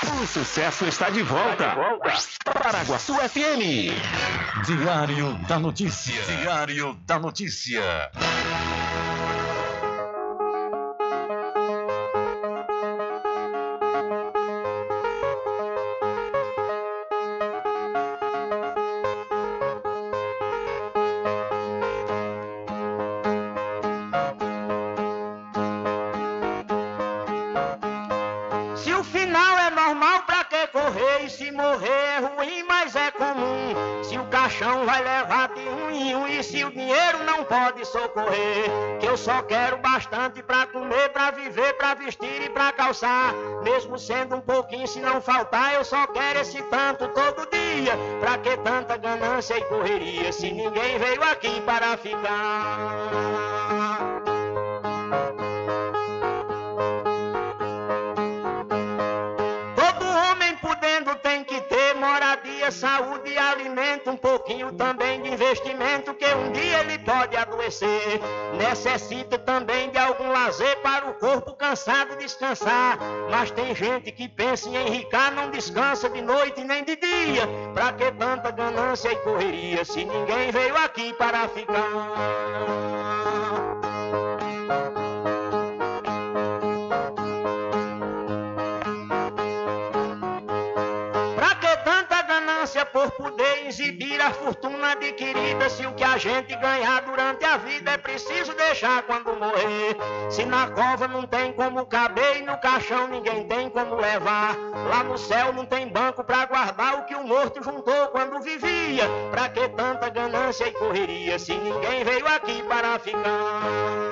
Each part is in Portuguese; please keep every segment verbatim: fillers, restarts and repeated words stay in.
O sucesso está de volta. Está de volta. Paraguaçu F M. Diário da Notícia. Diário da Notícia. Se morrer é ruim, mas é comum. Se o caixão vai levar de um em um, e se o dinheiro não pode socorrer, que eu só quero bastante pra comer, pra viver, pra vestir e pra calçar. Mesmo sendo um pouquinho, se não faltar, eu só quero esse tanto todo dia. Pra que tanta ganância e correria, se ninguém veio aqui para ficar? Saúde e alimento, um pouquinho também de investimento, que um dia ele pode adoecer. Necessita também de algum lazer para o corpo cansado descansar. Mas tem gente que pensa em enricar, não descansa de noite nem de dia. Pra que tanta ganância e correria, se ninguém veio aqui para ficar? Por poder exibir a fortuna adquirida, se o que a gente ganhar durante a vida é preciso deixar quando morrer. Se na cova não tem como caber e no caixão ninguém tem como levar, lá no céu não tem banco pra guardar o que o morto juntou quando vivia. Pra que tanta ganância e correria, se ninguém veio aqui para ficar?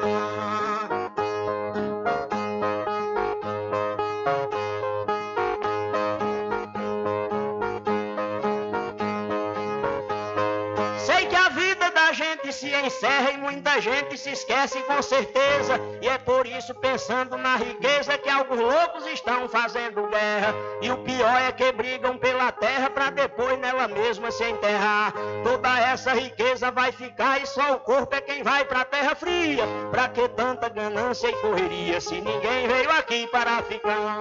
Se encerra e muita gente se esquece com certeza, e é por isso, pensando na riqueza, que alguns loucos estão fazendo guerra. E o pior é que brigam pela terra pra depois nela mesma se enterrar. Toda essa riqueza vai ficar e só o corpo é quem vai pra terra fria. Pra que tanta ganância e correria, se ninguém veio aqui para ficar?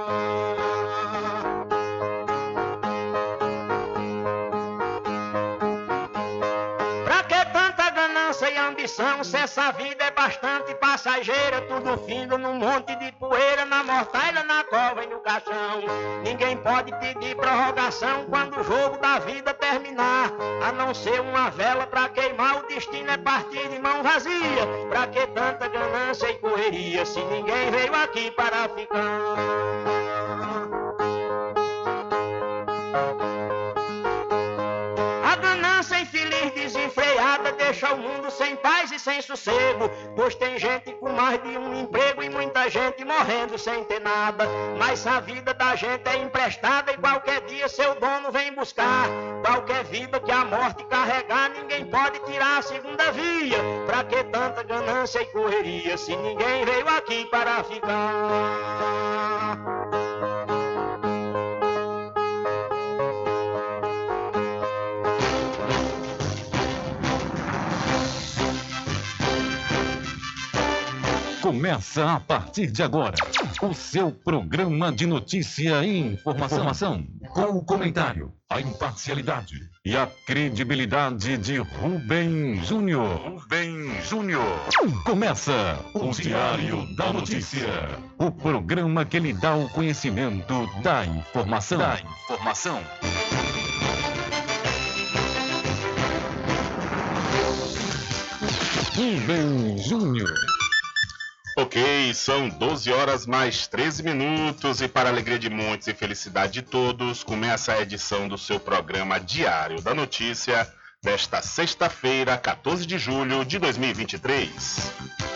E ambição, se essa vida é bastante passageira, tudo findo num monte de poeira, na mortalha, na cova e no caixão. Ninguém pode pedir prorrogação quando o jogo da vida terminar, a não ser uma vela pra queimar. O destino é partir de mão vazia. Pra que tanta ganância e correria, se ninguém veio aqui para ficar? Desenfreada deixa o mundo sem paz e sem sossego, pois tem gente com mais de um emprego e muita gente morrendo sem ter nada. Mas a vida da gente é emprestada e qualquer dia seu dono vem buscar. Qualquer vida que a morte carregar, ninguém pode tirar a segunda via. Pra que tanta ganância e correria, se ninguém veio aqui para ficar? Começa a partir de agora o seu programa de notícia e informação, informação com o comentário, a imparcialidade e a credibilidade de Rubem Júnior. Rubem Júnior. Começa o Diário da Notícia, o programa que lhe dá o conhecimento da informação. Da informação. Rubem Júnior. Ok, são doze horas mais treze minutos e, para a alegria de muitos e felicidade de todos, começa a edição do seu programa Diário da Notícia desta sexta-feira, quatorze de julho de dois mil e vinte e três.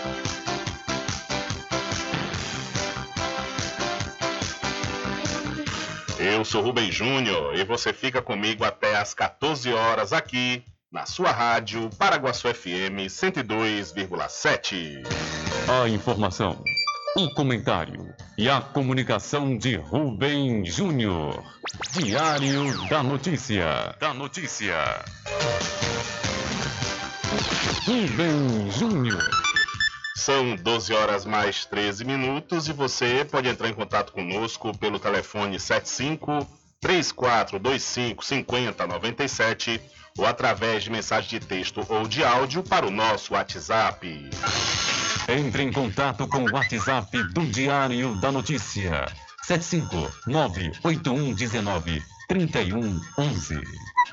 Eu sou Rubem Júnior e você fica comigo até às quatorze horas aqui na sua rádio Paraguaçu F M cento e dois vírgula sete. A informação, o comentário e a comunicação de Rubem Júnior. Diário da Notícia. Da Notícia. Rubem Júnior. São doze horas mais treze minutos e você pode entrar em contato conosco pelo telefone sete cinco, três quatro dois cinco, cinco zero nove sete ou através de mensagem de texto ou de áudio para o nosso WhatsApp. Entre em contato com o WhatsApp do Diário da Notícia. sete cinco nove oito um um nove três um um um.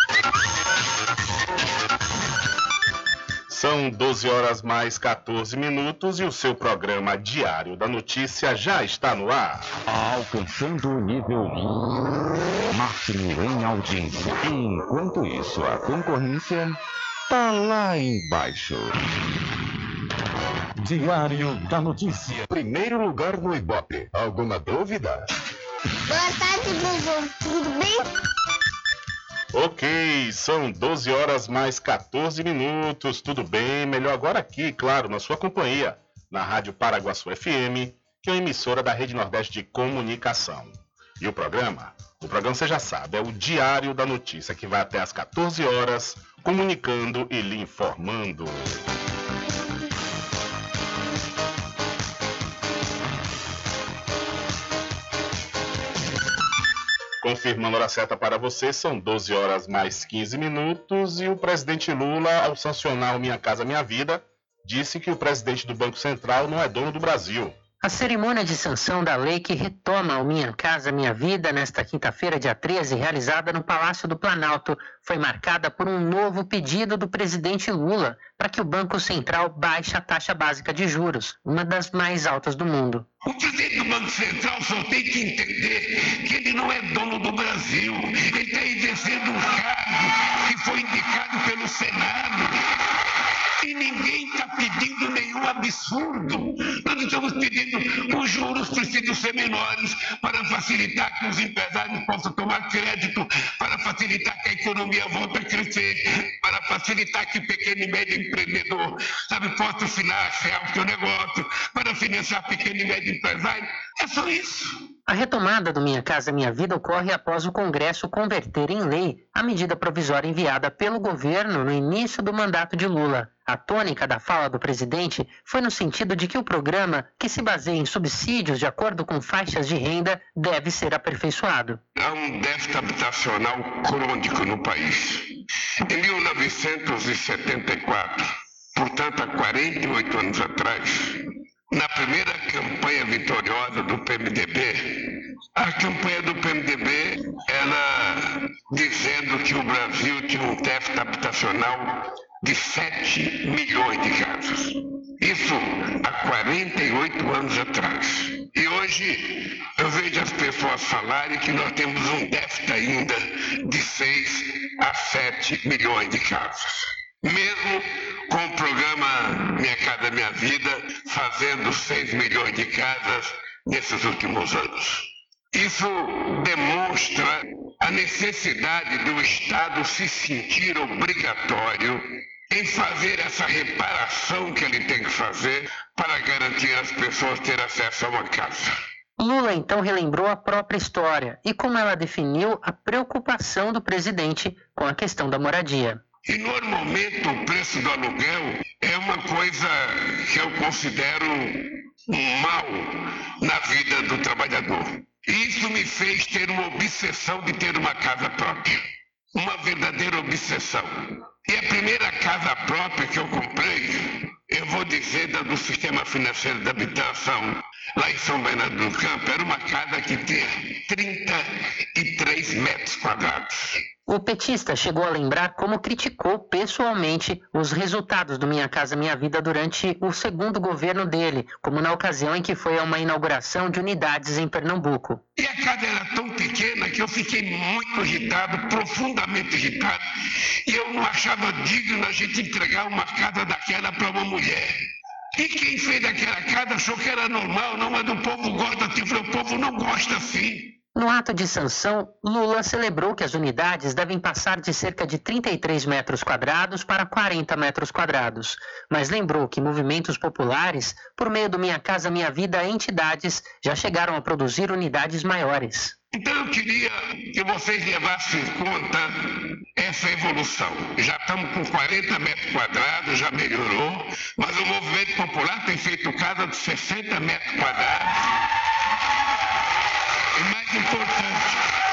São doze horas mais quatorze minutos e o seu programa Diário da Notícia já está no ar. Alcançando o nível máximo em audiência. Enquanto isso, a concorrência tá lá embaixo. Diário da Notícia. Primeiro lugar no Ibope. Alguma dúvida? Boa tarde, Bubu. Tudo bem? Ok, são doze horas mais quatorze minutos, tudo bem? Melhor agora aqui, claro, na sua companhia, na Rádio Paraguaçu F M, que é uma emissora da Rede Nordeste de Comunicação. E o programa? O programa você já sabe, é o Diário da Notícia, que vai até às quatorze horas, comunicando e lhe informando. Confirmando a hora certa para você, são doze horas mais quinze minutos e o presidente Lula, ao sancionar o Minha Casa Minha Vida, disse que o presidente do Banco Central não é dono do Brasil. A cerimônia de sanção da lei que retoma o Minha Casa Minha Vida nesta quinta-feira, dia treze, realizada no Palácio do Planalto, foi marcada por um novo pedido do presidente Lula para que o Banco Central baixe a taxa básica de juros, uma das mais altas do mundo. O presidente do Banco Central só tem que entender que ele não é dono do Brasil. Ele está exercendo um cargo que foi indicado pelo Senado. E ninguém está pedindo nenhum absurdo. Nós estamos pedindo os juros precisam ser menores para facilitar que os empresários possam tomar crédito, para facilitar que a economia volte a crescer, para facilitar que o pequeno e médio empreendedor, sabe, possa financiar o seu negócio, para financiar pequeno e médio empresário. É só isso. A retomada do Minha Casa Minha Vida ocorre após o Congresso converter em lei a medida provisória enviada pelo governo no início do mandato de Lula. A tônica da fala do presidente foi no sentido de que o programa, que se baseia em subsídios de acordo com faixas de renda, deve ser aperfeiçoado. Há um déficit habitacional crônico no país. Em mil novecentos e setenta e quatro, portanto há quarenta e oito anos atrás, na primeira campanha vitoriosa do P M D B, a campanha do P M D B, ela dizendo que o Brasil tinha um déficit habitacional de sete milhões de casas. Isso há quarenta e oito anos atrás. E hoje eu vejo as pessoas falarem que nós temos um déficit ainda de seis a sete milhões de casas. Mesmo com o programa Minha Casa Minha Vida fazendo seis milhões de casas nesses últimos anos. Isso demonstra a necessidade do Estado se sentir obrigatório em fazer essa reparação que ele tem que fazer para garantir às pessoas ter acesso a uma casa. Lula então relembrou a própria história e como ela definiu a preocupação do presidente com a questão da moradia. E normalmente o preço do aluguel é uma coisa que eu considero um mal na vida do trabalhador. E isso me fez ter uma obsessão de ter uma casa própria. Uma verdadeira obsessão. E a primeira casa própria que eu comprei, eu vou dizer, da do Sistema Financeiro da Habitação, lá em São Bernardo do Campo, era uma casa que tinha trinta e três metros quadrados. O petista chegou a lembrar como criticou pessoalmente os resultados do Minha Casa Minha Vida durante o segundo governo dele, como na ocasião em que foi a uma inauguração de unidades em Pernambuco. E a casa era tão pequena que eu fiquei muito irritado, profundamente irritado, e eu não achava digno a gente entregar uma casa daquela para uma mulher. E quem fez aquela casa achou que era normal, não, mas o povo gosta assim, o povo não gosta assim. No ato de sanção, Lula celebrou que as unidades devem passar de cerca de trinta e três metros quadrados para quarenta metros quadrados, mas lembrou que movimentos populares, por meio do Minha Casa Minha Vida, entidades já chegaram a produzir unidades maiores. Então eu queria que vocês levassem em conta essa evolução. Já estamos com quarenta metros quadrados, já melhorou, mas o movimento popular tem feito casa de sessenta metros quadrados. E mais importante,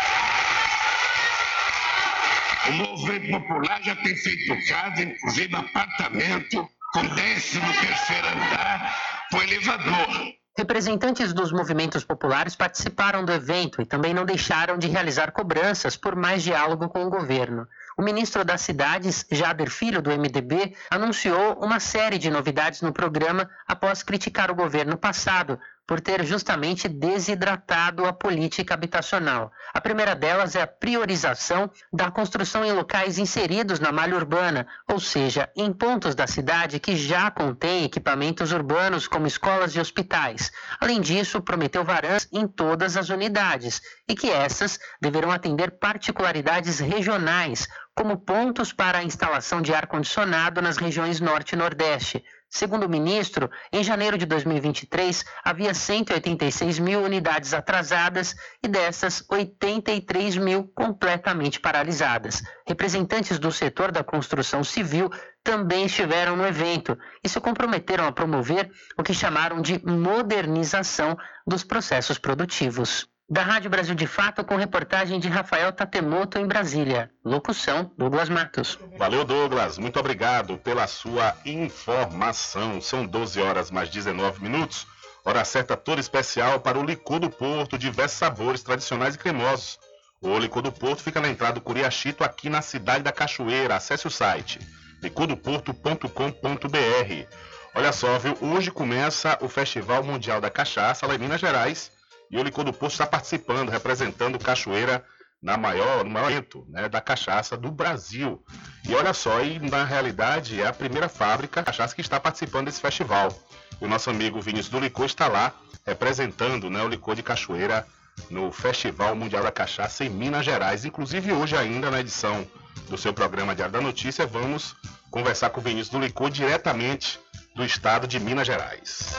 o movimento popular já tem feito casa, inclusive apartamento, com décimo terceiro andar, com elevador. Representantes dos movimentos populares participaram do evento e também não deixaram de realizar cobranças por mais diálogo com o governo. O ministro das Cidades, Jader Filho, do M D B, anunciou uma série de novidades no programa após criticar o governo passado por ter justamente desidratado a política habitacional. A primeira delas é a priorização da construção em locais inseridos na malha urbana, ou seja, em pontos da cidade que já contêm equipamentos urbanos como escolas e hospitais. Além disso, prometeu varãs em todas as unidades e que essas deverão atender particularidades regionais, como pontos para a instalação de ar-condicionado nas regiões Norte e Nordeste. Segundo o ministro, em janeiro de dois mil e vinte e três, havia cento e oitenta e seis mil unidades atrasadas e dessas, oitenta e três mil completamente paralisadas. Representantes do setor da construção civil também estiveram no evento e se comprometeram a promover o que chamaram de modernização dos processos produtivos. Da Rádio Brasil de Fato, com reportagem de Rafael Tatemoto em Brasília. Locução, Douglas Matos. Valeu, Douglas. Muito obrigado pela sua informação. São doze horas mais dezenove minutos. Hora certa toda especial para o Licor do Porto, diversos sabores tradicionais e cremosos. O Licor do Porto fica na entrada do Curiachito, aqui na cidade da Cachoeira. Acesse o site licor do porto ponto com ponto b r. Olha só, viu? Hoje começa o Festival Mundial da Cachaça lá em Minas Gerais. E o Licor do Porto está participando, representando Cachoeira na maior, no maior evento, né, da cachaça do Brasil. E olha só, e na realidade é a primeira fábrica de cachaça que está participando desse festival. E o nosso amigo Vinícius do Licor está lá representando, né, o licor de Cachoeira no Festival Mundial da Cachaça em Minas Gerais. Inclusive hoje ainda na edição do seu programa Diário da Notícia, vamos conversar com o Vinícius do Licor diretamente do estado de Minas Gerais.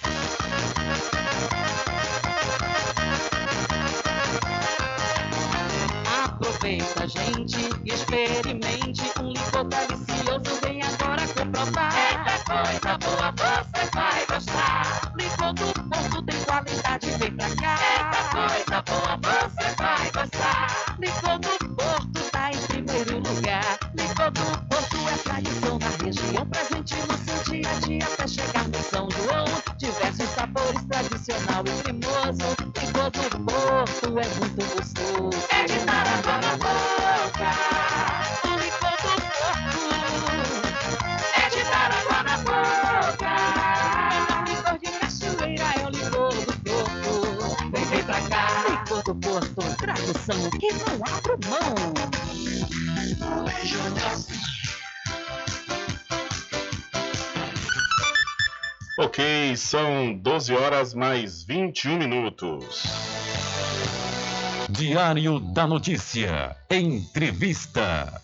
Aproveita, gente, e experimente um licor delicioso, vem agora comprovar. Eita coisa boa, você vai gostar. Licor do Porto tem qualidade, vem pra cá. Eita coisa boa, você vai gostar. Licor do Porto tá em primeiro lugar. Licor do Porto é tradição na região, presente no seu dia a dia até chegar no São João. Diversos sabores, tradicional e cremoso. Licor do Porto é muito gostoso. É de dar água na boca. O licor do Porto é de dar água na boca. O licor de Cachoeira é o licor do Porto. Vem, vem pra cá. Licor do Porto, tradução que não abro mão. Ok, são doze horas mais vinte e um minutos. Diário da Notícia. Entrevista.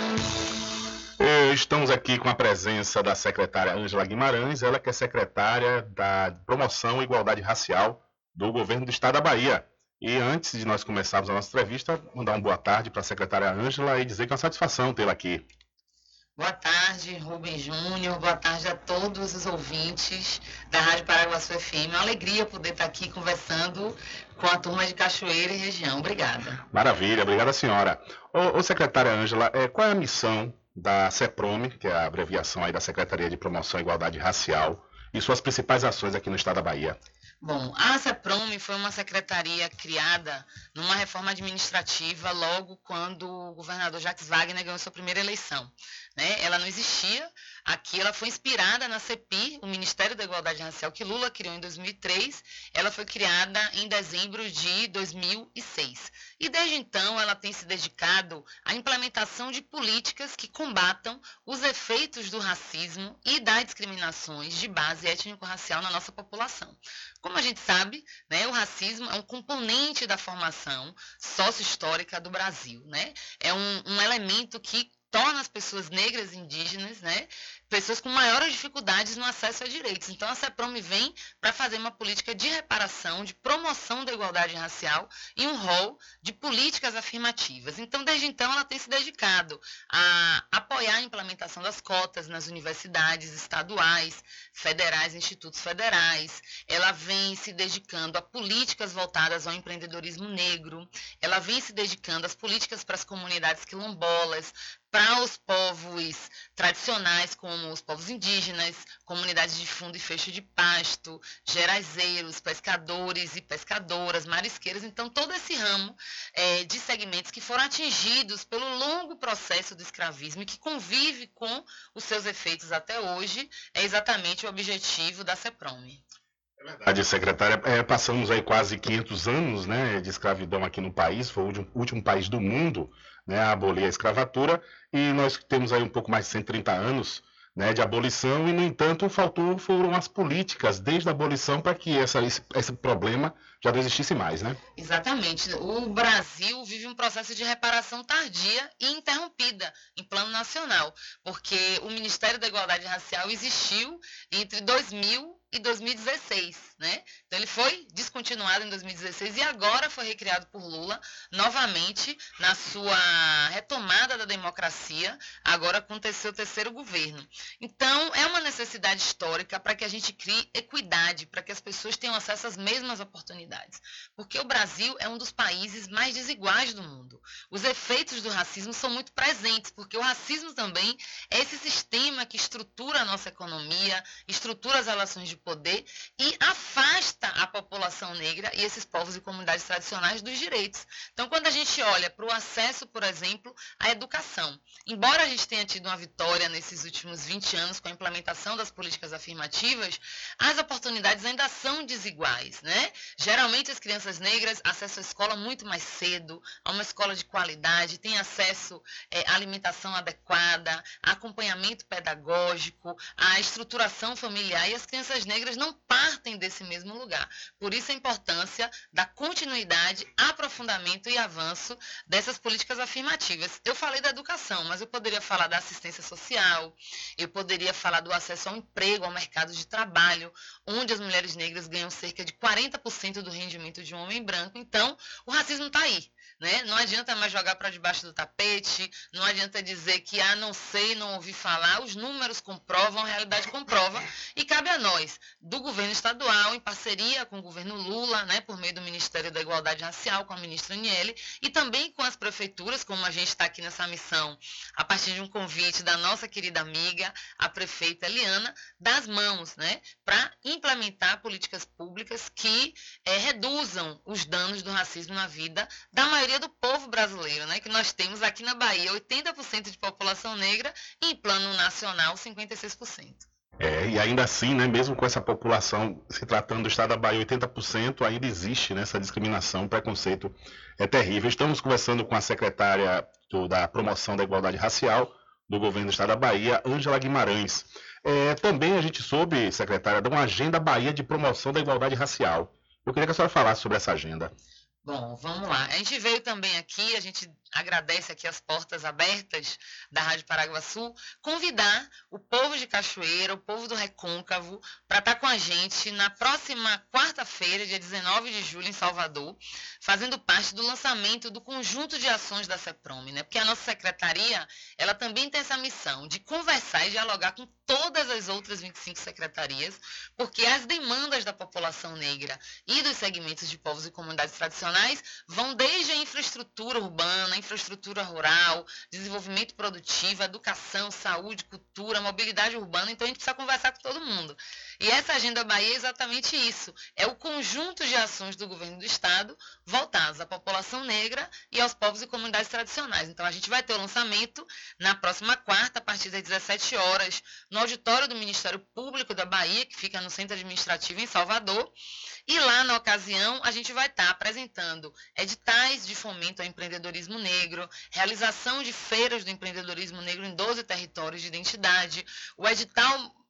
Estamos aqui com a presença da secretária Ângela Guimarães, ela que é secretária da Promoção e Igualdade Racial do Governo do Estado da Bahia. E antes de nós começarmos a nossa entrevista, mandar uma boa tarde para a secretária Ângela e dizer que é uma satisfação tê-la aqui. Boa tarde, Rubem Júnior. Boa tarde a todos os ouvintes da Rádio Paraguaçu F M. É uma alegria poder estar aqui conversando com a turma de Cachoeira e região. Obrigada. Maravilha, obrigada, senhora. Ô, ô secretária Ângela, é, qual é a missão da CEPROME, que é a abreviação aí da Secretaria de Promoção e Igualdade Racial, e suas principais ações aqui no estado da Bahia? Bom, a CEPROME foi uma secretaria criada numa reforma administrativa logo quando o governador Jacques Wagner ganhou sua primeira eleição. Né? Ela não existia aqui, ela foi inspirada na CEPI, o Ministério da Igualdade Racial, que Lula criou em dois mil e três. Ela foi criada em dezembro de dois mil e seis. E desde então ela tem se dedicado à implementação de políticas que combatam os efeitos do racismo e das discriminações de base étnico-racial na nossa população. Como a gente sabe, né, o racismo é um componente da formação sócio-histórica do Brasil. Né? É um, um elemento que torna as pessoas negras e indígenas, né, pessoas com maiores dificuldades no acesso a direitos. Então, a CEPROM vem para fazer uma política de reparação, de promoção da igualdade racial e um rol de políticas afirmativas. Então, desde então, ela tem se dedicado a apoiar a implementação das cotas nas universidades estaduais, federais, institutos federais. Ela vem se dedicando a políticas voltadas ao empreendedorismo negro. Ela vem se dedicando às políticas para as comunidades quilombolas, para os povos tradicionais, como os povos indígenas, comunidades de fundo e fecho de pasto, geraizeiros, pescadores e pescadoras, marisqueiras. Então, todo esse ramo é, de segmentos que foram atingidos pelo longo processo do escravismo e que convive com os seus efeitos até hoje, é exatamente o objetivo da CEPROM. É verdade, secretária. É, passamos aí quase quinhentos anos, né, de escravidão aqui no país, foi o último, último país do mundo, né, a abolir a escravatura, e nós temos aí um pouco mais de cento e trinta anos, né, de abolição, e no entanto faltou, foram as políticas desde a abolição para que essa, esse, esse problema já não existisse mais, né? Exatamente. O Brasil vive um processo de reparação tardia e interrompida em plano nacional, porque o Ministério da Igualdade Racial existiu entre dois mil e dois mil e dezesseis, né? Então ele foi descontinuado em dois mil e dezesseis e agora foi recriado por Lula novamente na sua retomada da democracia, agora com o seu terceiro governo. Então é uma necessidade histórica para que a gente crie equidade, para que as pessoas tenham acesso às mesmas oportunidades, porque o Brasil é um dos países mais desiguais do mundo. Os efeitos do racismo são muito presentes, porque o racismo também é esse sistema que estrutura a nossa economia, estrutura as relações de poder e afasta a população negra e esses povos e comunidades tradicionais dos direitos. Então, quando a gente olha para o acesso, por exemplo, à educação, embora a gente tenha tido uma vitória nesses últimos vinte anos com a implementação das políticas afirmativas, as oportunidades ainda são desiguais, né? Geralmente as crianças negras acessam a escola muito mais cedo, a uma escola de qualidade, têm acesso é, à alimentação adequada, a acompanhamento pedagógico, à estruturação familiar, e as crianças negras não partem desse mesmo lugar. Por isso a importância da continuidade, aprofundamento e avanço dessas políticas afirmativas. Eu falei da educação, mas eu poderia falar da assistência social, eu poderia falar do acesso ao emprego, ao mercado de trabalho, onde as mulheres negras ganham cerca de quarenta por cento do rendimento de um homem branco. Então, o racismo está aí, né? Não adianta mais jogar para debaixo do tapete, não adianta dizer que, ah, não sei, não ouvi falar. Os números comprovam, a realidade comprova, e cabe a nós, do governo estadual, em parceria com o governo Lula, né, por meio do Ministério da Igualdade Racial, com a ministra Aniele, e também com as prefeituras, como a gente está aqui nessa missão, a partir de um convite da nossa querida amiga, a prefeita Eliana, das mãos, né, para implementar políticas públicas que é, reduzam os danos do racismo na vida da maioria do povo brasileiro, né, que nós temos aqui na Bahia oitenta por cento de população negra e em plano nacional cinquenta e seis por cento. É, e ainda assim, né, mesmo com essa população se tratando do estado da Bahia, oitenta por cento, ainda existe, né, essa discriminação, preconceito é terrível. Estamos conversando com a secretária do, da Promoção da Igualdade Racial do governo do estado da Bahia, Ângela Guimarães. É, também a gente soube, secretária, de uma agenda Bahia de promoção da igualdade racial. Eu queria que a senhora falasse sobre essa agenda. Bom, vamos lá. A gente veio também aqui, a gente agradece aqui as portas abertas da Rádio Paraguaçu, convidar o povo de Cachoeira, o povo do Recôncavo, para estar com a gente na próxima quarta-feira, dia dezenove de julho, em Salvador, fazendo parte do lançamento do conjunto de ações da CEPROM, né? Porque a nossa secretaria, ela também tem essa missão de conversar e dialogar com todas as outras vinte e cinco secretarias, porque as demandas da população negra e dos segmentos de povos e comunidades tradicionais vão desde a infraestrutura urbana, infraestrutura rural, desenvolvimento produtivo, educação, saúde, cultura, mobilidade urbana. Então a gente precisa conversar com todo mundo. E essa Agenda Bahia é exatamente isso. É o conjunto de ações do governo do estado voltadas à população negra e aos povos e comunidades tradicionais. Então a gente vai ter o lançamento na próxima quarta, a partir das dezessete horas, no auditório do Ministério Público da Bahia, que fica no Centro Administrativo em Salvador. E lá, na ocasião, a gente vai estar apresentando editais de fomento ao empreendedorismo negro, realização de feiras do empreendedorismo negro em doze territórios de identidade, o edital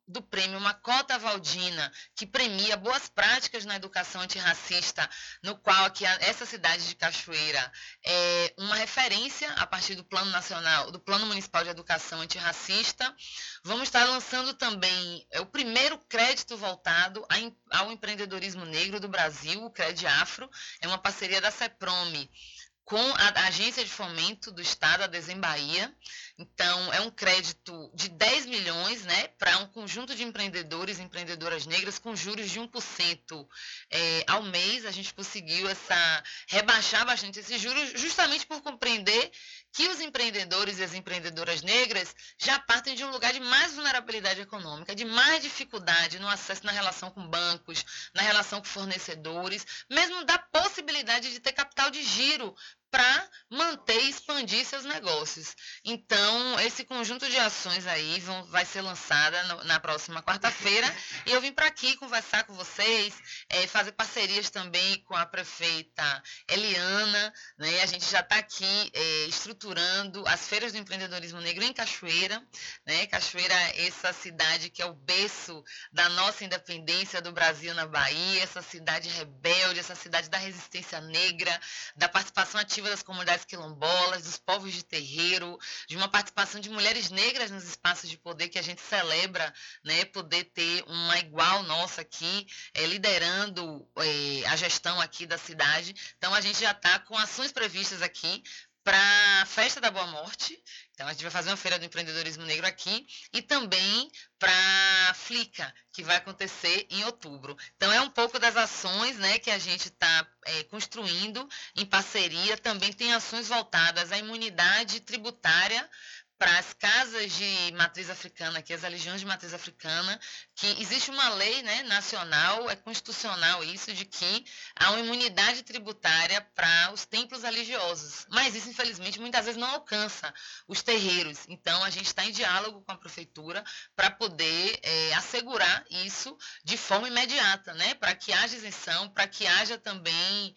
do prêmio Macota Valdina, que premia boas práticas na educação antirracista, no qual aqui essa cidade de Cachoeira é uma referência a partir do Plano Nacional, do Plano Municipal de Educação Antirracista. Vamos estar lançando também o primeiro crédito voltado ao empreendedorismo negro do Brasil, o Crediafro, é uma parceria da CEPROME com a Agência de Fomento do Estado, a Desembahia. Então, é um crédito de dez milhões, né, para um conjunto de empreendedores e empreendedoras negras com juros de um por cento é, ao mês. A gente conseguiu essa, rebaixar bastante esses juros, justamente por compreender que os empreendedores e as empreendedoras negras já partem de um lugar de mais vulnerabilidade econômica, de mais dificuldade no acesso na relação com bancos, na relação com fornecedores, mesmo da possibilidade de ter capital de giro para manter e expandir seus negócios. Então, esse conjunto de ações aí vão, vai ser lançada no, na próxima quarta-feira, e eu vim para aqui conversar com vocês, é, fazer parcerias também com a prefeita Eliana, né? A gente já está aqui é, estruturando as feiras do empreendedorismo negro em Cachoeira, né? Cachoeira é essa cidade que é o berço da nossa independência do Brasil na Bahia, essa cidade rebelde, essa cidade da resistência negra, da participação ativa das comunidades quilombolas, dos povos de terreiro, de uma participação de mulheres negras nos espaços de poder que a gente celebra, né, poder ter uma igual nossa aqui, é, liderando é, a gestão aqui da cidade. Então, a gente já está com ações previstas aqui para a Festa da Boa Morte. Então, a gente vai fazer uma feira do empreendedorismo negro aqui, e também para a Flica, que vai acontecer em outubro. Então, é um pouco das ações, né, que a gente está é, construindo em parceria. Também tem ações voltadas à imunidade tributária para as casas de matriz africana, aqui as religiões de matriz africana, que existe uma lei, né, nacional, é constitucional isso, de que há uma imunidade tributária para os templos religiosos. Mas isso, infelizmente, muitas vezes não alcança os terreiros. Então, a gente está em diálogo com a prefeitura para poder é, assegurar isso de forma imediata, né, para que haja isenção, para que haja também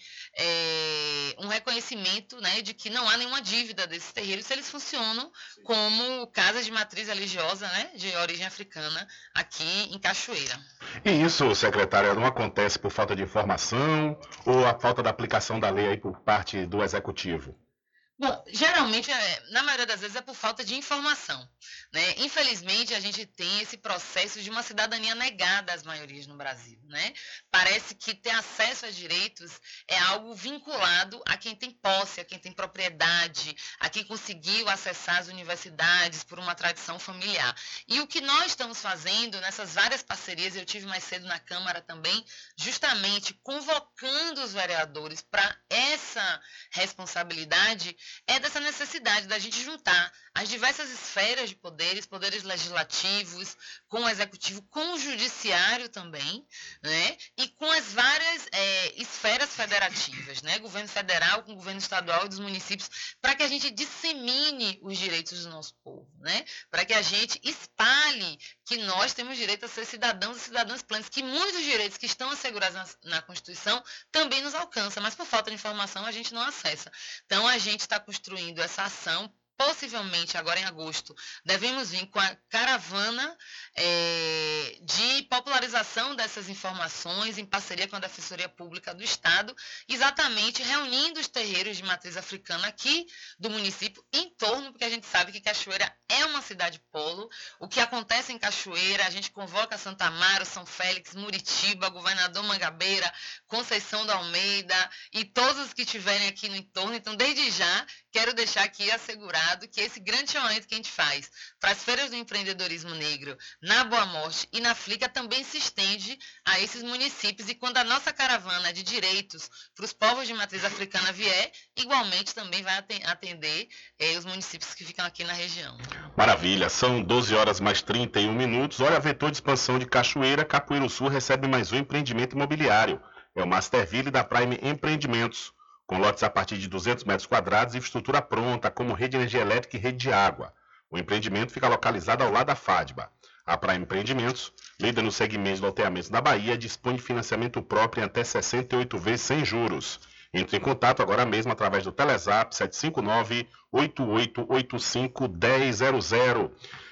é, um reconhecimento, né, de que não há nenhuma dívida desses terreiros se eles funcionam como casas de matriz religiosa, né, de origem africana, aqui em Cachoeira. E isso, secretária, não acontece por falta de informação ou a falta da aplicação da lei aí por parte do Executivo? Bom, geralmente, na maioria das vezes, é por falta de informação, né? Infelizmente, a gente tem esse processo de uma cidadania negada às maiorias no Brasil, né? Parece que ter acesso a direitos é algo vinculado a quem tem posse, a quem tem propriedade, a quem conseguiu acessar as universidades por uma tradição familiar. E o que nós estamos fazendo nessas várias parcerias, eu tive mais cedo na Câmara também, justamente convocando os vereadores para essa responsabilidade, é dessa necessidade da gente juntar as diversas esferas de poderes, poderes legislativos, com o executivo, com o judiciário também, né? E com as várias é, esferas federativas, né? Governo federal com o governo estadual e dos municípios, para que a gente dissemine os direitos do nosso povo, né? Para que a gente espalhe que nós temos direito a ser cidadãos e cidadãs plenos, que muitos direitos que estão assegurados na, na Constituição também nos alcançam, mas por falta de informação a gente não acessa. Então, a gente está construindo essa ação. Possivelmente, agora em agosto, devemos vir com a caravana é, de popularização dessas informações em parceria com a Defensoria Pública do Estado, exatamente reunindo os terreiros de matriz africana aqui do município em torno, porque a gente sabe que Cachoeira é uma cidade polo. O que acontece em Cachoeira, a gente convoca Santa Amaro, São Félix, Muritiba, Governador Mangabeira, Conceição do Almeida e todos os que estiverem aqui no entorno. Então, desde já, quero deixar aqui assegurado que esse grande chamamento que a gente faz para as feiras do empreendedorismo negro na Boa Morte e na Flica também se estende a esses municípios, e quando a nossa caravana de direitos para os povos de matriz africana vier, igualmente também vai atender eh, os municípios que ficam aqui na região. Maravilha, são doze horas mais trinta e um minutos. Olha, vetor de expansão de Cachoeira, Capoeiro Sul recebe mais um empreendimento imobiliário. É o Masterville da Prime Empreendimentos, com lotes a partir de duzentos metros quadrados e infraestrutura pronta, como rede de energia elétrica e rede de água. O empreendimento fica localizado ao lado da FADBA. A Prime Empreendimentos, líder no segmento de loteamentos da Bahia, dispõe de financiamento próprio em até sessenta e oito vezes sem juros. Entre em contato agora mesmo através do Telezap sete cinco nove, oito oito oito cinco, um zero zero zero.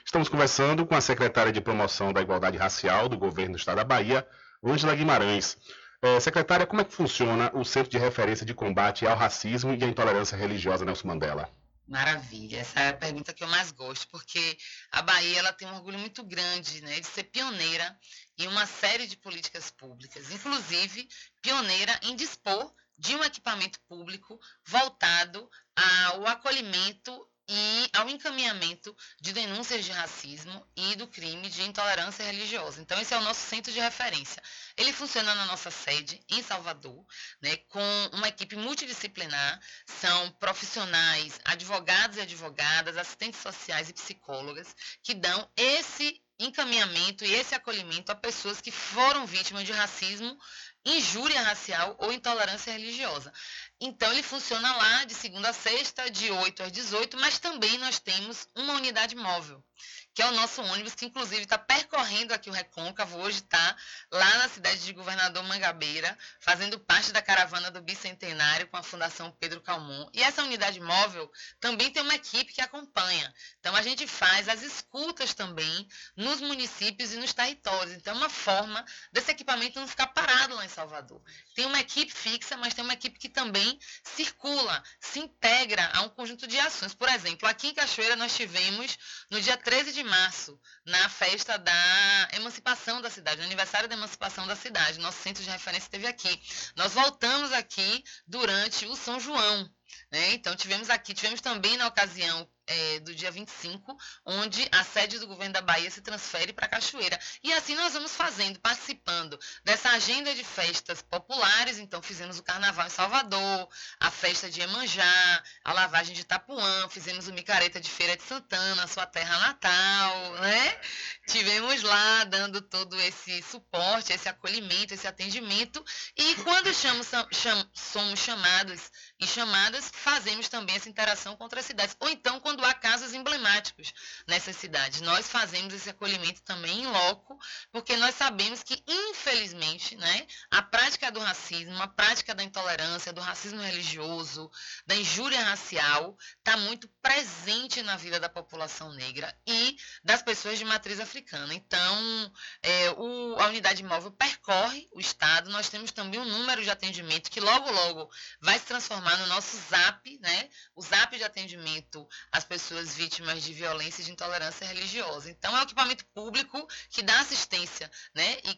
Estamos conversando com a secretária de Promoção da Igualdade Racial do Governo do Estado da Bahia, Ângela Guimarães. É, secretária, como é que funciona o Centro de Referência de Combate ao Racismo e à Intolerância Religiosa Nelson Mandela? Maravilha, essa é a pergunta que eu mais gosto, porque a Bahia ela tem um orgulho muito grande, né, de ser pioneira em uma série de políticas públicas, inclusive pioneira em dispor de um equipamento público voltado ao acolhimento e ao encaminhamento de denúncias de racismo e do crime de intolerância religiosa. Então, esse é o nosso centro de referência. Ele funciona na nossa sede, em Salvador, né, com uma equipe multidisciplinar, são profissionais, advogados e advogadas, assistentes sociais e psicólogas, que dão esse encaminhamento e esse acolhimento a pessoas que foram vítimas de racismo, injúria racial ou intolerância religiosa. Então, ele funciona lá de segunda a sexta, de oito às dezoito, mas também nós temos uma unidade móvel, que é o nosso ônibus, que inclusive está percorrendo aqui o Recôncavo, hoje está lá na cidade de Governador Mangabeira, fazendo parte da caravana do Bicentenário com a Fundação Pedro Calmon. E essa unidade móvel também tem uma equipe que acompanha. Então, a gente faz as escutas também nos municípios e nos territórios. Então, é uma forma desse equipamento não ficar parado lá em Salvador. Tem uma equipe fixa, mas tem uma equipe que também circula, se integra a um conjunto de ações. Por exemplo, aqui em Cachoeira nós tivemos, no dia treze de março, na festa da emancipação da cidade, no aniversário da emancipação da cidade. Nosso centro de referência esteve aqui. Nós voltamos aqui durante o São João, né? Então, tivemos aqui, tivemos também na ocasião É, do dia vinte e cinco, onde a sede do governo da Bahia se transfere para Cachoeira. E assim nós vamos fazendo, participando dessa agenda de festas populares. Então, fizemos o Carnaval em Salvador, a festa de Iemanjá, a lavagem de Itapuã, fizemos o Micareta de Feira de Santana, sua terra natal, né? Tivemos lá dando todo esse suporte, esse acolhimento, esse atendimento. E quando chamamos, cham, somos chamados e chamadas, fazemos também essa interação com outras cidades. Ou então, quando há casos emblemáticos nessas cidades, nós fazemos esse acolhimento também em loco, porque nós sabemos que, infelizmente, né, a prática do racismo, a prática da intolerância, do racismo religioso, da injúria racial, está muito presente na vida da população negra e das pessoas de matriz africana. Então, é, o, a unidade móvel percorre o estado. Nós temos também um número de atendimento que logo, logo vai se transformar no nosso zap, né? O zap de atendimento às pessoas vítimas de violência e de intolerância religiosa. Então, é um equipamento público que dá assistência, né? E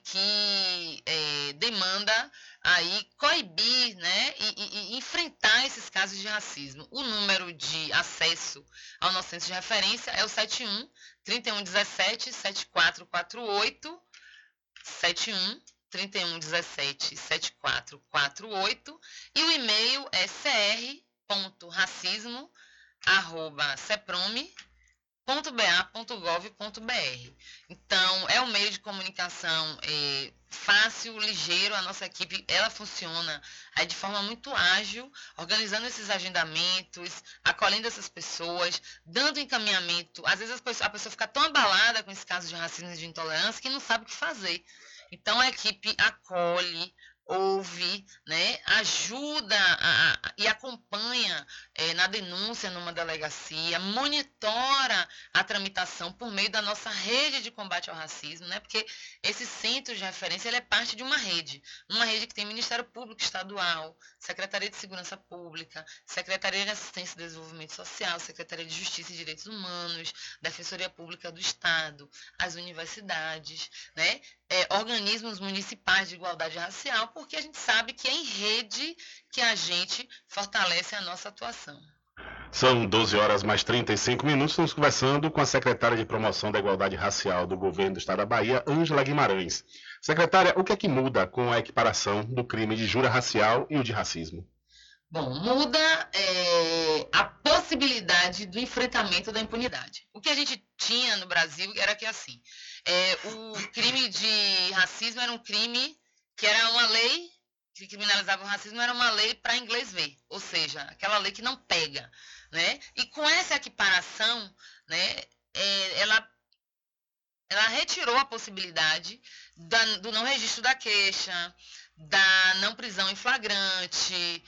que é, demanda aí coibir, né? E, e, e enfrentar esses casos de racismo. O número de acesso ao nosso centro de referência é o setenta e um, trinta e um, dezessete, setenta e quatro quarenta e oito, setenta e um, trinta e um, dezessete, setenta e quatro quarenta e oito, e o e-mail é c r ponto racismo arroba ceprome ponto b a ponto gov ponto b r. Então, é um meio de comunicação é, fácil, ligeiro. A nossa equipe, ela funciona aí de forma muito ágil, organizando esses agendamentos, acolhendo essas pessoas, dando encaminhamento. Às vezes as pessoas, a pessoa fica tão abalada com esse caso de racismo e de intolerância que não sabe o que fazer. Então, a equipe acolhe, ouve, né, ajuda a, a, e acompanha é, na denúncia numa delegacia, monitora a tramitação por meio da nossa rede de combate ao racismo, né, porque esse centro de referência ele é parte de uma rede, uma rede que tem Ministério Público Estadual, Secretaria de Segurança Pública, Secretaria de Assistência e Desenvolvimento Social, Secretaria de Justiça e Direitos Humanos, Defensoria Pública do Estado, as universidades, né, é, organismos municipais de igualdade racial, porque a gente sabe que é em rede que a gente fortalece a nossa atuação. São doze horas mais trinta e cinco minutos, estamos conversando com a secretária de Promoção da Igualdade Racial do Governo do Estado da Bahia, Ângela Guimarães. Secretária, o que é que muda com a equiparação do crime de injúria racial e o de racismo? Bom, muda é, a possibilidade do enfrentamento da impunidade. O que a gente tinha no Brasil era que, assim, é, o crime de racismo era um crime que era uma lei que criminalizava o racismo, era uma lei para inglês ver, ou seja, aquela lei que não pega, né? E com essa equiparação, né, é, ela, ela retirou a possibilidade da, do não registro da queixa, da não prisão em flagrante,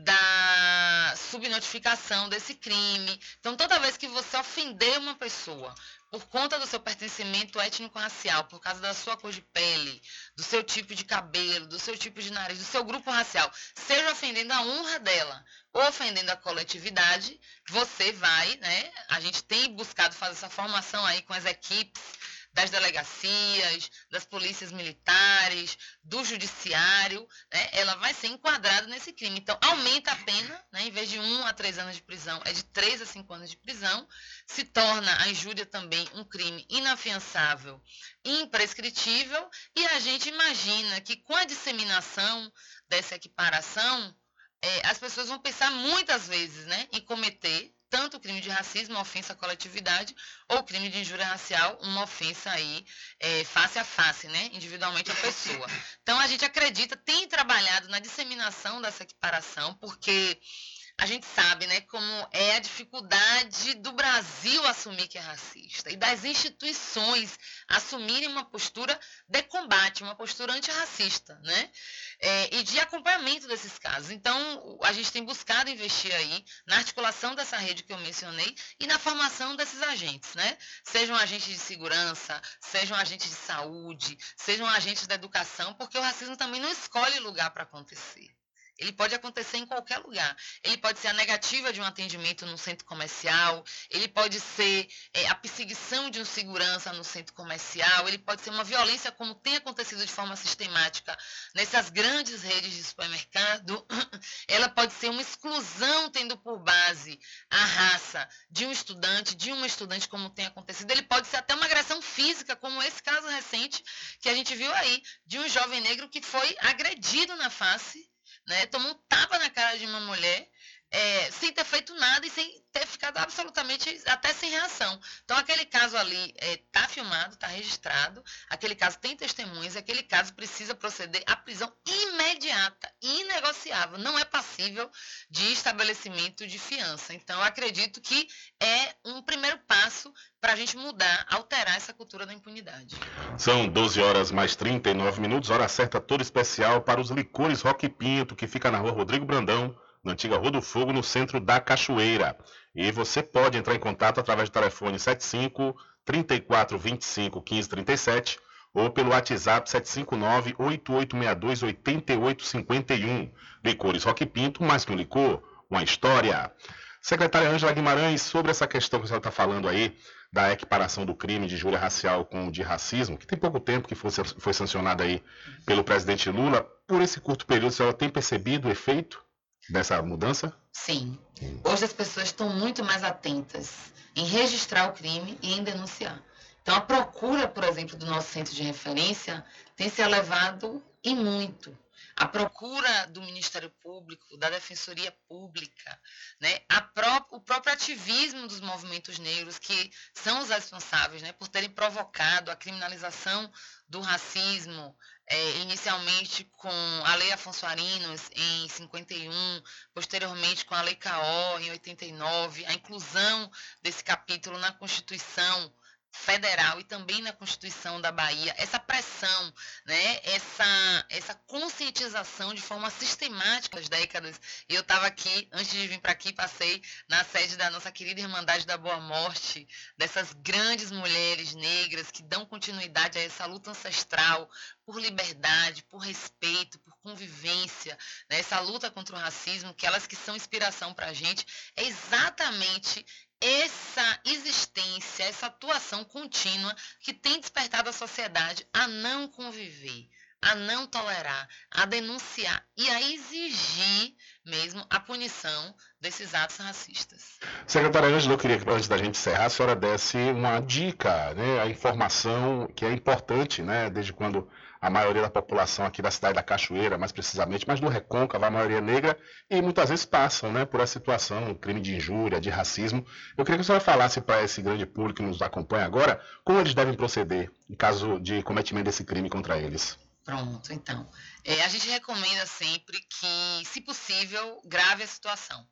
da subnotificação desse crime. Então, toda vez que você ofender uma pessoa por conta do seu pertencimento étnico-racial, por causa da sua cor de pele, do seu tipo de cabelo, do seu tipo de nariz, do seu grupo racial, seja ofendendo a honra dela ou ofendendo a coletividade, você vai, né? A gente tem buscado fazer essa formação aí com as equipes das delegacias, das polícias militares, do judiciário, né, ela vai ser enquadrada nesse crime. Então, aumenta a pena, né, em vez de um a três anos de prisão, é de três a cinco anos de prisão, se torna a injúria também um crime inafiançável, imprescritível, e a gente imagina que com a disseminação dessa equiparação, é, as pessoas vão pensar muitas vezes, né, em cometer tanto o crime de racismo, uma ofensa à coletividade, ou o crime de injúria racial, uma ofensa aí é, face a face, né, individualmente à pessoa. Então, a gente acredita, tem trabalhado na disseminação dessa equiparação, porque a gente sabe, né, como é a dificuldade do Brasil assumir que é racista e das instituições assumirem uma postura de combate, uma postura antirracista, né, é, e de acompanhamento desses casos. Então, a gente tem buscado investir aí na articulação dessa rede que eu mencionei e na formação desses agentes, né, sejam agentes de segurança, sejam agentes de saúde, sejam agentes da educação, porque o racismo também não escolhe lugar para acontecer. Ele pode acontecer em qualquer lugar. Ele pode ser a negativa de um atendimento no centro comercial, ele pode ser é, a perseguição de um segurança no centro comercial, ele pode ser uma violência como tem acontecido de forma sistemática nessas grandes redes de supermercado, ela pode ser uma exclusão tendo por base a raça de um estudante, de uma estudante como tem acontecido, ele pode ser até uma agressão física, como esse caso recente que a gente viu aí, de um jovem negro que foi agredido na face, né, tomou um tapa na cara de uma mulher, é, sem ter feito nada e sem ter ficado absolutamente até sem reação. Então, aquele caso ali está é, filmado, está registrado, aquele caso tem testemunhas, aquele caso precisa proceder à prisão imediata, inegociável, não é passível de estabelecimento de fiança. Então, eu acredito que é um primeiro passo para a gente mudar, alterar essa cultura da impunidade. São doze horas mais trinta e nove minutos, hora certa toda especial para os licores Roque Pinto, que fica na rua Rodrigo Brandão, na antiga Rua do Fogo, no centro da Cachoeira. E você pode entrar em contato através do telefone setenta e cinco, trinta e quatro, vinte e cinco, quinze, trinta e sete ou pelo WhatsApp sete cinco nove, oito oito seis dois, oito oito cinco um. Licores Roque Pinto, mais que um licor, uma história. Secretária Ângela Guimarães, sobre essa questão que a senhora está falando aí, da equiparação do crime de injúria racial com o de racismo, que tem pouco tempo que foi, foi sancionada aí pelo presidente Lula, por esse curto período, a senhora tem percebido o efeito dessa mudança? Sim. Hoje as pessoas estão muito mais atentas em registrar o crime e em denunciar. Então, a procura, por exemplo, do nosso centro de referência tem se elevado e muito. A procura do Ministério Público, da Defensoria Pública, né, a pró- o próprio ativismo dos movimentos negros, que são os responsáveis, né, por terem provocado a criminalização do racismo, é, inicialmente com a Lei Afonso Arinos em cinquenta e um, posteriormente com a Lei K O em oitenta e nove, a inclusão desse capítulo na Constituição Federal e também na Constituição da Bahia, essa pressão, né, essa, essa conscientização de forma sistemática das décadas. Eu estava aqui, antes de vir para aqui, passei na sede da nossa querida Irmandade da Boa Morte, dessas grandes mulheres negras que dão continuidade a essa luta ancestral por liberdade, por respeito, por convivência, né, essa luta contra o racismo, que elas que são inspiração para a gente, é exatamente essa existência, essa atuação contínua que tem despertado a sociedade a não conviver, a não tolerar, a denunciar e a exigir mesmo a punição desses atos racistas. Secretária Ângela, eu queria que antes da gente encerrar, a senhora desse uma dica, né, a informação que é importante, né, desde quando a maioria da população aqui da cidade da Cachoeira, mais precisamente, mas do Recôncavo, a maioria negra, e muitas vezes passam, né, por essa situação, crime de injúria, de racismo. Eu queria que a senhora falasse para esse grande público que nos acompanha agora, como eles devem proceder em caso de cometimento desse crime contra eles. Pronto, então. É, a gente recomenda sempre que, se possível, grave a situação.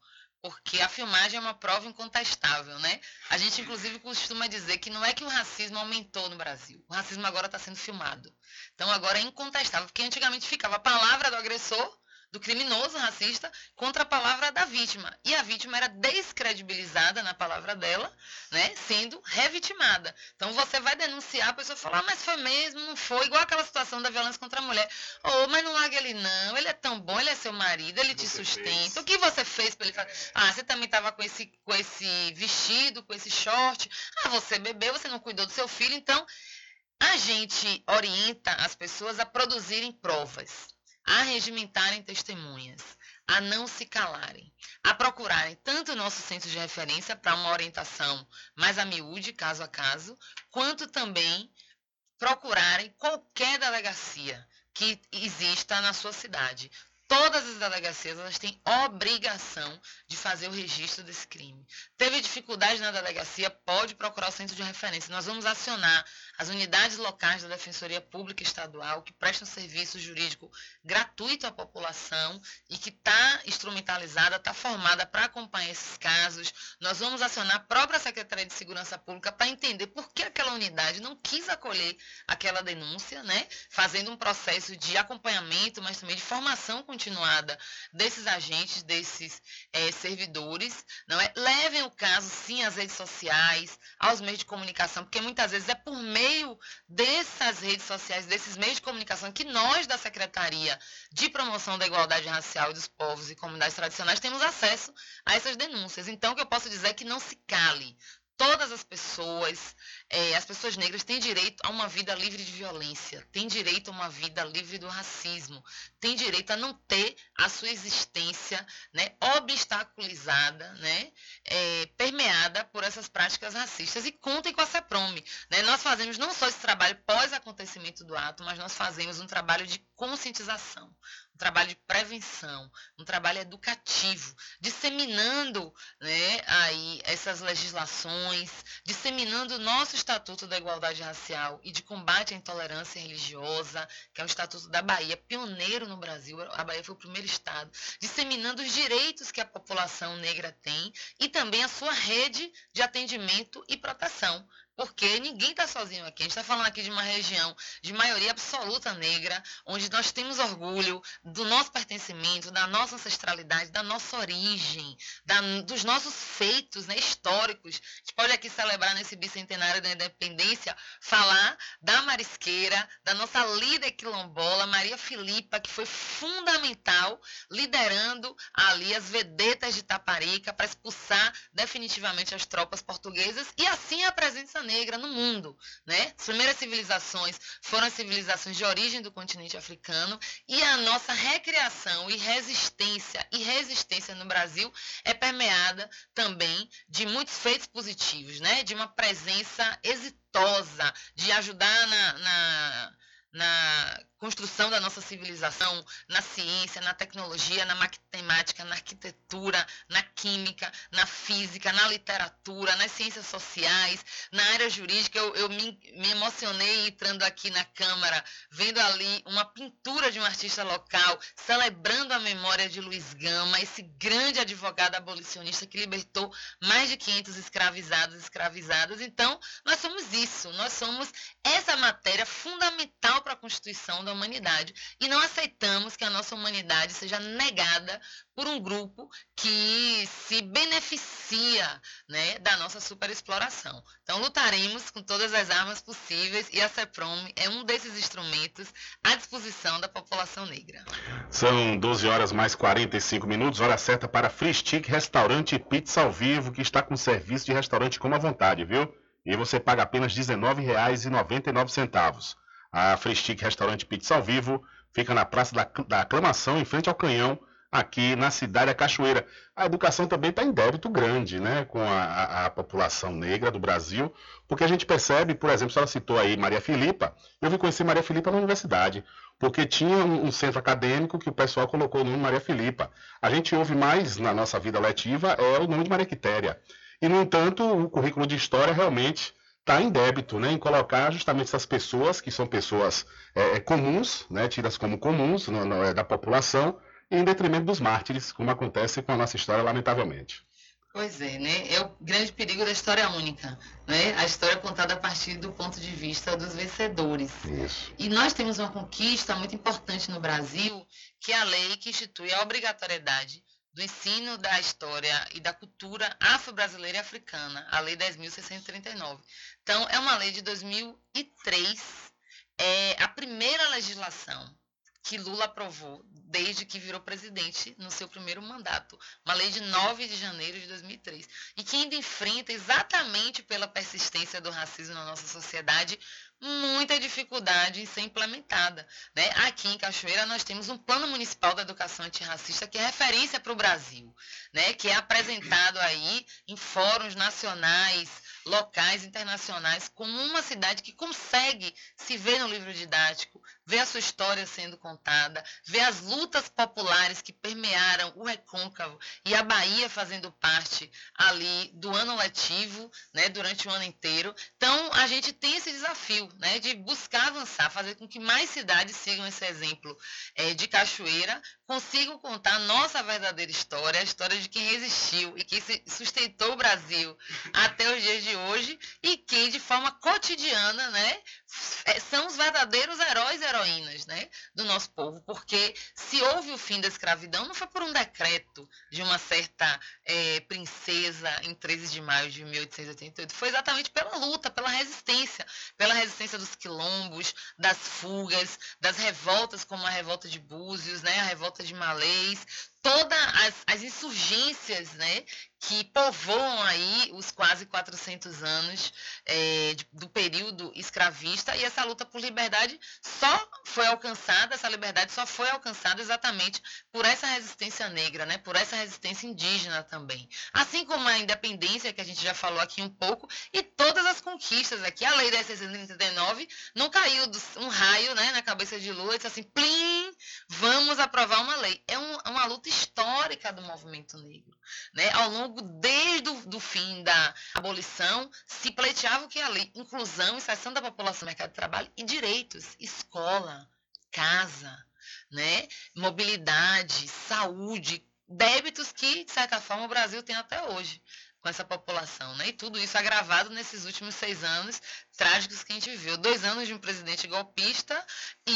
porque a filmagem é uma prova incontestável, né? A gente, inclusive, costuma dizer que não é que o racismo aumentou no Brasil. O racismo agora está sendo filmado. Então, agora é incontestável, porque antigamente ficava a palavra do agressor, do criminoso racista, contra a palavra da vítima. E a vítima era descredibilizada na palavra dela, né, sendo revitimada. Então, você vai denunciar, a pessoa fala, ah, mas foi mesmo, não foi. Igual aquela situação da violência contra a mulher. Oh, mas não larga ele não, ele é tão bom, ele é seu marido, ele te sustenta. Fez. O que você fez para ele falar? Ah, você também estava com esse, com esse vestido, com esse short. Ah, você bebeu, você não cuidou do seu filho. Então, a gente orienta as pessoas a produzirem provas, a regimentarem testemunhas, a não se calarem, a procurarem tanto o nosso centro de referência para uma orientação mais a miúde, caso a caso, quanto também procurarem qualquer delegacia que exista na sua cidade. Todas as delegacias, elas têm obrigação de fazer o registro desse crime. Teve dificuldade na delegacia, pode procurar o centro de referência. Nós vamos acionar as unidades locais da Defensoria Pública Estadual, que prestam serviço jurídico gratuito à população e que está instrumentalizada, está formada para acompanhar esses casos. Nós vamos acionar a própria Secretaria de Segurança Pública para entender por que aquela unidade não quis acolher aquela denúncia, né? Fazendo um processo de acompanhamento, mas também de formação continuada desses agentes, desses é, servidores, não é? Levem o caso, sim, às redes sociais, aos meios de comunicação, porque muitas vezes é por meio dessas redes sociais, desses meios de comunicação, que nós, da Secretaria de Promoção da Igualdade Racial e dos Povos e Comunidades Tradicionais, temos acesso a essas denúncias. Então, o que eu posso dizer é que não se cale. Todas as pessoas, é, as pessoas negras têm direito a uma vida livre de violência, têm direito a uma vida livre do racismo, têm direito a não ter a sua existência, né, obstaculizada, né, é, permeada por essas práticas racistas. E contem com a CEPROME, né? Nós fazemos não só esse trabalho pós-acontecimento do ato, mas nós fazemos um trabalho de conscientização, um trabalho de prevenção, um trabalho educativo, disseminando, né, aí essas legislações, disseminando o nosso Estatuto da Igualdade Racial e de Combate à Intolerância Religiosa, que é o Estatuto da Bahia, pioneiro no Brasil, a Bahia foi o primeiro estado, disseminando os direitos que a população negra tem e também a sua rede de atendimento e proteção. Porque ninguém está sozinho aqui. A gente está falando aqui de uma região de maioria absoluta negra, onde nós temos orgulho do nosso pertencimento, da nossa ancestralidade, da nossa origem, da, dos nossos feitos, né, históricos. A gente pode aqui celebrar nesse bicentenário da independência, falar da marisqueira, da nossa líder quilombola, Maria Filipa, que foi fundamental, liderando ali as vedetas de Taparica para expulsar definitivamente as tropas portuguesas e assim a presença negra no mundo, né? As primeiras civilizações foram as civilizações de origem do continente africano e a nossa recriação e resistência e resistência no Brasil é permeada também de muitos feitos positivos, né? De uma presença exitosa, de ajudar na, na, na construção da nossa civilização, na ciência, na tecnologia, na matemática, na arquitetura, na química, na física, na literatura, nas ciências sociais, na área jurídica. Eu, eu me, me emocionei entrando aqui na Câmara, vendo ali uma pintura de um artista local, celebrando a memória de Luiz Gama, esse grande advogado abolicionista que libertou mais de quinhentos escravizados e escravizadas. Então, nós somos isso, nós somos essa matéria fundamental para a Constituição da humanidade e não aceitamos que a nossa humanidade seja negada por um grupo que se beneficia, né, da nossa superexploração. Então lutaremos com todas as armas possíveis e a CEPROME é um desses instrumentos à disposição da população negra. São doze horas mais quarenta e cinco minutos, hora certa para Free Stick Restaurante e Pizza ao Vivo, que está com serviço de restaurante como à vontade, viu? E você paga apenas dezenove reais e noventa e nove centavos. A Free Stick Restaurante Pizza ao Vivo fica na Praça da, da Aclamação, em frente ao Canhão, aqui na cidade da Cachoeira. A educação também está em débito grande, né, com a, a, a população negra do Brasil, porque a gente percebe, por exemplo, a senhora citou aí Maria Filipa, eu vim conhecer Maria Filipa na universidade, porque tinha um, um centro acadêmico que o pessoal colocou o nome Maria Filipa. A gente ouve mais na nossa vida letiva é o nome de Maria Quitéria. E, no entanto, o currículo de História realmente está em débito, né, em colocar justamente essas pessoas, que são pessoas é, comuns, né, tidas como comuns no, no, da população, em detrimento dos mártires, como acontece com a nossa história, lamentavelmente. Pois é, né? É o grande perigo da história única, né? A história contada a partir do ponto de vista dos vencedores. Isso. E nós temos uma conquista muito importante no Brasil, que é a lei que institui a obrigatoriedade do ensino da história e da cultura afro-brasileira e africana, a Lei dez mil seiscentos e trinta e nove. Então, é uma lei de dois mil e três, é a primeira legislação que Lula aprovou desde que virou presidente no seu primeiro mandato. Uma lei de nove de janeiro de dois mil e três. E que ainda enfrenta, exatamente pela persistência do racismo na nossa sociedade, muita dificuldade em ser implementada, né? Aqui em Cachoeira nós temos um plano municipal da educação antirracista que é referência para o Brasil, né? Que é apresentado aí em fóruns nacionais, locais, internacionais, como uma cidade que consegue se ver no livro didático, ver a sua história sendo contada, ver as lutas populares que permearam o Recôncavo e a Bahia fazendo parte ali do ano letivo, né? Durante o ano inteiro. Então, a gente tem esse desafio, né, de buscar avançar, fazer com que mais cidades sigam esse exemplo é, de Cachoeira, consigam contar a nossa verdadeira história, a história de quem resistiu e que sustentou o Brasil até os dias de hoje e que, de forma cotidiana, né, são os verdadeiros heróis e heroínas, né, do nosso povo, porque se houve o fim da escravidão, não foi por um decreto de uma certa é, princesa em treze de maio de mil oitocentos e oitenta e oito, foi exatamente pela luta, pela resistência, pela resistência dos quilombos, das fugas, das revoltas como a revolta de Búzios, né, a revolta de Malês, todas as, as insurgências, né, que povoam aí os quase quatrocentos anos é, de, do período escravista, e essa luta por liberdade só foi alcançada, essa liberdade só foi alcançada exatamente por essa resistência negra, né, por essa resistência indígena também. Assim como a independência, que a gente já falou aqui um pouco, e todas as conquistas aqui. A Lei dez mil seiscentos e trinta e nove não caiu do, um raio, né, na cabeça de Lula e disse assim, plim, vamos aprovar uma lei. É um, uma luta histórica do movimento negro, né? Ao longo, desde o do fim da abolição, se pleiteava o que é a lei, inclusão, inserção da população no mercado de trabalho e direitos, escola, casa, né? Mobilidade, saúde, débitos que, de certa forma, o Brasil tem até hoje com essa população, né? E tudo isso agravado nesses últimos seis anos trágicos que a gente viveu. Dois anos de um presidente golpista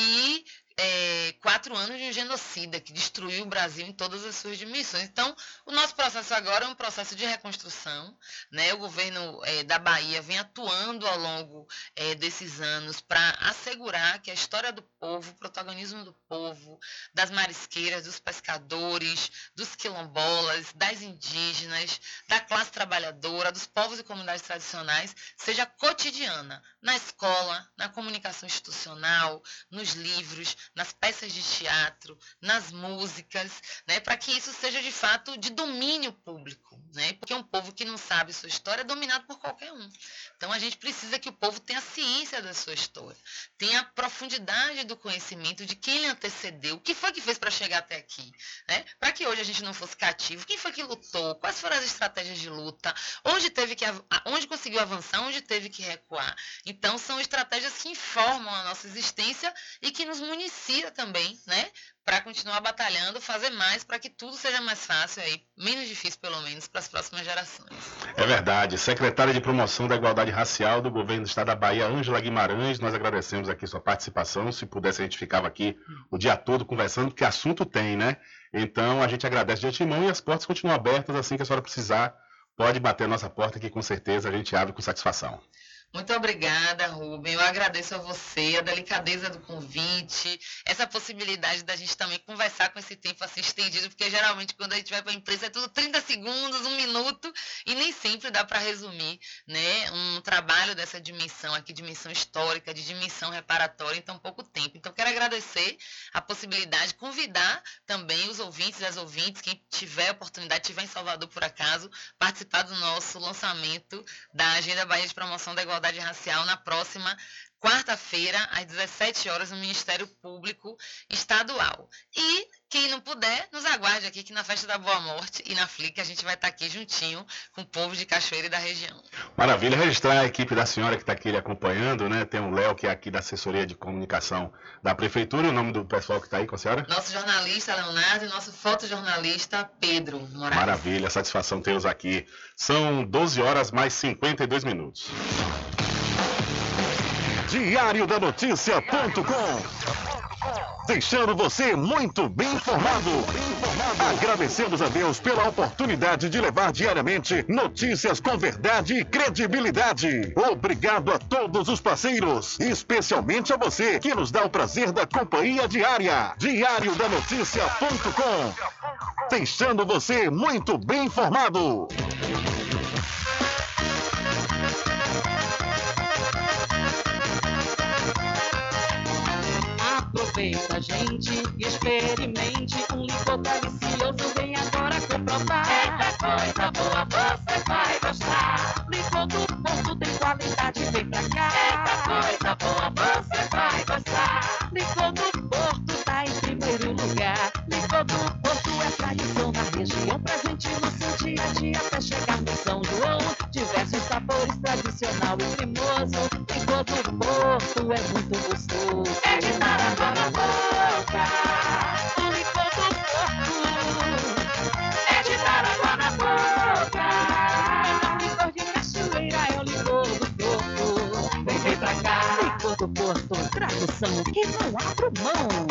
e É, quatro anos de um genocida que destruiu o Brasil em todas as suas dimensões. Então, o nosso processo agora é um processo de reconstrução, né? O governo é, da Bahia vem atuando ao longo é, desses anos para assegurar que a história do povo, o protagonismo do povo, das marisqueiras, dos pescadores, dos quilombolas, das indígenas, da classe trabalhadora, dos povos e comunidades tradicionais, seja cotidiana, na escola, na comunicação institucional, nos livros, nas peças de teatro, nas músicas, né, para que isso seja de fato de domínio público, né, porque um povo que não sabe sua história é dominado por qualquer um. Então a gente precisa que o povo tenha ciência da sua história, tenha profundidade do conhecimento de quem lhe antecedeu, o que foi que fez para chegar até aqui, né, para que hoje a gente não fosse cativo, quem foi que lutou, quais foram as estratégias de luta, onde teve que, onde conseguiu avançar, onde teve que recuar. Então são estratégias que informam a nossa existência e que nos municípios também, né, para continuar batalhando, fazer mais para que tudo seja mais fácil aí, menos difícil pelo menos para as próximas gerações. É verdade. Secretária de Promoção da Igualdade Racial do Governo do Estado da Bahia, Ângela Guimarães, nós agradecemos aqui sua participação. Se pudesse a gente ficava aqui o dia todo conversando, porque assunto tem, né? Então a gente agradece de antemão e as portas continuam abertas, assim que a senhora precisar, pode bater a nossa porta que com certeza a gente abre com satisfação. Muito obrigada, Rubem. Eu agradeço a você, a delicadeza do convite, essa possibilidade da gente também conversar com esse tempo assim estendido, porque geralmente quando a gente vai para a empresa é tudo trinta segundos, um minuto, e nem sempre dá para resumir, né, um trabalho dessa dimensão aqui, dimensão histórica, de dimensão reparatória em tão pouco tempo. Então, quero agradecer a possibilidade, convidar também os ouvintes e as ouvintes, quem tiver oportunidade, estiver em Salvador por acaso, participar do nosso lançamento da Agenda Bahia de Promoção da Igualdade Racial na próxima quarta-feira, às dezessete horas, no Ministério Público Estadual. E Quem não puder, nos aguarde aqui que na Festa da Boa Morte e na Flick a gente vai estar aqui juntinho com o povo de Cachoeira e da região. Maravilha, registrar a equipe da senhora que está aqui lhe acompanhando, né? Tem o Léo, que é aqui da assessoria de comunicação da Prefeitura, e o nome do pessoal que está aí com a senhora? Nosso jornalista Leonardo e nosso fotojornalista Pedro Moraes. Maravilha, satisfação tê-los aqui. São doze horas mais cinquenta e dois minutos. Diário da Notícia ponto com. Deixando você muito bem informado. Agradecemos a Deus pela oportunidade de levar diariamente notícias com verdade e credibilidade. Obrigado a todos os parceiros, especialmente a você que nos dá o prazer da companhia diária. Diário da Notícia ponto com. Deixando você muito bem informado. Aproveita, gente, e experimente um licor delicioso, vem agora comprovar. Eita coisa boa, você vai gostar. Licor do Porto tem qualidade, vem pra cá. Eita coisa boa, você vai gostar. Licor do Porto tá em primeiro lugar. Licor do Porto é tradição na região, presente no seu dia a dia até chegar no São João. Diversos sabores, tradicional e cremoso. Licor do Porto é muito gostoso. É de dar água na boca. O licor do Porto é de dar água na boca. O licor de Cachoeira é o licor do Porto. Vem, vem pra cá. Licor do Porto, tradução que não abro mão.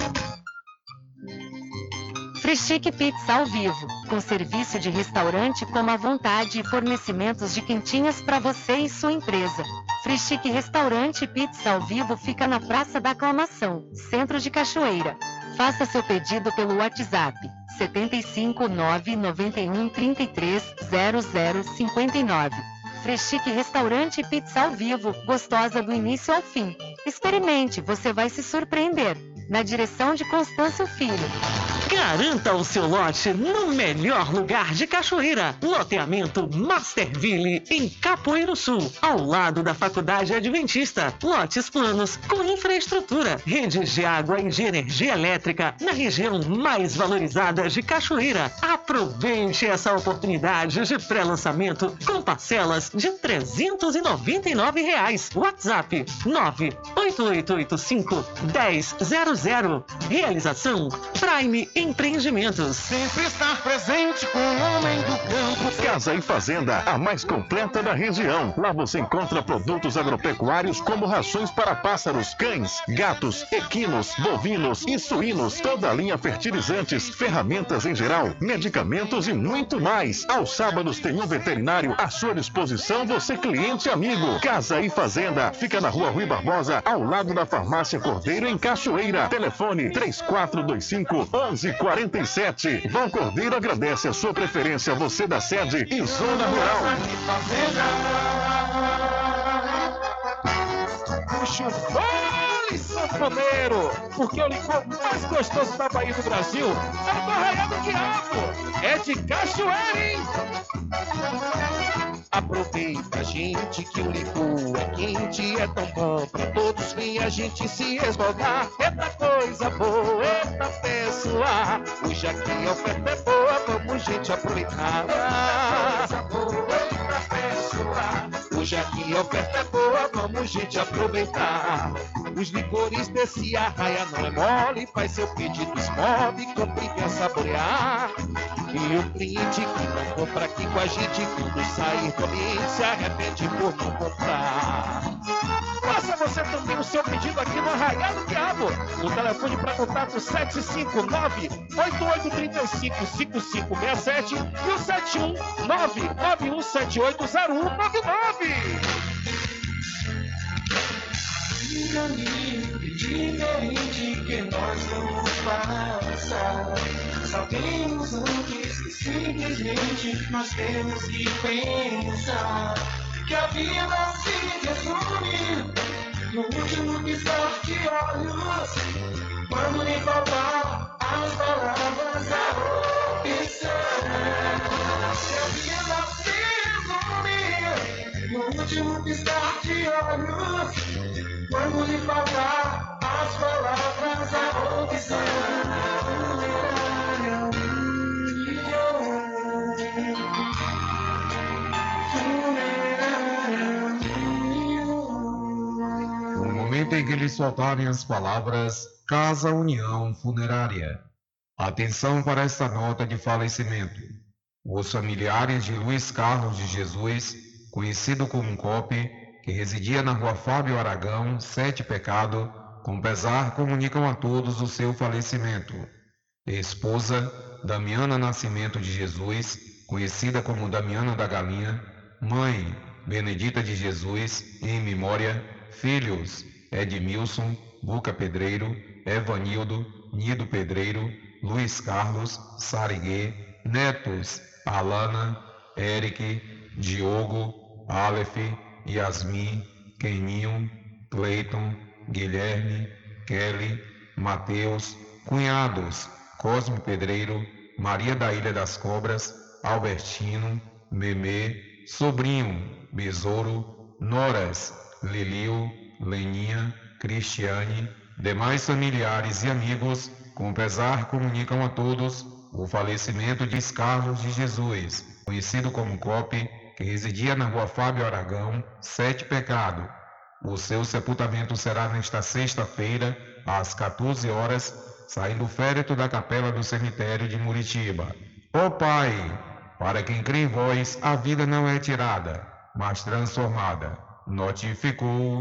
Frischique Pizza ao vivo, com serviço de restaurante como à vontade e fornecimentos de quentinhas para você e sua empresa. Frischique Restaurante Pizza ao vivo fica na Praça da Aclamação, Centro de Cachoeira. Faça seu pedido pelo WhatsApp sete cinco nove nove um três três zero zero cinco nove. Frischique Restaurante Pizza ao vivo, gostosa do início ao fim. Experimente, você vai se surpreender. Na direção de Constâncio Filho. Garanta o seu lote no melhor lugar de Cachoeira. Loteamento Masterville, em Capoeiro Sul, ao lado da Faculdade Adventista. Lotes planos com infraestrutura, redes de água e de energia elétrica na região mais valorizada de Cachoeira. Aproveite essa oportunidade de pré-lançamento com parcelas de trezentos e noventa e nove reais. WhatsApp nove oito oito oito cinco um zero zero zero. Realização Prime Empreendimentos. Sempre estar presente com o homem do campo. Casa e Fazenda, a mais completa da região. Lá você encontra produtos agropecuários como rações para pássaros, cães, gatos, equinos, bovinos e suínos, toda a linha fertilizantes, ferramentas em geral, medicamentos e muito mais. Aos sábados tem um veterinário à sua disposição, você cliente amigo. Casa e Fazenda, fica na Rua Rui Barbosa, ao lado da Farmácia Cordeiro, em Cachoeira. Telefone três quatro dois cinco, um um quatro sete. Vão Cordeiro agradece a sua preferência, você da sede e zona rural. Puxa o fole, sanfoneiro, porque o licor mais gostoso da Bahia do Brasil é o do Arraial do Quiabo. É de Cachoeira, hein? Aproveita, gente, que o licor é quente, é tão bom pra todos vir a gente se esmogar. Eita coisa boa, eita pessoa, hoje aqui a oferta é boa, vamos gente aproveitar. Eita coisa boa, eita pessoa, hoje aqui a oferta é boa, vamos gente aproveitar. Os licores desse arraia não é mole, faz seu pedido, esmove, compre e quer saborear. E o cliente que não compra aqui com a gente, quando sair do ambiente, se arrepende por não comprar. Faça você também o seu pedido aqui no Arraial do Quiabo. O telefone para contato sete cinco nove, oito oito três cinco, cinco cinco seis sete e o sete um nove, nove um sete oito zero um nove nove. Diga amigo, diferente que nós vamos passar. Sabemos antes que simplesmente nós temos que pensar que a vida se resume no último piscar de olhos, quando lhe faltar as palavras, a opção. Que a vida se resume no último piscar de olhos, quando lhe faltar as palavras, a opção. momento em que lhe soltarem as palavras Casa União Funerária. Atenção para esta nota de falecimento. Os familiares de Luiz Carlos de Jesus, conhecido como Cope, que residia na rua Fábio Aragão, Sete Pecado, com pesar comunicam a todos o seu falecimento. Esposa, Damiana Nascimento de Jesus, conhecida como Damiana da Galinha. Mãe, Benedita de Jesus, em memória. Filhos, Edmilson, Buca Pedreiro, Evanildo, Nido Pedreiro, Luiz Carlos, Sariguê. Netos, Alana, Eric, Diogo, Aleph, Yasmin, Keninho, Cleiton, Guilherme, Kelly, Mateus. Cunhados, Cosme Pedreiro, Maria da Ilha das Cobras, Albertino, Memê. Sobrinho, Besouro. Noras, Lilio, Leninha, Cristiane. Demais familiares e amigos, com pesar comunicam a todos o falecimento de Carlos de Jesus, conhecido como Cope, que residia na rua Fábio Aragão, Sete Pecado. O seu sepultamento será nesta sexta-feira, às quatorze horas, saindo o féretro da capela do cemitério de Muritiba. Ó Pai, para quem crê em vós, a vida não é tirada, mas transformada. Notificou.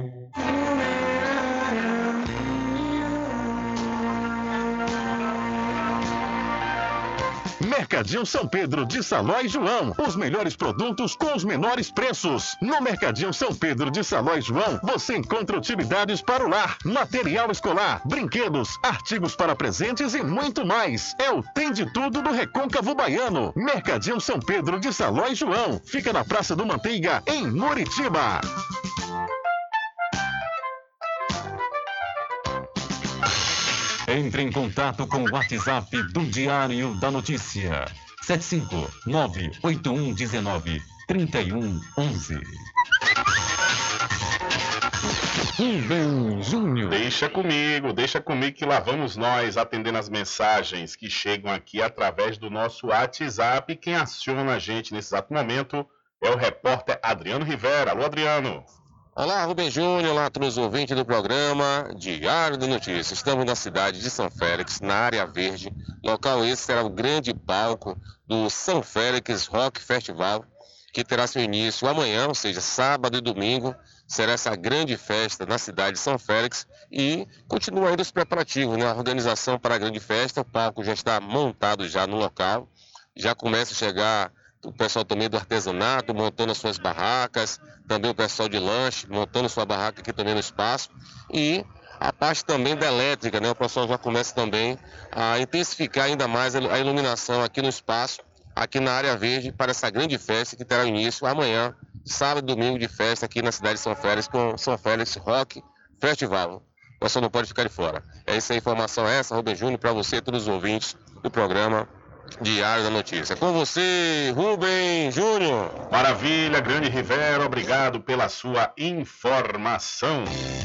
Mercadinho São Pedro de Saló e João. Os melhores produtos com os menores preços. No Mercadinho São Pedro de Saló e João, você encontra utilidades para o lar, material escolar, brinquedos, artigos para presentes e muito mais. É o Tem de Tudo do Recôncavo Baiano. Mercadinho São Pedro de Saló e João. Fica na Praça do Manteiga, em Muritiba. Entre em contato com o WhatsApp do Diário da Notícia. sete cinco nove oito um um nove três um um um. Rubem Júnior. Deixa comigo, deixa comigo que lá vamos nós atendendo as mensagens que chegam aqui através do nosso WhatsApp. Quem aciona a gente nesse exato momento é o repórter Adriano Rivera. Alô, Adriano. Olá, Rubem Júnior, olá a todos os ouvintes do programa Diário da Notícia. Estamos na cidade de São Félix, na área verde. Local esse será o grande palco do São Félix Rock Festival, que terá seu início amanhã, ou seja, sábado e domingo. Será essa grande festa na cidade de São Félix e continua ainda os preparativos, né? A organização para a grande festa. O palco já está montado já no local, já começa a chegar o pessoal também do artesanato, montando as suas barracas, também o pessoal de lanche, montando sua barraca aqui também no espaço, e a parte também da elétrica, né? O pessoal já começa também a intensificar ainda mais a iluminação aqui no espaço, aqui na área verde, para essa grande festa que terá início amanhã, sábado e domingo de festa aqui na cidade de São Félix, com São Félix Rock Festival. O pessoal não pode ficar de fora. É isso aí, a informação é essa, Rubem Júnior, para você e todos os ouvintes do programa Diário da Notícia. Com você, Rubem Júnior. Maravilha, grande Rivera, obrigado pela sua informação.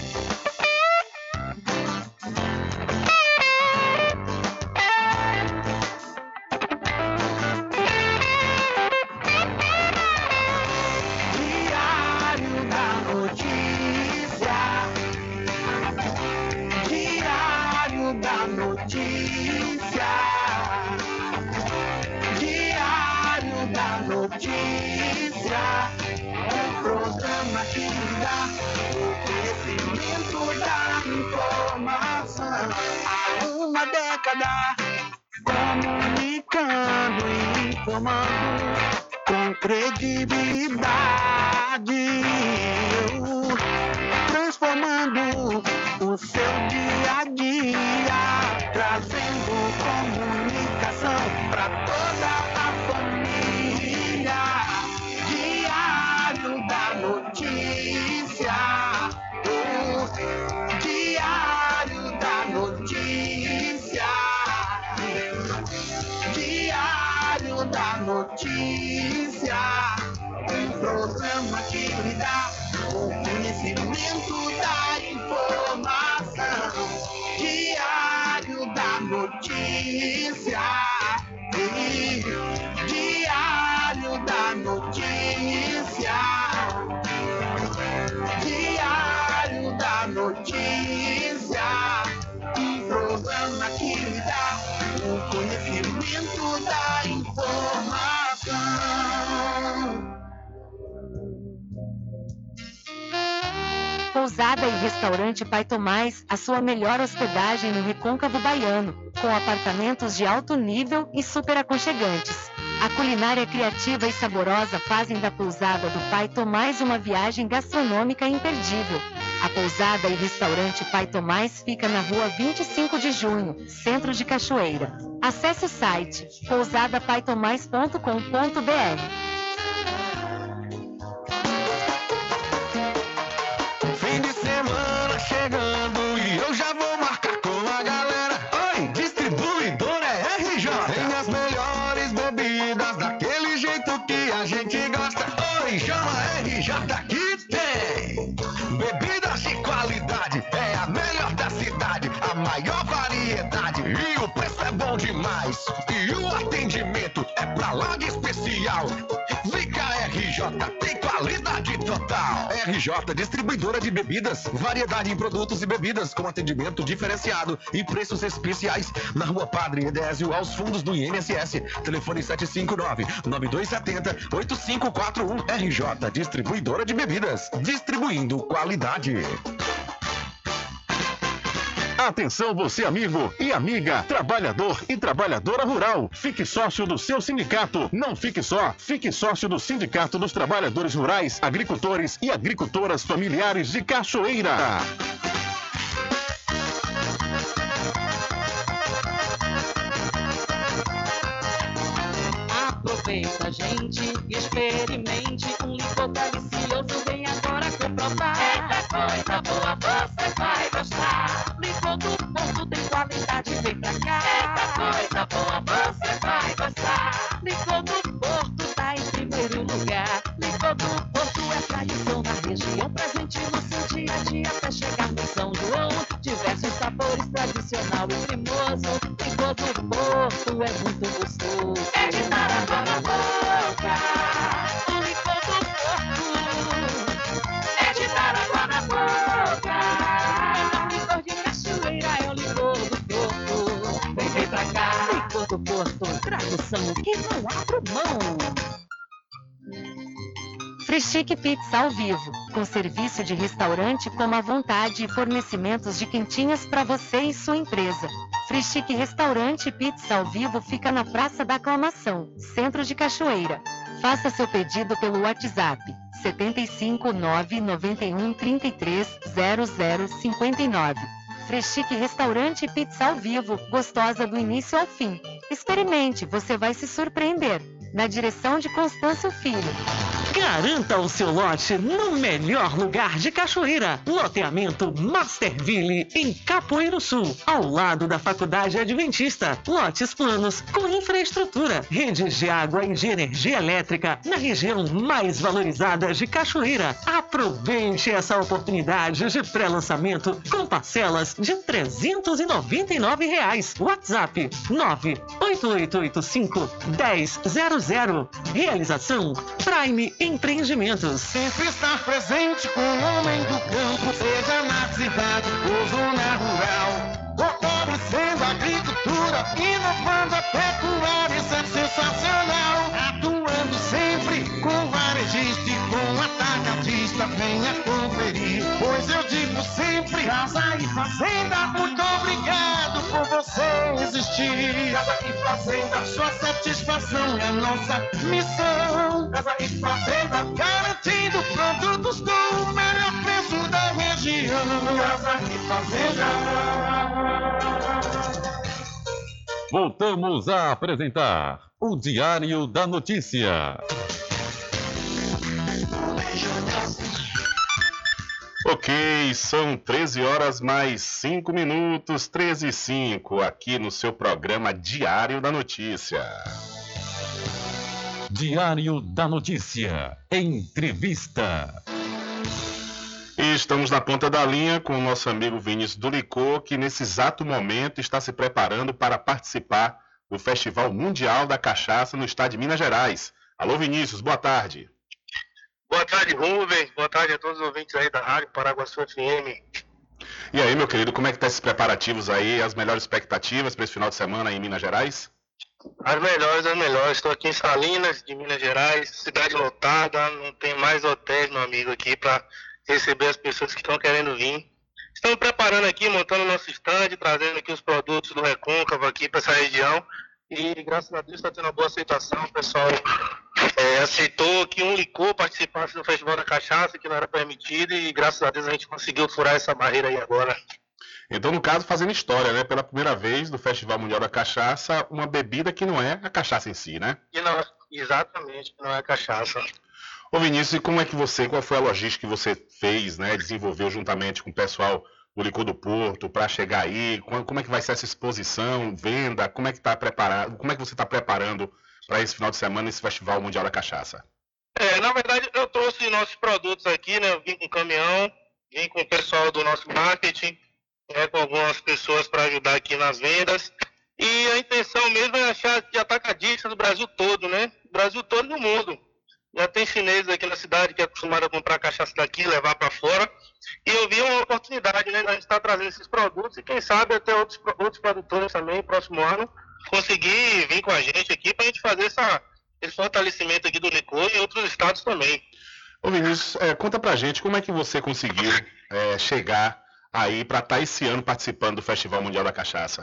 Diário da Notícia. Diário da Notícia. Notícia, um programa que dá o conhecimento da informação. Há uma década, comunicando e informando com credibilidade, transformando o seu dia a dia, trazendo comunicação para toda a família. Diário da Notícia, o Diário da Notícia, Diário da Notícia, um programa que lhe dá o conhecimento da informação. Diário da Notícia, Diário da Notícia, Diário da Notícia. Pousada e Restaurante Pai Tomás, a sua melhor hospedagem no Recôncavo Baiano, com apartamentos de alto nível e super aconchegantes. A culinária criativa e saborosa fazem da Pousada do Pai Tomás uma viagem gastronômica imperdível. A Pousada e Restaurante Pai Tomás fica na rua vinte e cinco de junho, centro de Cachoeira. Acesse o site pousada pai tomás ponto com ponto b r. Fim de semana chegando e eu já vou marcar com a galera. Oi, distribuidora é R J. Tem as melhores bebidas daquele jeito que a gente gosta. Oi, chama R J que tem. Bebidas de qualidade, é a melhor da cidade. A maior variedade e o preço é bom demais. E o atendimento é pra lá de especial. Vem cá, R J, tem qualidade total. R J, distribuidora de bebidas, variedade em produtos e bebidas com atendimento diferenciado e preços especiais. Na Rua Padre Edésio, aos fundos do I N S S. Telefone sete cinco nove, nove dois sete zero, oito cinco quatro um. R J, distribuidora de bebidas, distribuindo qualidade. Atenção você amigo e amiga, trabalhador e trabalhadora rural. Fique sócio do seu sindicato. Não fique só, fique sócio do Sindicato dos Trabalhadores Rurais, Agricultores e Agricultoras Familiares de Cachoeira. Aproveita, gente, e experimente um licor delicioso. Vem agora comprovar. Eita coisa boa, você vai gostar. Licor do Porto tem qualidade, vem pra cá. Eita coisa boa, você vai gostar. Licor do Porto tá em primeiro lugar. Licor do Porto é tradição na região, presente no seu dia a dia até chegar no São João. Diversos sabores, tradicional e cremoso. Licor do Porto é muito gostoso. É de dar água na boca. O licor do Porto é de dar água na boca. É o licor de Cachoeira, é o licor do Porto. Vem, vem pra cá. Licor do Porto, tradução que não abro mão. Frischique Pizza ao vivo, com serviço de restaurante como à vontade e fornecimentos de quentinhas para você e sua empresa. Frischique Restaurante Pizza ao vivo fica na Praça da Aclamação, centro de Cachoeira. Faça seu pedido pelo WhatsApp sete cinco nove nove um três três zero zero cinco nove. Frischique Restaurante Pizza ao vivo, gostosa do início ao fim. Experimente, você vai se surpreender. Na direção de Constâncio Filho. Garanta o seu lote no melhor lugar de Cachoeira. Loteamento Masterville, em Capoeiro Sul, ao lado da Faculdade Adventista. Lotes planos com infraestrutura, redes de água e de energia elétrica na região mais valorizada de Cachoeira. Aproveite essa oportunidade de pré-lançamento com parcelas de trezentos e noventa e nove reais. WhatsApp nove oito oito oito cinco um zero zero zero. Realização Prime Empreendimentos. Sempre estar presente com o homem do campo, seja na cidade ou zona rural. Fortalecendo a agricultura, inovando a pecuária, isso é sensacional. Atuando sempre com varejista e com atacadista, venha conferir. Pois eu digo sempre, Casa e Fazenda, muito obrigado por você existir. Casa e Fazenda, sua satisfação é nossa missão. Casa e Fazenda, garantindo produtos com o melhor preço da região. Casa e Fazenda. Voltamos a apresentar o Diário da Notícia. Ok, são treze horas mais cinco minutos, treze e cinco, aqui no seu programa Diário da Notícia. Diário da Notícia, entrevista. E estamos na ponta da linha com o nosso amigo Vinícius do Licor, que nesse exato momento está se preparando para participar do Festival Mundial da Cachaça no estado de Minas Gerais. Alô, Vinícius, boa tarde. Boa tarde, Rubens. Boa tarde a todos os ouvintes aí da Rádio Paraguaçu F M. E aí, meu querido, como é que estão esses preparativos aí, as melhores expectativas para esse final de semana aí em Minas Gerais? As melhores, as melhores. Estou aqui em Salinas, de Minas Gerais, cidade lotada, não tem mais hotéis, meu amigo, aqui para receber as pessoas que estão querendo vir. Estamos preparando aqui, montando nosso stand, trazendo aqui os produtos do Recôncavo aqui para essa região. E graças a Deus está tendo uma boa aceitação. O pessoal é, aceitou que um licor participasse do Festival da Cachaça, que não era permitido, e graças a Deus a gente conseguiu furar essa barreira aí agora. Então, no caso, fazendo história, né? Pela primeira vez do Festival Mundial da Cachaça, uma bebida que não é a cachaça em si, né? E não, exatamente, que não é a cachaça. Ô Vinícius, e como é que você, qual foi a logística que você fez, né? Desenvolveu juntamente com o pessoal do Licor do Porto para chegar aí? Como é que vai ser essa exposição, venda? Como é que tá preparado? Como é que você está preparando para esse final de semana, esse Festival Mundial da Cachaça? É, na verdade, eu trouxe nossos produtos aqui, né? Eu vim com o caminhão, vim com o pessoal do nosso marketing, né, com algumas pessoas para ajudar aqui nas vendas. E a intenção mesmo é achar de atacadista do Brasil todo, né? Brasil todo no mundo. Já tem chineses aqui na cidade que é acostumado a comprar cachaça daqui e levar para fora. E eu vi uma oportunidade, né? A gente está trazendo esses produtos e quem sabe até outros, outros produtores também, próximo ano, conseguir vir com a gente aqui para a gente fazer essa, esse fortalecimento aqui do licor e outros estados também. Ô Vinícius, é, conta pra gente como é que você conseguiu é, chegar aí para estar tá esse ano participando do Festival Mundial da Cachaça?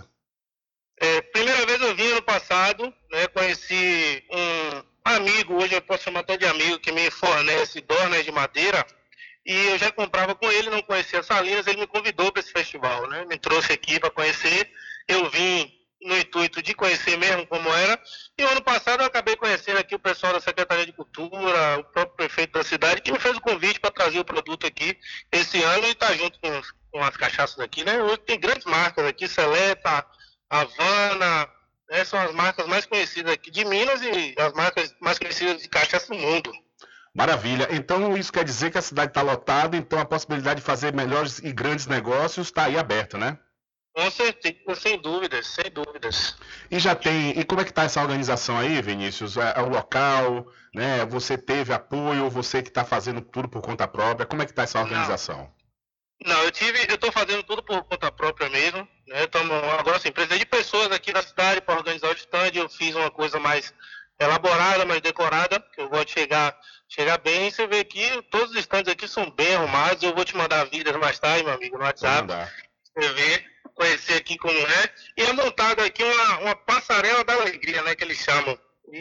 É, primeira vez eu vim ano passado, né, conheci um amigo, hoje eu posso chamar até de amigo, que me fornece dornas de madeira, e eu já comprava com ele, não conhecia Salinas, ele me convidou para esse festival, né, me trouxe aqui para conhecer, eu vim no intuito de conhecer mesmo como era, e o ano passado eu acabei conhecendo aqui o pessoal da Secretaria de Cultura, o próprio prefeito da cidade, que me fez o convite para trazer o produto aqui esse ano e estar tá junto com, com as cachaças aqui, né? Hoje tem grandes marcas aqui, Seleta, Havana, né? São as marcas mais conhecidas aqui de Minas e as marcas mais conhecidas de cachaça do mundo. Maravilha. Então isso quer dizer que a cidade está lotada, então a possibilidade de fazer melhores e grandes negócios está aí aberta, né? Com certeza, sem dúvidas, sem dúvidas. E já tem, e como é que está essa organização aí, Vinícius? É, é o local, né? Você teve apoio, você que está fazendo tudo por conta própria, como é que está essa organização? Não, Não eu tive, eu estou fazendo tudo por conta própria mesmo, né? Tamo, agora sim, precisei de pessoas aqui da cidade para organizar o stand, eu fiz uma coisa mais elaborada, mais decorada, que eu gosto de chegar, chegar bem, você vê aqui, todos os stands aqui são bem arrumados, eu vou te mandar vídeos mais tarde, meu amigo, no WhatsApp, você vê, conhecer aqui como é, e é montado aqui uma, uma passarela da alegria, né, que eles chamam,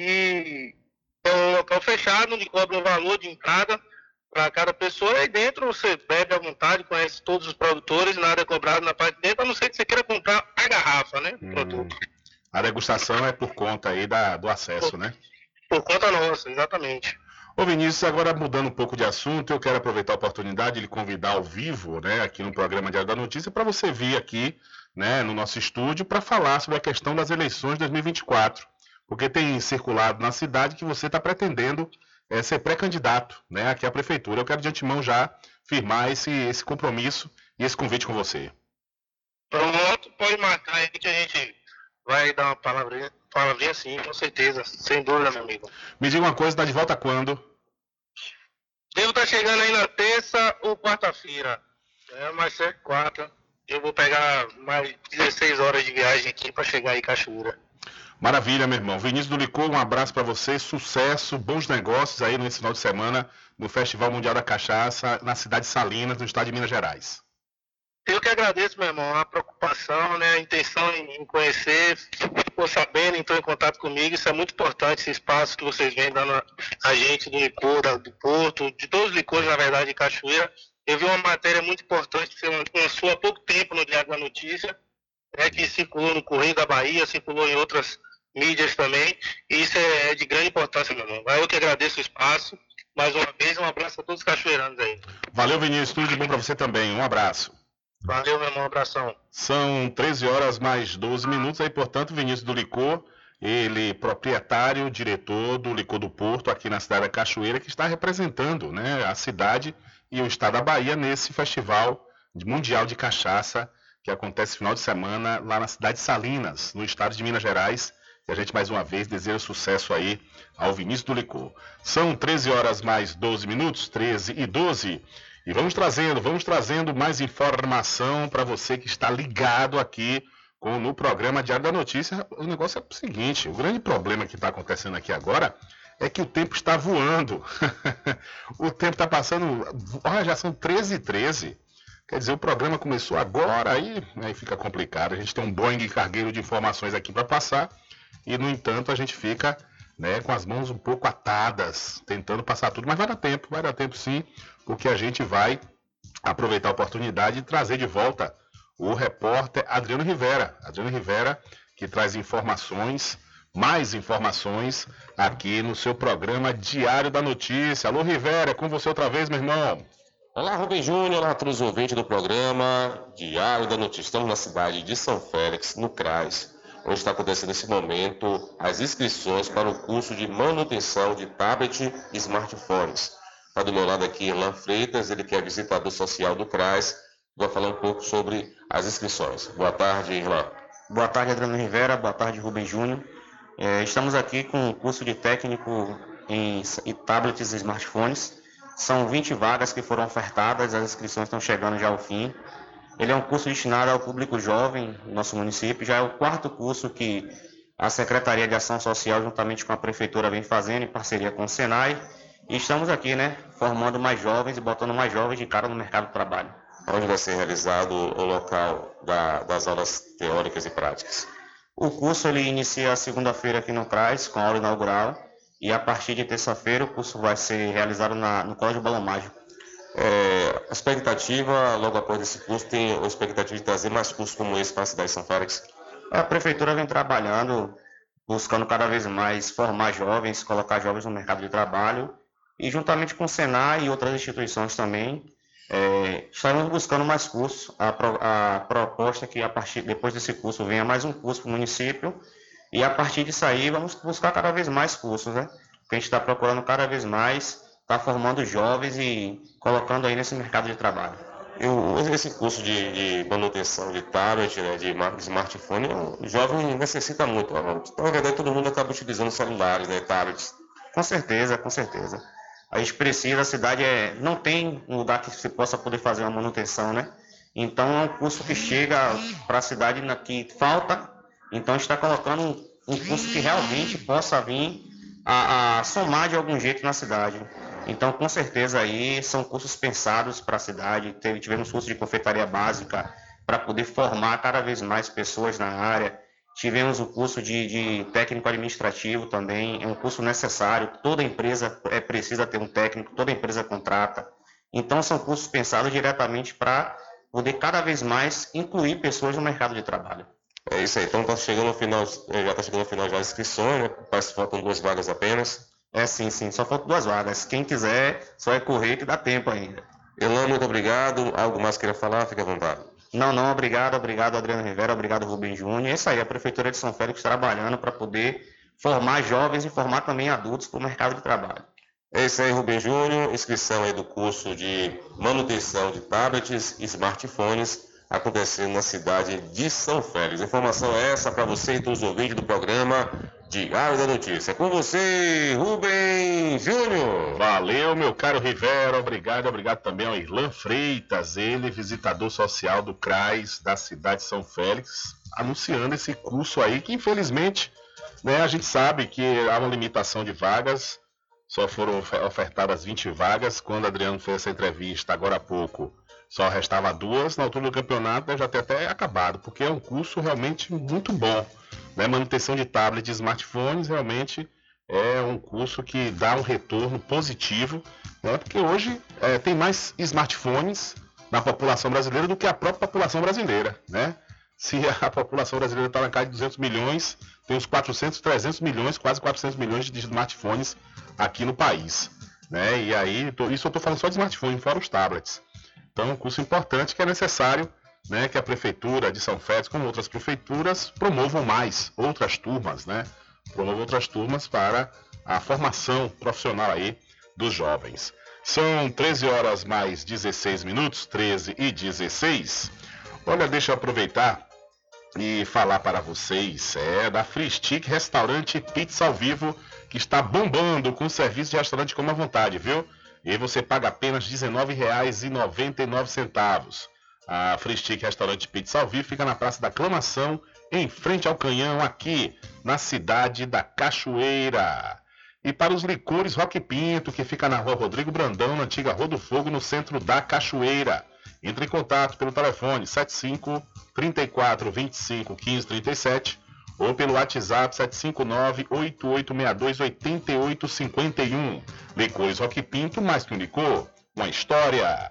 e é um local fechado, onde cobra um valor de entrada para cada pessoa, e aí dentro você bebe à vontade, conhece todos os produtores, nada é cobrado na parte de dentro, a não ser que você queira comprar a garrafa, né, hum. produto. A degustação é por conta aí da, do acesso, por, né? Por conta nossa, exatamente. Ô Vinícius, agora mudando um pouco de assunto, eu quero aproveitar a oportunidade de lhe convidar ao vivo, né, aqui no programa Diário da Notícia, para você vir aqui, né, no nosso estúdio para falar sobre a questão das eleições de dois mil e vinte e quatro, porque tem circulado na cidade que você está pretendendo é, ser pré-candidato, né, aqui à prefeitura. Eu quero de antemão já firmar esse, esse compromisso e esse convite com você. Pronto, pode marcar aí que a gente vai dar uma palavrinha, palavrinha sim, com certeza, sem dúvida, meu amigo. Me diga uma coisa, está de volta quando? Devo estar chegando aí na terça ou quarta-feira. É, mais certo, quarta. Eu vou pegar mais dezesseis horas de viagem aqui para chegar aí em Cachoeira. Maravilha, meu irmão. Vinícius do Licor, um abraço para você, sucesso, bons negócios aí nesse final de semana no Festival Mundial da Cachaça na cidade de Salinas, no estado de Minas Gerais. Eu que agradeço, meu irmão, a preocupação, né, a intenção em conhecer, ficou sabendo, entrou em contato comigo, isso é muito importante, esse espaço que vocês vêm dando a gente do licor, do Porto, de todos os licores, na verdade, de Cachoeira. Eu vi uma matéria muito importante que você lançou há pouco tempo no Diário da Notícia, né, que circulou no Correio da Bahia, circulou em outras mídias também, e isso é de grande importância, meu irmão. Eu que agradeço o espaço, mais uma vez, um abraço a todos os cachoeiranos aí. Valeu, Vinícius, tudo de bom para você também, um abraço. Valeu, meu irmão, um abração. São treze horas mais doze minutos, aí, portanto, Vinícius do Licor, ele proprietário, diretor do Licor do Porto, aqui na cidade da Cachoeira, que está representando, né, a cidade e o estado da Bahia nesse festival mundial de cachaça que acontece no final de semana lá na cidade de Salinas, no estado de Minas Gerais. E a gente mais uma vez deseja sucesso aí ao Vinícius do Licor. São treze horas mais doze minutos, treze e doze. E vamos trazendo, vamos trazendo mais informação para você que está ligado aqui com, no programa Diário da Notícia. O negócio é o seguinte, o grande problema que está acontecendo aqui agora é que o tempo está voando. O tempo está passando, olha, já são treze e treze. Quer dizer, o programa começou agora, aí, aí fica complicado. A gente tem um Boeing cargueiro de informações aqui para passar e, no entanto, a gente fica, né, com as mãos um pouco atadas, tentando passar tudo. Mas vai dar tempo, vai dar tempo sim, porque a gente vai aproveitar a oportunidade de trazer de volta o repórter Adriano Rivera. Adriano Rivera, que traz informações, mais informações, aqui no seu programa Diário da Notícia. Alô, Rivera, é com você outra vez, meu irmão. Olá, Rubem Júnior, olá a todos os ouvintes do programa Diário da Notícia. Estamos na cidade de São Félix, no CRAS, onde está acontecendo nesse momento as inscrições para o curso de manutenção de tablet e smartphones. Está do meu lado aqui Irlan Freitas, ele que é visitador social do CRAS, vai falar um pouco sobre as inscrições. Boa tarde, Irlan. Boa tarde, Adriano Rivera, boa tarde, Rubem Júnior. É, estamos aqui com o curso de técnico em, em tablets e smartphones. São vinte vagas que foram ofertadas, as inscrições estão chegando já ao fim. Ele é um curso destinado ao público jovem no nosso município, já é o quarto curso que a Secretaria de Ação Social, juntamente com a Prefeitura, vem fazendo em parceria com o Senai. E estamos aqui, né, formando mais jovens e botando mais jovens de cara no mercado de trabalho. Onde vai ser realizado o local da, das aulas teóricas e práticas? O curso ele inicia segunda-feira aqui no CRAS, com a aula inaugural. E a partir de terça-feira o curso vai ser realizado na, no Colégio Balão Mágico. É, a expectativa, logo após esse curso, tem a expectativa de trazer mais cursos como esse para a cidade de São Félix? A Prefeitura vem trabalhando, buscando cada vez mais formar jovens, colocar jovens no mercado de trabalho. E juntamente com o Senai e outras instituições também, é, estaremos buscando mais cursos. A, pro, a proposta é que a partir, depois desse curso venha mais um curso para o município. E a partir disso aí, vamos buscar cada vez mais cursos, né? Porque a gente está procurando cada vez mais, está formando jovens e colocando aí nesse mercado de trabalho. Eu, esse curso de, de manutenção de tablet, né, de smartphone, o jovem necessita muito. Então, na verdade, todo mundo acaba utilizando celulares, né, tablets. Com certeza, com certeza. A gente precisa, a cidade é, não tem um lugar que se possa poder fazer uma manutenção, né? Então, é um curso que chega para a cidade que falta. Então, a gente está colocando um, um curso que realmente possa vir a, a somar de algum jeito na cidade. Então, com certeza, aí são cursos pensados para a cidade. Teve, tivemos curso de confeitaria básica para poder formar cada vez mais pessoas na área. Tivemos o curso de, de técnico administrativo também. É um curso necessário. Toda empresa é, precisa ter um técnico, toda empresa contrata. Então, são cursos pensados diretamente para poder cada vez mais incluir pessoas no mercado de trabalho. É isso aí, então tá chegando ao final, já está chegando ao final já as inscrições, né? Parece que faltam duas vagas apenas. É sim, sim, só faltam duas vagas. Quem quiser, só é correr que dá tempo ainda. Elan, muito obrigado. Algo mais queira falar? Fique à vontade. Não, não, obrigado, obrigado Adriano Rivera, obrigado Rubem Júnior. É isso aí, a Prefeitura de São Félix trabalhando para poder formar jovens e formar também adultos para o mercado de trabalho. É isso aí, Rubem Júnior, inscrição aí do curso de manutenção de tablets e smartphones acontecendo na cidade de São Félix. Informação é essa para você e todos os ouvintes do programa Diário da Notícia. É com você, Rubem Júnior. Valeu, meu caro Rivera. Obrigado, obrigado também ao Irlan Freitas, ele, visitador social do CRAS da cidade de São Félix, anunciando esse curso aí que, infelizmente, né, a gente sabe que há uma limitação de vagas. Só foram ofertadas vinte vagas. Quando o Adriano fez essa entrevista agora há pouco, só restava duas. Na altura do campeonato deve já ter até acabado, porque é um curso realmente muito bom, né? Manutenção de tablets e smartphones realmente é um curso que dá um retorno positivo, né? Porque hoje é, tem mais smartphones na população brasileira do que a própria população brasileira, né? Se a população brasileira está na casa de duzentos milhões, tem uns quatrocentos, trezentos milhões, quase quatrocentos milhões de smartphones aqui no país, né? E aí, tô, isso eu estou falando só de smartphone, fora os tablets. Então, é um curso importante que é necessário, né, que a Prefeitura de São Félix, como outras prefeituras, promovam mais outras turmas, né? Promovam outras turmas para a formação profissional aí dos jovens. São treze horas mais dezesseis minutos, treze e dezesseis. Olha, deixa eu aproveitar e falar para vocês é da Free Stick Restaurante Pizza ao Vivo, que está bombando com serviço de restaurante como à vontade, viu? E você paga apenas dezenove reais e noventa e nove centavos. A Free Stick Restaurante Pizza ao Vivo fica na Praça da Aclamação, em frente ao Canhão, aqui na cidade da Cachoeira. E para os licores Roque Pinto, que fica na rua Rodrigo Brandão, na antiga Rua do Fogo, no centro da Cachoeira. Entre em contato pelo telefone sete cinco, três quatro, vinte e cinco, quinze, trinta e sete ou pelo WhatsApp sete cinco nove, oito oito seis dois, oito oito cinco um. Licores Roque Pinto, mais que um licor, uma história.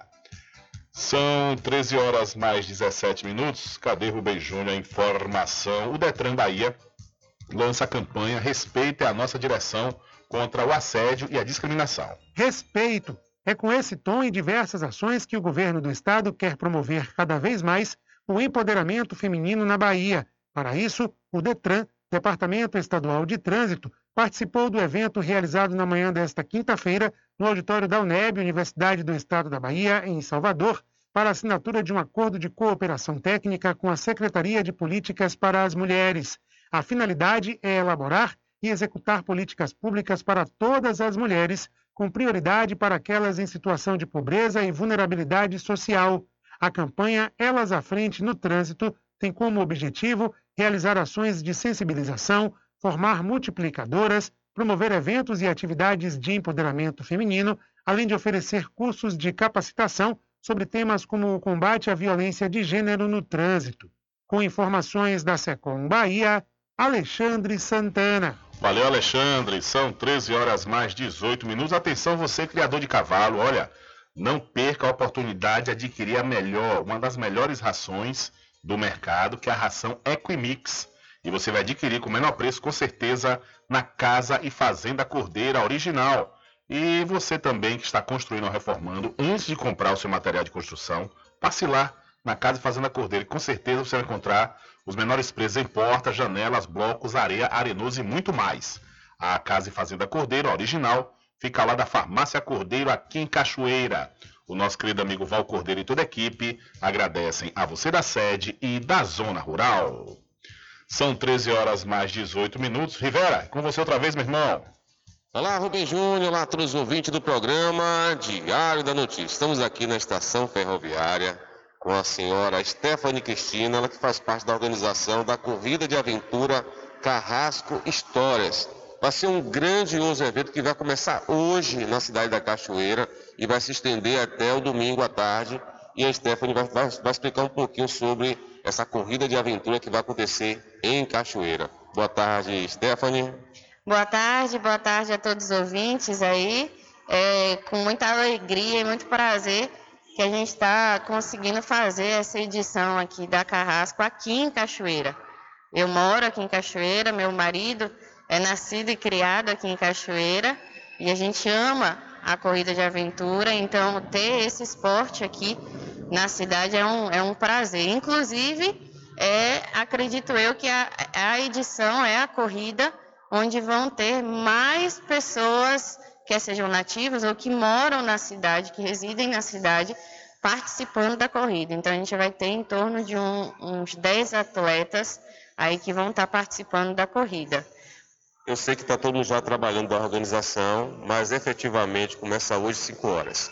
São treze horas mais dezessete minutos. Cadê Rubem Júnior? A informação. O Detran Bahia lança a campanha Respeito é a Nossa Direção contra o assédio e a discriminação. Respeito. É com esse tom e diversas ações que o governo do estado quer promover cada vez mais o empoderamento feminino na Bahia. Para isso, o Detran, Departamento Estadual de Trânsito, participou do evento realizado na manhã desta quinta-feira no auditório da UNEB, Universidade do Estado da Bahia, em Salvador, para a assinatura de um acordo de cooperação técnica com a Secretaria de Políticas para as Mulheres. A finalidade é elaborar e executar políticas públicas para todas as mulheres, com prioridade para aquelas em situação de pobreza e vulnerabilidade social. A campanha Elas à Frente no Trânsito tem como objetivo realizar ações de sensibilização, formar multiplicadoras, promover eventos e atividades de empoderamento feminino, além de oferecer cursos de capacitação sobre temas como o combate à violência de gênero no trânsito. Com informações da Secom Bahia, Alexandre Santana. Valeu, Alexandre. São treze horas mais dezoito minutos. Atenção, você criador de cavalo, olha, não perca a oportunidade de adquirir a melhor, uma das melhores rações do mercado, que é a ração Equimix. E você vai adquirir com o menor preço, com certeza, na Casa e Fazenda Cordeira original. E você também que está construindo ou reformando, antes de comprar o seu material de construção, passe lá na Casa e Fazenda Cordeira, e com certeza você vai encontrar os menores preços em portas, janelas, blocos, areia, arenoso e muito mais. A Casa e Fazenda Cordeiro, original, fica lá da Farmácia Cordeiro, aqui em Cachoeira. O nosso querido amigo Val Cordeiro e toda a equipe agradecem a você da sede e da Zona Rural. São treze horas mais dezoito minutos. Rivera, com você outra vez, meu irmão. Olá, Rubem Júnior, olá a todos os ouvintes do programa Diário da Notícia. Estamos aqui na estação ferroviária com a senhora Stephanie Cristina, ela que faz parte da organização da Corrida de Aventura Carrasco Histórias. Vai ser um grandioso evento que vai começar hoje na cidade da Cachoeira e vai se estender até o domingo à tarde. E a Stephanie vai, vai, vai explicar um pouquinho sobre essa corrida de aventura que vai acontecer em Cachoeira. Boa tarde, Stephanie. Boa tarde, boa tarde a todos os ouvintes aí. É, com muita alegria e muito prazer que a gente está conseguindo fazer essa edição aqui da Carrasco aqui em Cachoeira. Eu moro aqui em Cachoeira, meu marido é nascido e criado aqui em Cachoeira e a gente ama a corrida de aventura, então ter esse esporte aqui na cidade é um, é um prazer. Inclusive, é, acredito eu que a, a edição é a corrida onde vão ter mais pessoas, quer sejam nativos ou que moram na cidade, que residem na cidade, participando da corrida. Então a gente vai ter em torno de um, uns dez atletas aí que vão estar participando da corrida. Eu sei que está todo mundo já trabalhando da organização, mas efetivamente começa hoje às cinco horas.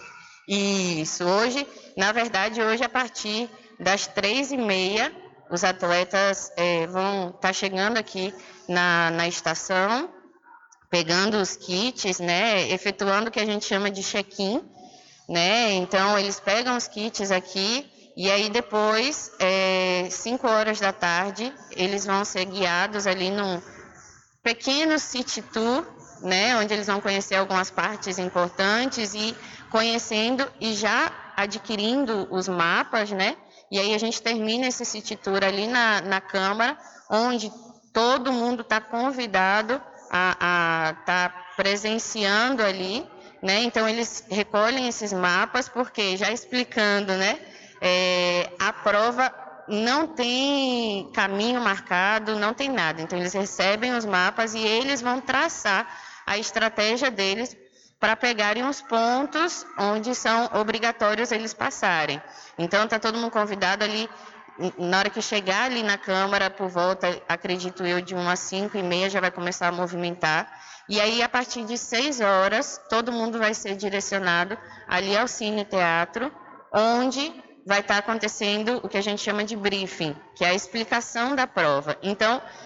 Isso, hoje, na verdade, hoje a partir das três e meia, os atletas é, vão estar tá chegando aqui na, na estação, pegando os kits, né, efetuando o que a gente chama de check-in, né, então eles pegam os kits aqui e aí depois, é, cinco horas da tarde, eles vão ser guiados ali num pequeno city tour, né, onde eles vão conhecer algumas partes importantes e conhecendo e já adquirindo os mapas, né, e aí a gente termina esse city tour ali na, na Câmara, onde todo mundo está convidado a estar tá presenciando ali, né, então eles recolhem esses mapas, porque, já explicando, né, é, a prova não tem caminho marcado, não tem nada. Então, eles recebem os mapas e eles vão traçar a estratégia deles para pegarem os pontos onde são obrigatórios eles passarem. Então, está todo mundo convidado ali, na hora que chegar ali na Câmara, por volta, acredito eu, de umas cinco e meia, já vai começar a movimentar. E aí, a partir de seis horas, todo mundo vai ser direcionado ali ao Cine Teatro, onde vai estar acontecendo o que a gente chama de briefing, que é a explicação da prova. Então,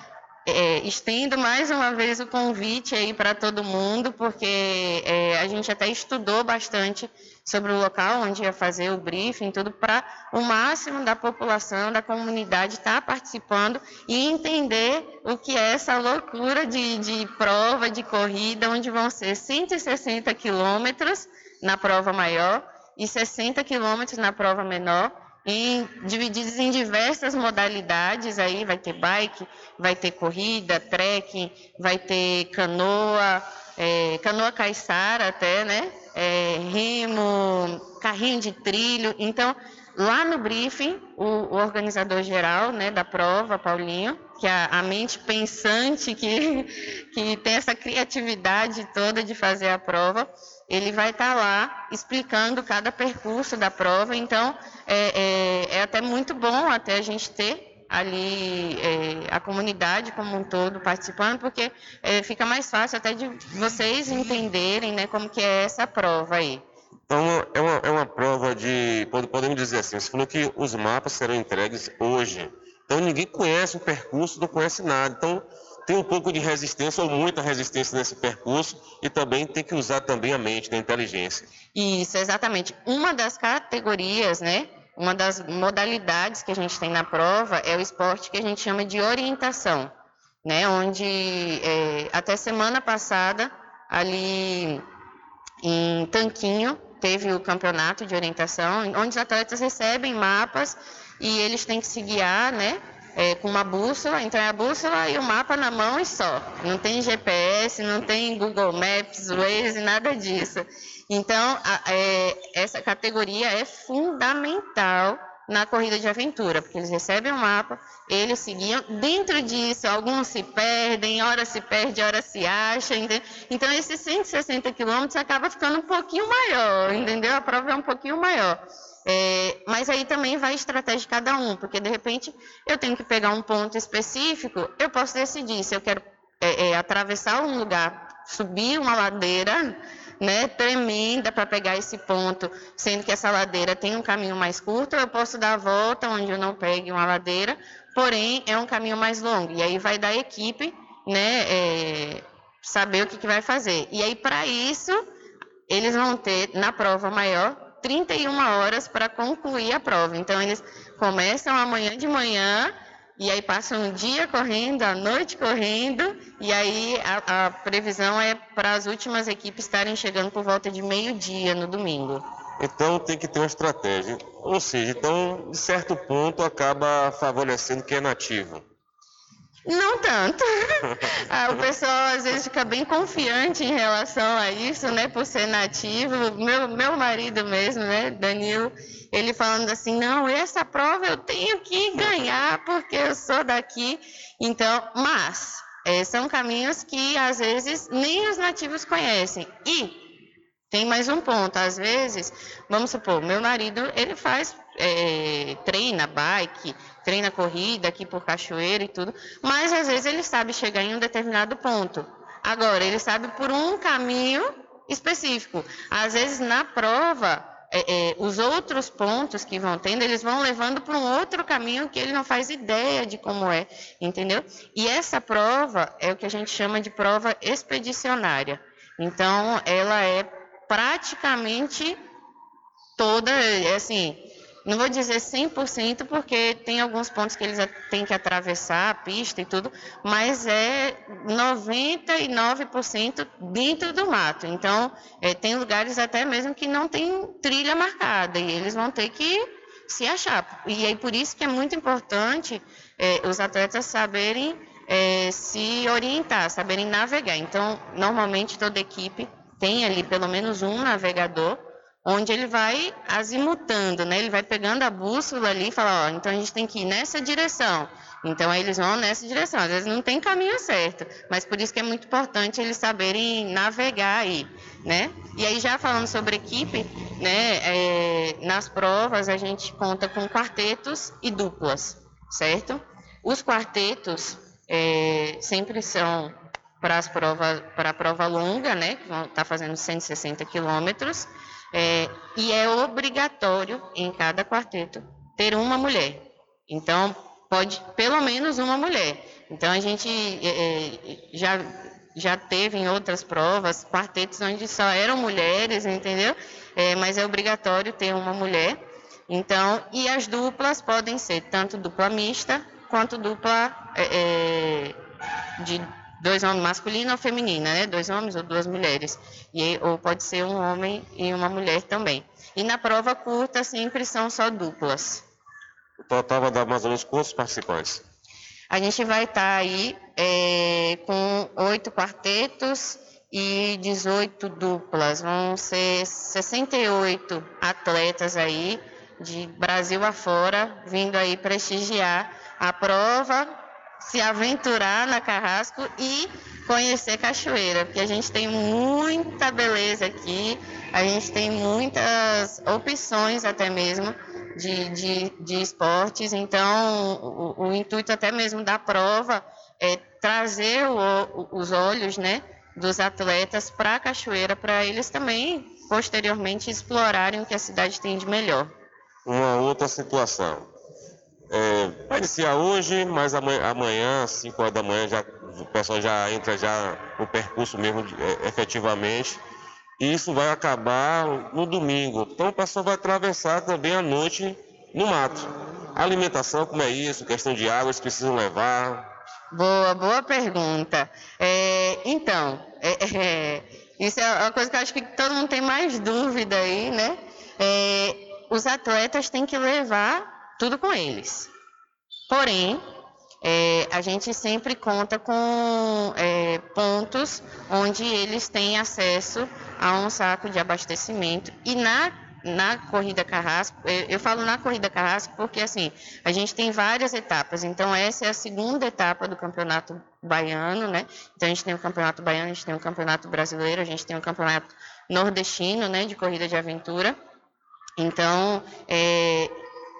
é, estendo mais uma vez o convite aí para todo mundo, porque é, a gente até estudou bastante sobre o local onde ia fazer o briefing, tudo para o máximo da população, da comunidade estar participando e entender o que é essa loucura de, de prova, de corrida, onde vão ser cento e sessenta quilômetros na prova maior e sessenta quilômetros na prova menor, em, divididos em diversas modalidades. Aí vai ter bike, vai ter corrida, trekking, vai ter canoa, é, canoa caiçara até, né? É, remo, carrinho de trilho. Então, lá no briefing, o, o organizador geral, né, da prova, Paulinho, que é a, a mente pensante, que, que tem essa criatividade toda de fazer a prova, ele vai estar lá explicando cada percurso da prova. Então, é, é, é até muito bom até a gente ter ali é, a comunidade como um todo participando, porque é, fica mais fácil até de vocês entenderem, né, como que é essa prova aí. Então, é uma, é uma prova de, podemos dizer assim, você falou que os mapas serão entregues hoje, então ninguém conhece o percurso, não conhece nada, então tem um pouco de resistência ou muita resistência nesse percurso e também tem que usar também a mente, a inteligência. Isso, exatamente. Uma das categorias, né, uma das modalidades que a gente tem na prova é o esporte que a gente chama de orientação, né? Onde é, até semana passada, ali em Tanquinho, teve o campeonato de orientação, onde os atletas recebem mapas e eles têm que se guiar, né? É, com uma bússola, então é a bússola e o mapa na mão e só. Não tem G P S, não tem Google Maps, Waze, nada disso. Então, a, é, essa categoria é fundamental na corrida de aventura, porque eles recebem o mapa, eles seguiam. Dentro disso, alguns se perdem, hora se perde, hora se acha. Entendeu? Então, esses cento e sessenta quilômetros acaba ficando um pouquinho maior, entendeu? A prova é um pouquinho maior. É, mas aí também vai a estratégia de cada um, porque de repente eu tenho que pegar um ponto específico, eu posso decidir se eu quero é, é, atravessar um lugar, subir uma ladeira, né, tremenda para pegar esse ponto, sendo que essa ladeira tem um caminho mais curto, eu posso dar a volta onde eu não pegue uma ladeira, porém é um caminho mais longo, e aí vai da equipe, né, é, saber o que, que vai fazer. E aí para isso, eles vão ter na prova maior trinta e uma horas para concluir a prova. Então, eles começam amanhã de manhã e aí passam o dia correndo, a noite correndo, e aí a, a previsão é para as últimas equipes estarem chegando por volta de meio-dia no domingo. Então, tem que ter uma estratégia. Ou seja, então, de certo ponto, acaba favorecendo quem é nativo. Não tanto. Ah, o pessoal às vezes fica bem confiante em relação a isso, né, por ser nativo. Meu, meu marido mesmo, né, Danilo, ele falando assim, não, essa prova eu tenho que ganhar porque eu sou daqui. Então, mas é, são caminhos que às vezes nem os nativos conhecem. E tem mais um ponto, às vezes, vamos supor, meu marido, ele faz, é, treina bike, treina corrida aqui por Cachoeira e tudo, mas às vezes ele sabe chegar em um determinado ponto. Agora, ele sabe por um caminho específico. Às vezes, na prova, é, é, os outros pontos que vão tendo, eles vão levando para um outro caminho que ele não faz ideia de como é, entendeu? E essa prova é o que a gente chama de prova expedicionária. Então, ela é praticamente toda, assim, não vou dizer cem por cento, porque tem alguns pontos que eles têm que atravessar a pista e tudo, mas é noventa e nove por cento dentro do mato. Então, é, tem lugares até mesmo que não tem trilha marcada, e eles vão ter que se achar. E aí, por isso que é muito importante é, os atletas saberem é, se orientar, saberem navegar. Então, normalmente, toda equipe tem ali pelo menos um navegador, onde ele vai azimutando, né? Ele vai pegando a bússola ali e fala, ó, então a gente tem que ir nessa direção. Então, aí eles vão nessa direção. Às vezes não tem caminho certo, mas por isso que é muito importante eles saberem navegar aí, né? E aí, já falando sobre equipe, né? É, nas provas, a gente conta com quartetos e duplas, certo? Os quartetos é, sempre são para as provas, para a prova longa, né? Que vão estar fazendo cento e sessenta quilômetros. É, e é obrigatório em cada quarteto ter uma mulher. Então, pode pelo menos uma mulher. Então a gente é, já, já teve em outras provas quartetos onde só eram mulheres, entendeu? É, mas é obrigatório ter uma mulher. Então, e as duplas podem ser tanto dupla mista quanto dupla é, é, de dois homens masculino ou feminina, né? Dois homens ou duas mulheres. E, ou pode ser um homem e uma mulher também. E na prova curta sempre são só duplas. O total vai dar mais ou menos quantos participantes? A gente vai estar aí é, com oito quartetos e dezoito duplas. Vão ser sessenta e oito atletas aí de Brasil afora, vindo aí prestigiar a prova, se aventurar na Carrasco e conhecer Cachoeira, porque a gente tem muita beleza aqui, a gente tem muitas opções até mesmo de, de, de esportes, então o, o intuito até mesmo da prova é trazer o, os olhos, né, dos atletas para a Cachoeira, para eles também posteriormente explorarem o que a cidade tem de melhor. Uma outra situação. É, vai iniciar hoje, mas amanhã, amanhã, às cinco horas da manhã, já, o pessoal já entra já no percurso mesmo, é, efetivamente. E isso vai acabar no domingo. Então o pessoal vai atravessar também a noite no mato. A alimentação, como é isso? Questão de água, eles precisam levar? Boa, boa pergunta. É, então, é, é, isso é uma coisa que eu acho que todo mundo tem mais dúvida aí, né? É, os atletas têm que levar tudo com eles. Porém, é, a gente sempre conta com é, pontos onde eles têm acesso a um saco de abastecimento. E na, na Corrida Carrasco, eu, eu falo na Corrida Carrasco porque assim, a gente tem várias etapas. Então, essa é a segunda etapa do Campeonato Baiano, né? Então, a gente tem o Campeonato Baiano, a gente tem o Campeonato Brasileiro, a gente tem o Campeonato Nordestino, né, de Corrida de Aventura. Então, é,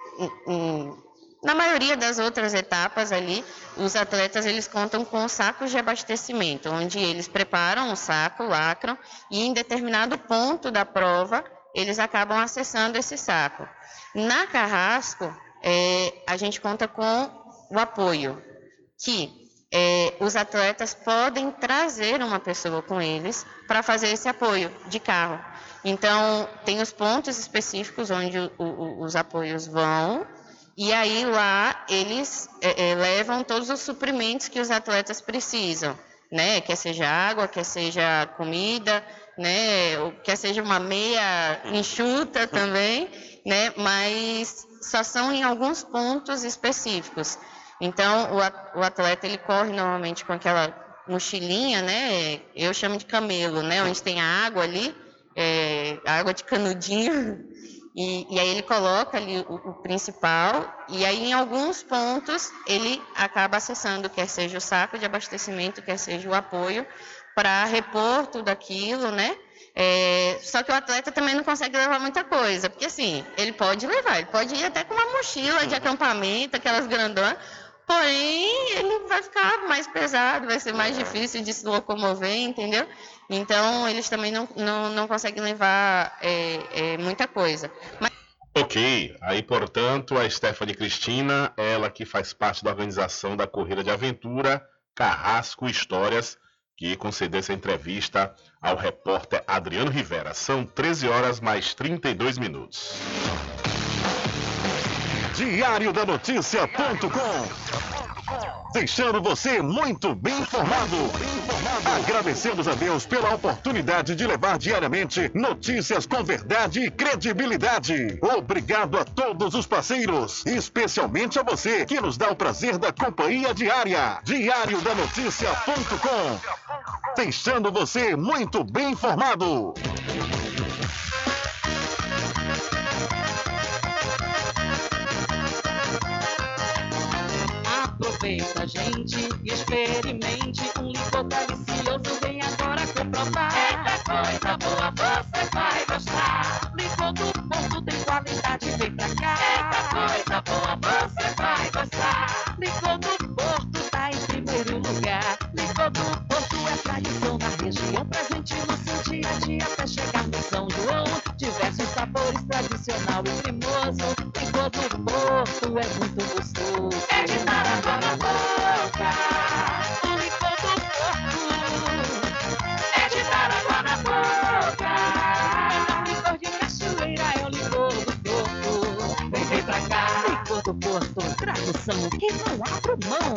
na maioria das outras etapas ali, os atletas eles contam com sacos de abastecimento, onde eles preparam o saco, lacram, e em determinado ponto da prova, eles acabam acessando esse saco. Na Carrasco, é, a gente conta com o apoio, que é, os atletas podem trazer uma pessoa com eles para fazer esse apoio de carro. Então, tem os pontos específicos onde o, o, os apoios vão, e aí lá eles é, é, levam todos os suprimentos que os atletas precisam, né? Quer seja água, quer seja comida, né? Ou quer seja uma meia enxuta também, né? Mas só são em alguns pontos específicos. Então, o atleta ele corre normalmente com aquela mochilinha, né? Eu chamo de camelo, né? Onde tem a água ali. É, água de canudinho, e, e aí ele coloca ali o, o principal, e aí em alguns pontos ele acaba acessando, quer seja o saco de abastecimento, quer seja o apoio, para repor tudo aquilo, né? É, só que o atleta também não consegue levar muita coisa, porque assim, ele pode levar, ele pode ir até com uma mochila de acampamento, aquelas grandonas, porém ele vai ficar mais pesado, vai ser mais difícil de se locomover, entendeu? Então, eles também não, não, não conseguem levar é, é, muita coisa. Mas... Ok, aí, portanto, a Stephanie Cristina, ela que faz parte da organização da Corrida de Aventura, Carrasco Histórias, que concedeu essa entrevista ao repórter Adriano Rivera. São treze horas mais trinta e dois minutos. Diário da Notícia ponto com. Deixando você muito bem informado. Agradecemos a Deus pela oportunidade de levar diariamente notícias com verdade e credibilidade. Obrigado a todos os parceiros, especialmente a você que nos dá o prazer da companhia diária. Diário da Notícia ponto com. Deixando você muito bem informado. Aproveita, gente, e experimente um licor delicioso. Vem agora comprovar. Eita coisa boa, você vai gostar. Licor do Porto tem qualidade, vem pra cá. Eita coisa boa, você vai gostar. Licor do Porto tá em primeiro lugar. Licor do Porto é tradição na região, presente no seu dia a dia até chegar no São João. Diversos sabores tradicionais tradicional e cremoso. Licor do Porto é muito gostoso. É de dar água na boca. O licor do Porto é de dar água na boca. É um licor de cachoeira, é o licor do Porto. Vem, vem pra cá. Licor do Porto, tradução que não abro mão.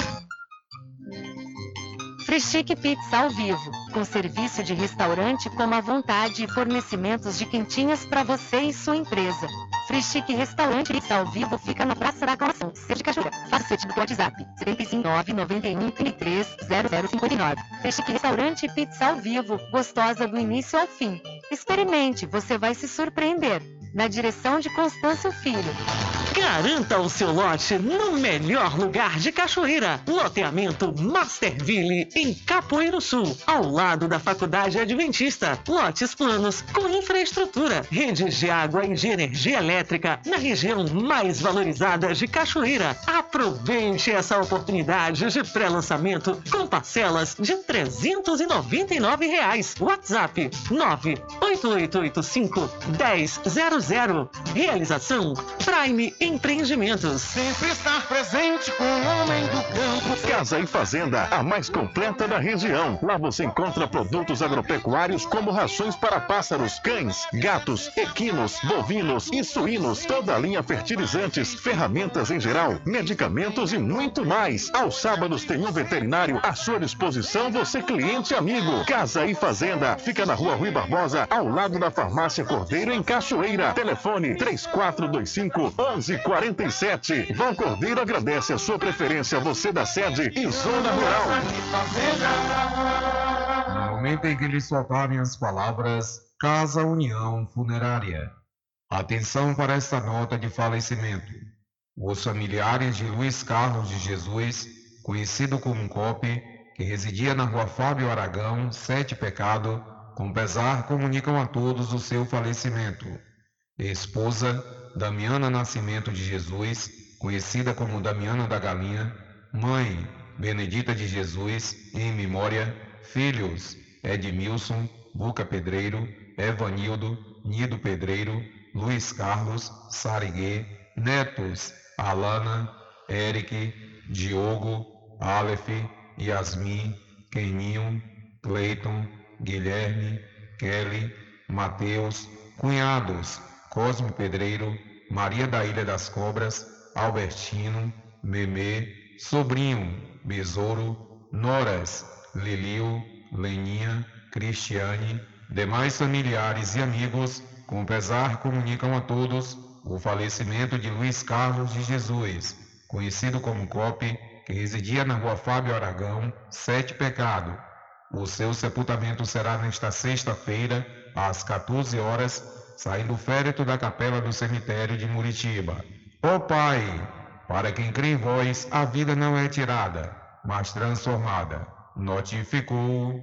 Frischique Pizza ao vivo, com serviço de restaurante como à vontade e fornecimentos de quentinhas para você e sua empresa. Frischique Restaurante Pizza ao vivo fica na Praça da Aclamação, Centro de Cachoeira. Faça o pedido do WhatsApp, setenta e cinco, nove nove um, trinta e três, zero zero cinquenta e nove. Frischique Restaurante Pizza ao vivo, gostosa do início ao fim. Experimente, você vai se surpreender. Na direção de Constâncio Filho. Garanta o seu lote no melhor lugar de Cachoeira. Loteamento Masterville, em Capoeiro Sul, ao lado da Faculdade Adventista. Lotes planos com infraestrutura, redes de água e de energia elétrica na região mais valorizada de Cachoeira. Aproveite essa oportunidade de pré-lançamento com parcelas de trezentos e noventa e nove reais. WhatsApp nove oito oito oito cinco, um zero zero zero. Realização Prime Empreendimentos. Sempre estar presente com o homem do campo. Casa e Fazenda, a mais completa da região. Lá você encontra produtos agropecuários como rações para pássaros, cães, gatos, equinos, bovinos e suínos, toda a linha fertilizantes, ferramentas em geral, medicamentos e muito mais. Aos sábados tem um veterinário à sua disposição, você cliente amigo. Casa e Fazenda, fica na Rua Rui Barbosa, ao lado da Farmácia Cordeiro, em Cachoeira. Telefone três quatro dois cinco, um um quatro sete. Vão Cordeiro agradece a sua preferência, você da sede e Zona Rural. No momento em que lhes soltarem as palavras Casa União Funerária. Atenção para esta nota de falecimento. Os familiares de Luiz Carlos de Jesus, conhecido como Cope, que residia na Rua Fábio Aragão, Sete Pecado, com pesar comunicam a todos o seu falecimento. Esposa Damiana Nascimento de Jesus, conhecida como Damiana da Galinha. Mãe Benedita de Jesus, em memória. Filhos Edmilson, Buca Pedreiro, Evanildo, Nido Pedreiro, Luiz Carlos, Sariguê. Netos Alana, Eric, Diogo, Aleph, Yasmin, Keninho, Cleiton, Guilherme, Kelly, Mateus. Cunhados Cosme Pedreiro, Maria da Ilha das Cobras, Albertino, Memê. Sobrinho Besouro, Noras Lilio, Leninha, Cristiane. Demais familiares e amigos, com pesar comunicam a todos o falecimento de Luiz Carlos de Jesus, conhecido como Cope, que residia na Rua Fábio Aragão, Sete Pecado. O seu sepultamento será nesta sexta-feira, às quatorze horas, saindo o féretro da capela do cemitério de Muritiba. Ó Pai, para quem crê em vós, a vida não é tirada, mas transformada. Notificou.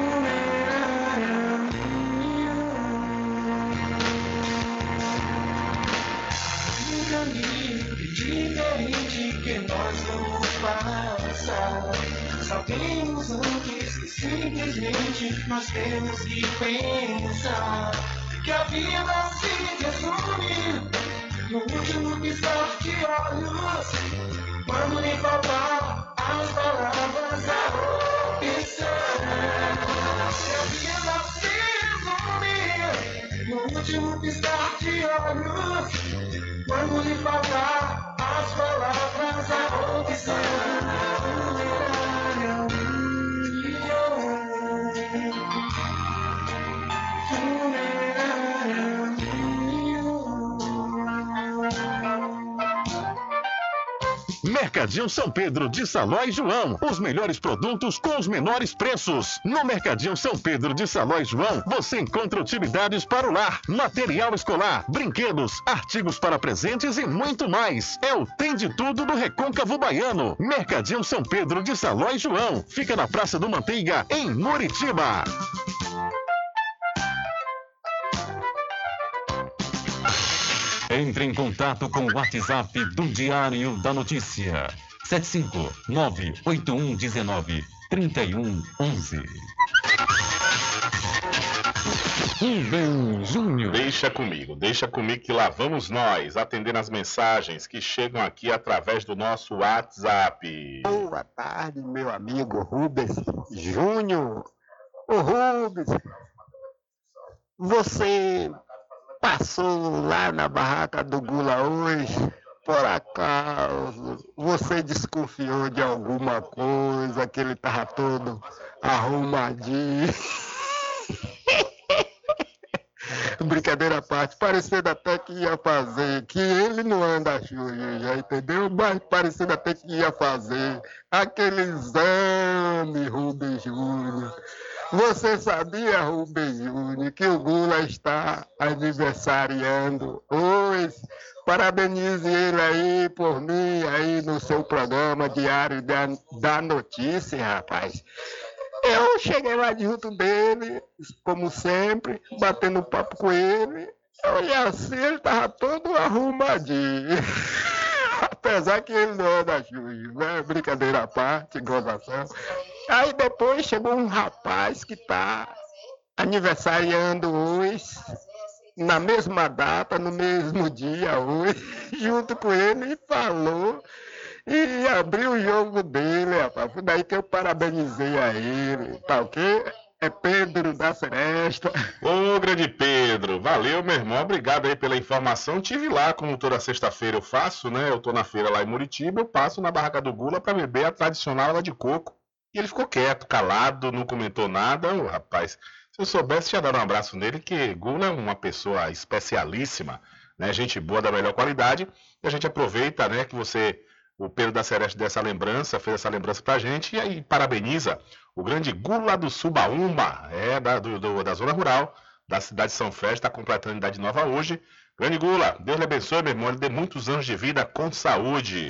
Um caminho diferente que nós vamos passar. Sabemos antes que simplesmente nós temos que pensar que a vida se resume no último piscar de olhos, quando lhe faltar as palavras, a opção. Que a vida se resume no último piscar de olhos, quando lhe faltar as palavras, a opção. Mercadinho São Pedro de Saló e João. Os melhores produtos com os menores preços. No Mercadinho São Pedro de Saló e João, você encontra utilidades para o lar, material escolar, brinquedos, artigos para presentes e muito mais. É o Tem de Tudo do Recôncavo Baiano. Mercadinho São Pedro de Saló e João. Fica na Praça do Manteiga, em Muritiba. Entre em contato com o WhatsApp do Diário da Notícia. sete cinco nove oito um um nove três um um um. Rubem Júnior. Deixa comigo, deixa comigo que lá vamos nós atendendo as mensagens que chegam aqui através do nosso WhatsApp. Boa tarde, meu amigo Rubens Júnior. Ô Rubens, você passou lá na barraca do Gula hoje? Por acaso, você desconfiou de alguma coisa, que ele tava todo arrumadinho? Brincadeira à parte, parecendo até que ia fazer, que ele não anda sujo, já entendeu? Mas parecendo até que ia fazer aquele exame, Rubens Júnior. Você sabia, Rubens Júnior, que o Gula está aniversariando hoje? Parabenize ele aí por mim, aí no seu programa Diário da, da Notícia, rapaz. Eu cheguei lá junto dele, como sempre, batendo papo com ele. Eu olhei assim, ele tava todo arrumadinho. Apesar que ele não anda sujo, né? Brincadeira à parte, gozação. Aí depois chegou um rapaz que tá aniversariando hoje, na mesma data, no mesmo dia hoje, junto com ele, e falou e abriu o jogo dele, rapaz. Foi daí que eu parabenizei a ele, tá ok? É Pedro da Seresta. Ô, grande Pedro, valeu, meu irmão, obrigado aí pela informação. Tive lá, como toda sexta-feira eu faço, né? Eu tô na feira lá em Muritiba, eu passo na barraca do Gula pra beber a tradicional água de coco. E ele ficou quieto, calado, não comentou nada. Ô, rapaz, se eu soubesse, tinha dado um abraço nele, que Gula é uma pessoa especialíssima, né? Gente boa, da melhor qualidade. E a gente aproveita, né, que você, o Pedro da Sereste, dessa lembrança, fez essa lembrança pra gente, e aí parabeniza o grande Gula do Subaúma, é, da, do, do, da zona rural, da cidade de São Félix, está completando idade nova hoje. Grande Gula, Deus lhe abençoe, meu irmão, ele dê muitos anos de vida com saúde.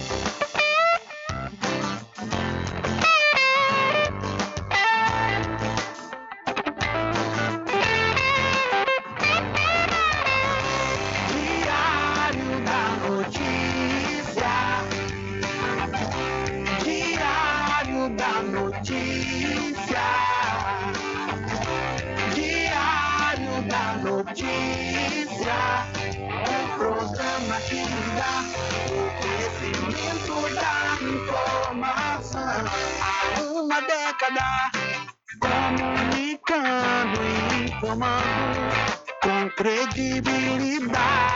Comunicando e informando com credibilidade,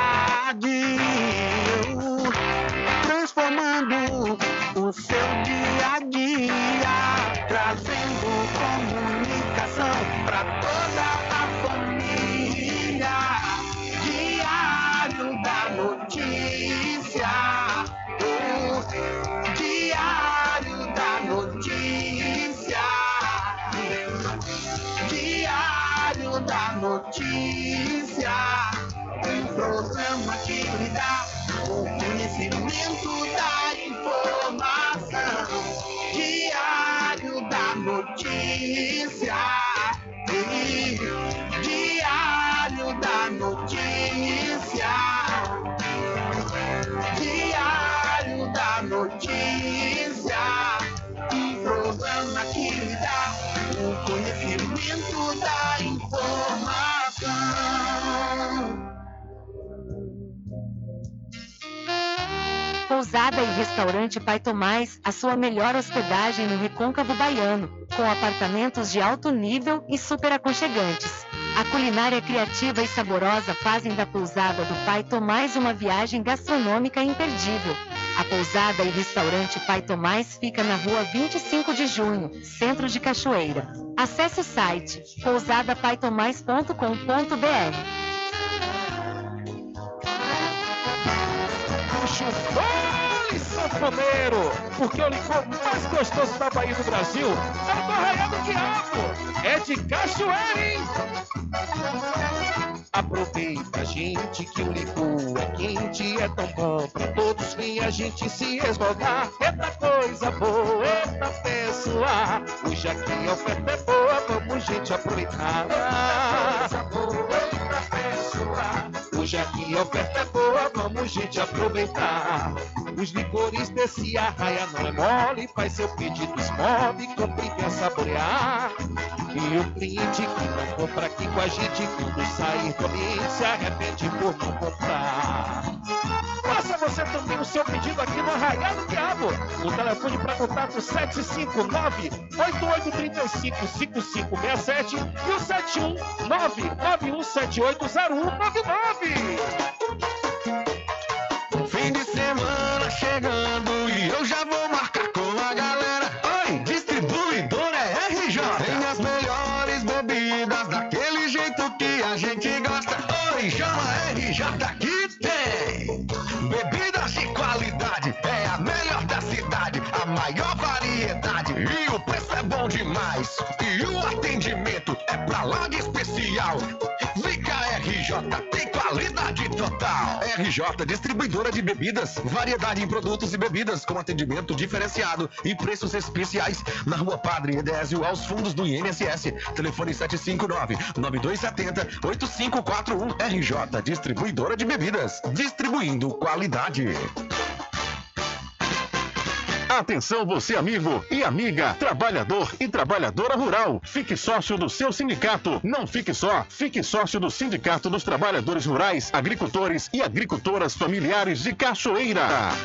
transformando o seu dia a dia, trazendo comunicação para toda a família. Diário da Notícia, o Diário da Notícia. Diário da Notícia, um programa que lhe dá o conhecimento da informação. Diário da Notícia, Diário da Notícia, Diário da Notícia, um programa que lhe dá o conhecimento da informação. Pousada e Restaurante Pai Tomás, a sua melhor hospedagem no Recôncavo Baiano, com apartamentos de alto nível e super aconchegantes. A culinária criativa e saborosa fazem da Pousada do Pai Tomás uma viagem gastronômica imperdível. A Pousada e Restaurante Pai Tomás fica na rua vinte e cinco de junho, centro de Cachoeira. Acesse o site pousada pai tomás ponto com ponto b r. Oi, sanfoneiro! Porque o licor mais gostoso da Bahia do Brasil é o do Arraial do Diabo! É de Cachoeira, hein? Aproveita, gente, que o licor é quente, é tão bom pra todos vir a gente se esmogar. Eita coisa boa, eita pessoa, hoje aqui a oferta é boa, vamos gente aproveitar. Eita coisa boa, eita pessoa, Hoje aqui a oferta é boa, vamos gente aproveitar. Os licores desse arraia não é mole, faz seu pedido, esmove, compre e quer saborear. E o cliente que não compra aqui com a gente, quando sair do ambiente, se arrepende por não comprar. Faça você também o seu pedido aqui no Arraial do Diabo. O telefone para contato sete cinco nove, oito oito três cinco, cinco cinco seis sete e o sete um nove, nove um sete oito zero um nove nove. Fim de semana chegando e eu já vou marcar com a galera. Oi, distribuidora é R J. Tem as melhores bebidas daquele jeito que a gente gosta. Oi, chama R J que tem. Bebidas de qualidade, é a melhor da cidade, a maior variedade e o preço é bom demais. E o atendimento é pra lá de especial. Vem cá, R J, tem qualidade total. R J, distribuidora de bebidas, variedade em produtos e bebidas com atendimento diferenciado e preços especiais. Na Rua Padre Edésio, aos fundos do I N S S. Telefone sete cinco nove, nove dois sete zero, oito cinco quatro um. R J, distribuidora de bebidas, distribuindo qualidade. Atenção você amigo e amiga, trabalhador e trabalhadora rural. Fique sócio do seu sindicato. Não fique só, fique sócio do Sindicato dos Trabalhadores Rurais, Agricultores e Agricultoras Familiares de Cachoeira.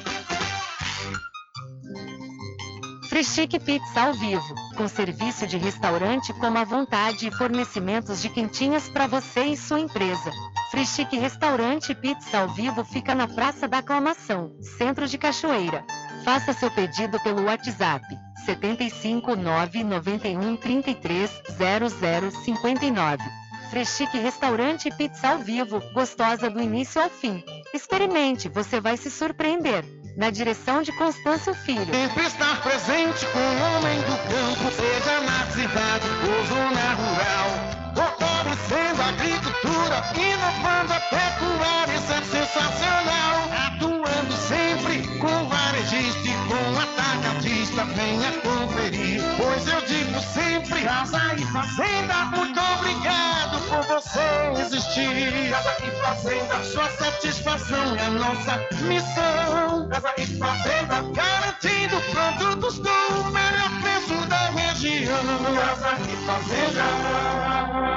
Frischique Pizza ao vivo, com serviço de restaurante como à vontade e fornecimentos de quentinhas para você e sua empresa. Frischique Restaurante Pizza ao vivo fica na Praça da Aclamação, Centro de Cachoeira. Faça seu pedido pelo WhatsApp sete cinco nove, nove um, três três, zero zero cinco nove. Frischique Restaurante Pizza ao vivo, gostosa do início ao fim. Experimente, você vai se surpreender. Na direção de Constâncio Filho. Sempre estar presente com o homem do campo, seja na cidade ou zona rural. Fortalecendo a agricultura, inovando a pecuária, isso é sensacional. Atuando sempre com varejista e com atacadista, venha conferir. Pois eu digo sempre, Casa e Fazenda, muito obrigado por você existir. Casa e Fazenda, sua satisfação é nossa missão. Casa e Fazenda, garantindo produtos do melhor preço da região. Casa e Fazenda.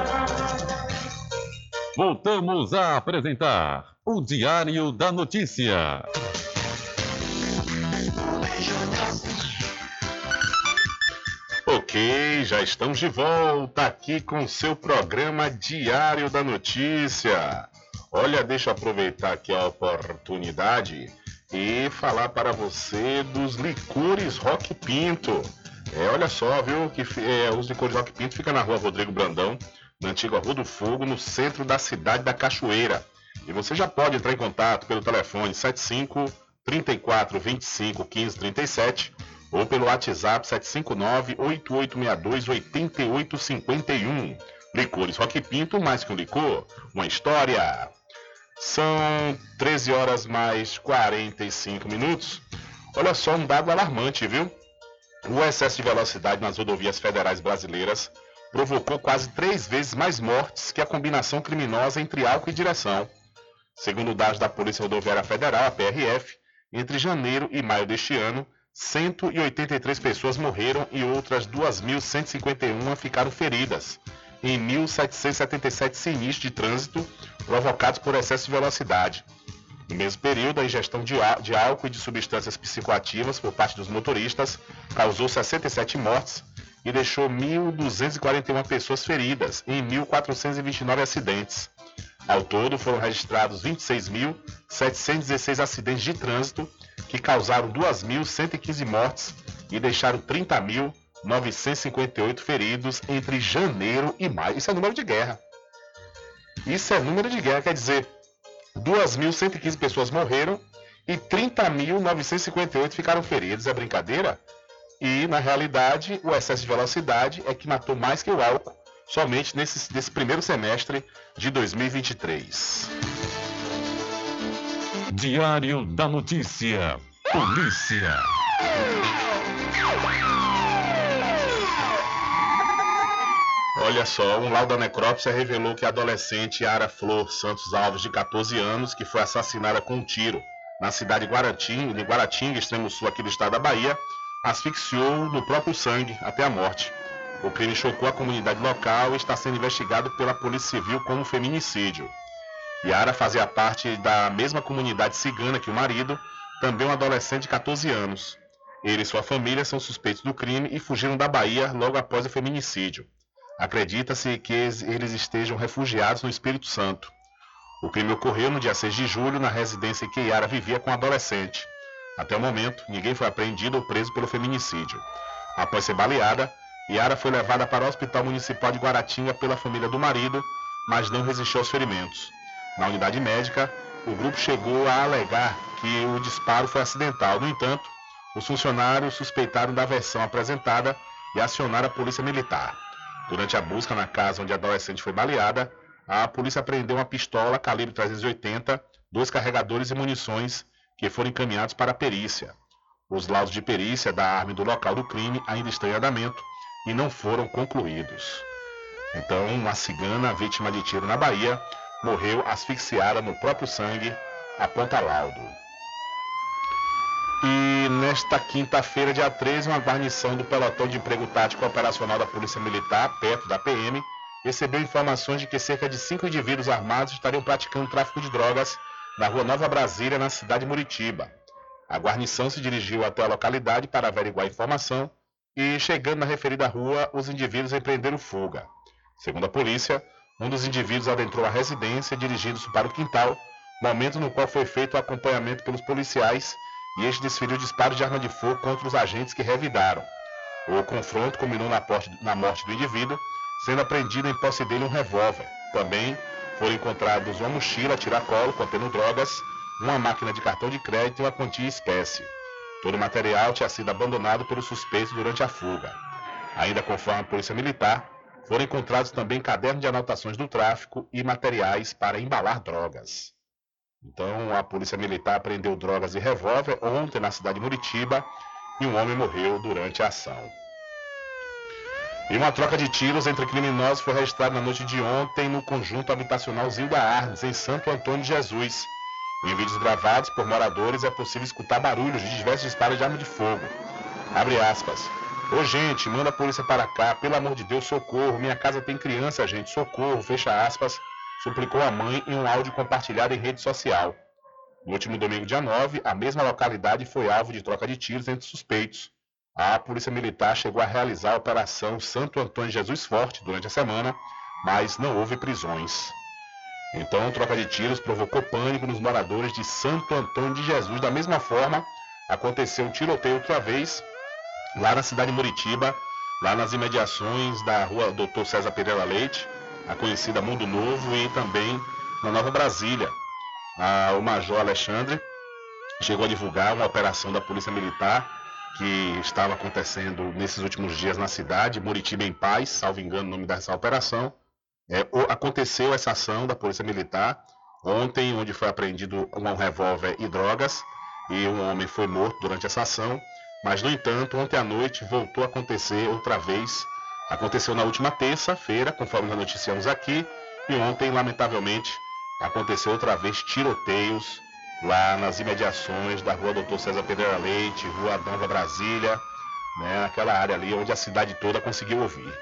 Voltamos a apresentar o Diário da Notícia. Ok, já estamos de volta aqui com o seu programa Diário da Notícia. Olha, deixa eu aproveitar aqui a oportunidade e falar para você dos licores Rock Pinto. É, olha só, viu, que é, os licores Rock Pinto fica na Rua Rodrigo Brandão, na antiga Rua do Fogo, no centro da cidade da Cachoeira. E você já pode entrar em contato pelo telefone sete cinco, três quatro, vinte e cinco, quinze, trinta e sete ou pelo WhatsApp sete cinco nove, oito oito seis dois, oito oito cinco um. Licores Rock Pinto, mais que um licor, uma história. São treze horas mais quarenta e cinco minutos. Olha só, um dado alarmante, viu? O excesso de velocidade nas rodovias federais brasileiras provocou quase três vezes mais mortes que a combinação criminosa entre álcool e direção. Segundo dados da Polícia Rodoviária Federal, a P R F, entre janeiro e maio deste ano, cento e oitenta e três pessoas morreram e outras duas mil cento e cinquenta e uma ficaram feridas, em mil setecentos e setenta e sete sinistros de trânsito provocados por excesso de velocidade. No mesmo período, a ingestão de, de álcool e de substâncias psicoativas por parte dos motoristas causou sessenta e sete mortes e deixou mil duzentas e quarenta e uma pessoas feridas em mil quatrocentos e vinte e nove acidentes. Ao todo, foram registrados vinte e seis mil setecentos e dezesseis acidentes de trânsito que causaram duas mil cento e quinze mortes e deixaram trinta mil novecentos e cinquenta e oito feridos entre janeiro e maio. Isso é número de guerra. Isso é número de guerra, quer dizer, duas mil cento e quinze pessoas morreram e trinta mil novecentos e cinquenta e oito ficaram feridos. É brincadeira? E, na realidade, o excesso de velocidade é que matou mais que o álcool, somente nesse, nesse primeiro semestre de dois mil e vinte e três. Diário da Notícia. Polícia. Olha só, um laudo da necrópsia revelou que a adolescente Yara Flor Santos Alves, de catorze anos, que foi assassinada com um tiro na cidade de Guaratinga, de Guaratinga, extremo sul aqui do estado da Bahia, asfixiou no próprio sangue até a morte. O crime chocou a comunidade local e está sendo investigado pela Polícia Civil como feminicídio. Yara fazia parte da mesma comunidade cigana que o marido, também um adolescente de catorze anos. Ele e sua família são suspeitos do crime e fugiram da Bahia logo após o feminicídio. Acredita-se que eles estejam refugiados no Espírito Santo. O crime ocorreu no dia seis de julho na residência em que Yara vivia com a adolescente. Até o momento, ninguém foi apreendido ou preso pelo feminicídio. Após ser baleada, Yara foi levada para o Hospital Municipal de Guaratinga pela família do marido, mas não resistiu aos ferimentos. Na unidade médica, o grupo chegou a alegar que o disparo foi acidental. No entanto, os funcionários suspeitaram da versão apresentada e acionaram a polícia militar. Durante a busca na casa onde a adolescente foi baleada, a polícia apreendeu uma pistola calibre trezentos e oitenta, dois carregadores e munições que foram encaminhados para a perícia. Os laudos de perícia da arma e do local do crime ainda estão em andamento e não foram concluídos. Então, uma cigana vítima de tiro na Bahia morreu asfixiada no próprio sangue, aponta laudo. E nesta quinta-feira, dia treze, uma guarnição do Pelotão de Emprego Tático Operacional da Polícia Militar, perto da P M, recebeu informações de que cerca de cinco indivíduos armados estariam praticando tráfico de drogas na rua Nova Brasília, na cidade de Muritiba. A guarnição se dirigiu até a localidade para averiguar a informação e, chegando na referida rua, os indivíduos empreenderam fuga. Segundo a polícia, um dos indivíduos adentrou a residência dirigindo-se para o quintal, momento no qual foi feito o acompanhamento pelos policiais e este desferiu disparos de arma de fogo contra os agentes que revidaram. O confronto culminou na, na morte do indivíduo, sendo apreendido em posse dele um revólver. Também foram encontrados uma mochila tiracolo contendo drogas, uma máquina de cartão de crédito e uma quantia em espécie. Todo o material tinha sido abandonado pelos suspeitos durante a fuga. Ainda conforme a Polícia Militar, foram encontrados também cadernos de anotações do tráfico e materiais para embalar drogas. Então, a Polícia Militar apreendeu drogas e revólver ontem na cidade de Muritiba e um homem morreu durante a ação. E uma troca de tiros entre criminosos foi registrada na noite de ontem no conjunto habitacional Zilda Arnes, em Santo Antônio de Jesus. Em vídeos gravados por moradores é possível escutar barulhos de diversos disparos de arma de fogo. Abre aspas. Ô gente, manda a polícia para cá, pelo amor de Deus, socorro, minha casa tem criança, gente, socorro, fecha aspas, suplicou a mãe em um áudio compartilhado em rede social. No último domingo, dia nove, a mesma localidade foi alvo de troca de tiros entre suspeitos. A Polícia Militar chegou a realizar a Operação Santo Antônio de Jesus Forte durante a semana, mas não houve prisões. Então, a troca de tiros provocou pânico nos moradores de Santo Antônio de Jesus. Da mesma forma, aconteceu um tiroteio outra vez, lá na cidade de Muritiba, lá nas imediações da rua doutor César Pereira Leite, a conhecida Mundo Novo, e também na Nova Brasília. Ah, o Major Alexandre chegou a divulgar uma operação da Polícia Militar que estava acontecendo nesses últimos dias na cidade, Muritiba em Paz, salvo engano o nome dessa operação. É, aconteceu essa ação da Polícia Militar ontem, onde foi apreendido um revólver e drogas, e um homem foi morto durante essa ação, mas, no entanto, ontem à noite voltou a acontecer outra vez. Aconteceu na última terça-feira, conforme nós noticiamos aqui, e ontem, lamentavelmente, aconteceu outra vez tiroteios lá nas imediações da rua doutor César Pereira Leite, rua Nova Brasília, né, naquela área ali onde a cidade toda conseguiu ouvir.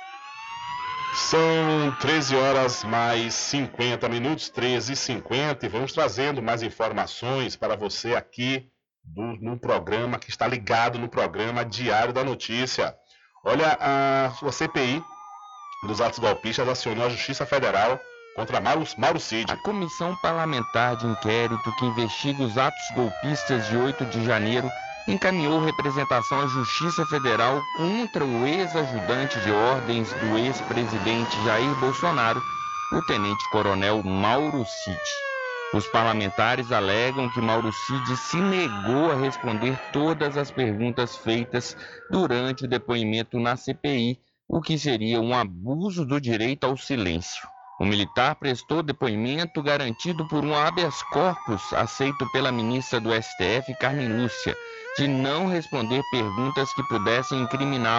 São treze horas mais cinquenta minutos, treze e cinquenta, e vamos trazendo mais informações para você aqui do, no programa que está ligado no programa Diário da Notícia. Olha, a, a C P I dos atos golpistas acionou a Justiça Federal contra Mauro, Mauro Cid. A Comissão Parlamentar de Inquérito que investiga os atos golpistas de oito de janeiro encaminhou representação à Justiça Federal contra o ex-ajudante de ordens do ex-presidente Jair Bolsonaro, o tenente-coronel Mauro Cid. Os parlamentares alegam que Mauro Cid se negou a responder todas as perguntas feitas durante o depoimento na C P I, o que seria um abuso do direito ao silêncio. O militar prestou depoimento garantido por um habeas corpus aceito pela ministra do S T F, Carmen Lúcia, de não responder perguntas que pudessem incriminá-lo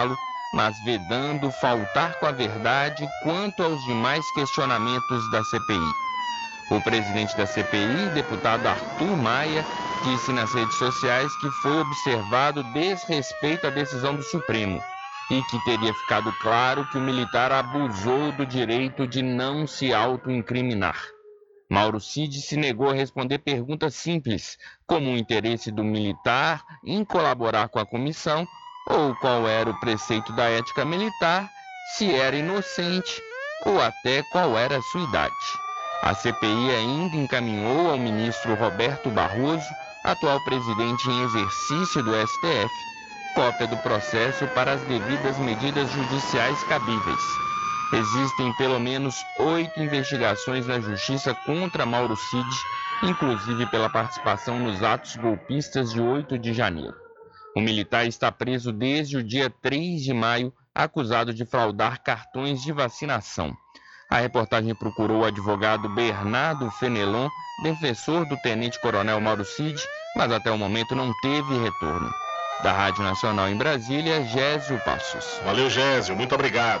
mas vedando faltar com a verdade quanto aos demais questionamentos da C P I. O presidente da C P I, deputado Arthur Maia, disse nas redes sociais que foi observado desrespeito à decisão do Supremo e que teria ficado claro que o militar abusou do direito de não se autoincriminar. Mauro Cid se negou a responder perguntas simples, como o interesse do militar em colaborar com a comissão, ou qual era o preceito da ética militar, se era inocente ou até qual era a sua idade. A C P I ainda encaminhou ao ministro Roberto Barroso, atual presidente em exercício do S T F, cópia do processo para as devidas medidas judiciais cabíveis. Existem pelo menos oito investigações na Justiça contra Mauro Cid, inclusive pela participação nos atos golpistas de oito de janeiro. O militar está preso desde o dia três de maio, acusado de fraudar cartões de vacinação. A reportagem procurou o advogado Bernardo Fenelon, defensor do tenente-coronel Mauro Cid, mas até o momento não teve retorno. Da Rádio Nacional em Brasília, Gésio Passos. Valeu, Gésio. Muito obrigado.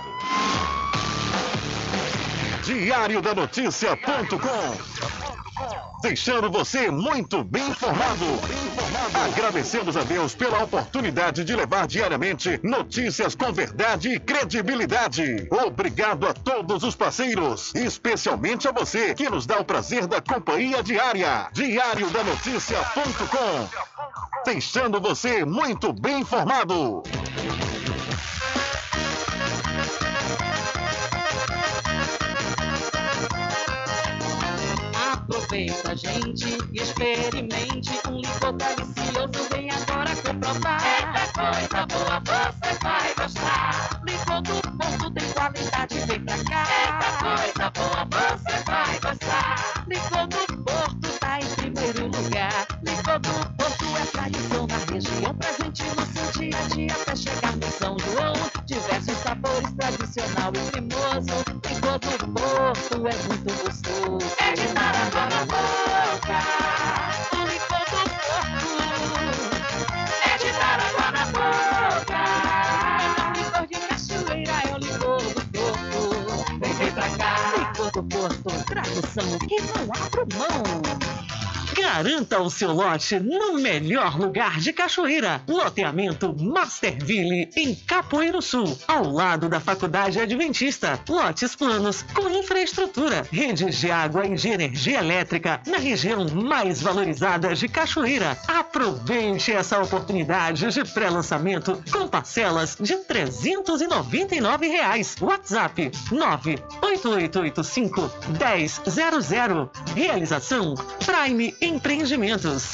Diário da Notícia ponto com. Deixando você muito bem informado. Agradecemos a Deus pela oportunidade de levar diariamente notícias com verdade e credibilidade. Obrigado a todos os parceiros, especialmente a você que nos dá o prazer da companhia diária. Diário da Notícia ponto com. Deixando você muito bem informado. Aproveita, gente, e experimente um licor delicioso, vem agora comprovar. Eita coisa boa, você vai gostar. Licor do Porto tem qualidade, vem pra cá. Eita coisa boa, você vai gostar. Licor do Porto tá em primeiro lugar. Licor do Porto é tradição na região, presente no seu dia a dia até chegar no São João. Diversos sabores, tradicional e cremoso. Licor do Porto é muito gostoso. É de dar água na boca. O licor do Porto é de dar água na boca. É um licor de cachoeira, é o licor do Porto. Vem, vem pra cá. Licor do Porto, tradição que não abro mão. Garanta o seu lote no melhor lugar de Cachoeira. Loteamento Masterville, em Capoeiro Sul, ao lado da Faculdade Adventista. Lotes planos com infraestrutura, redes de água e de energia elétrica na região mais valorizada de Cachoeira. Aproveite essa oportunidade de pré-lançamento com parcelas de trezentos e noventa e nove reais. WhatsApp nove oito oito oito cinco um zero zero zero. Realização Prime Empreendimentos.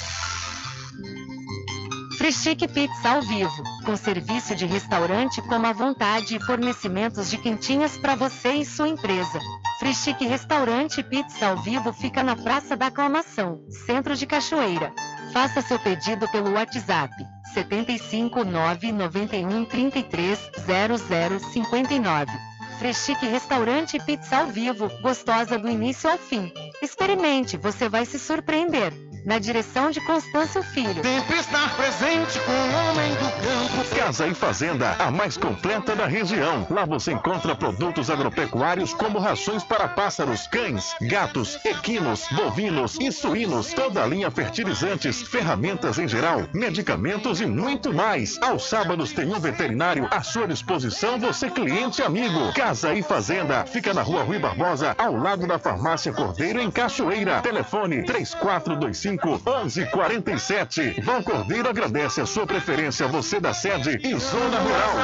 Frischique Pizza ao vivo, com serviço de restaurante como à vontade e fornecimentos de quentinhas para você e sua empresa. Frischique Restaurante Pizza ao vivo fica na Praça da Aclamação, Centro de Cachoeira. Faça seu pedido pelo WhatsApp sete cinco nove nove um três três zero zero cinco nove. Frischique Restaurante Pizza ao vivo, gostosa do início ao fim. Experimente, você vai se surpreender. Na direção de Constâncio Filho. Sempre estar presente com o homem do campo. Casa e Fazenda, a mais completa da região. Lá você encontra produtos agropecuários como rações para pássaros, cães, gatos, equinos, bovinos e suínos. Toda a linha fertilizantes, ferramentas em geral, medicamentos e muito mais. Aos sábados tem um veterinário à sua disposição, você cliente e amigo. Casa e Fazenda, fica na Rua Rui Barbosa, ao lado da Farmácia Cordeiro, em Cachoeira. Telefone três quatro dois cinco um um quatro sete. Vão Cordeiro agradece a sua preferência, você da sede e Zona Rural.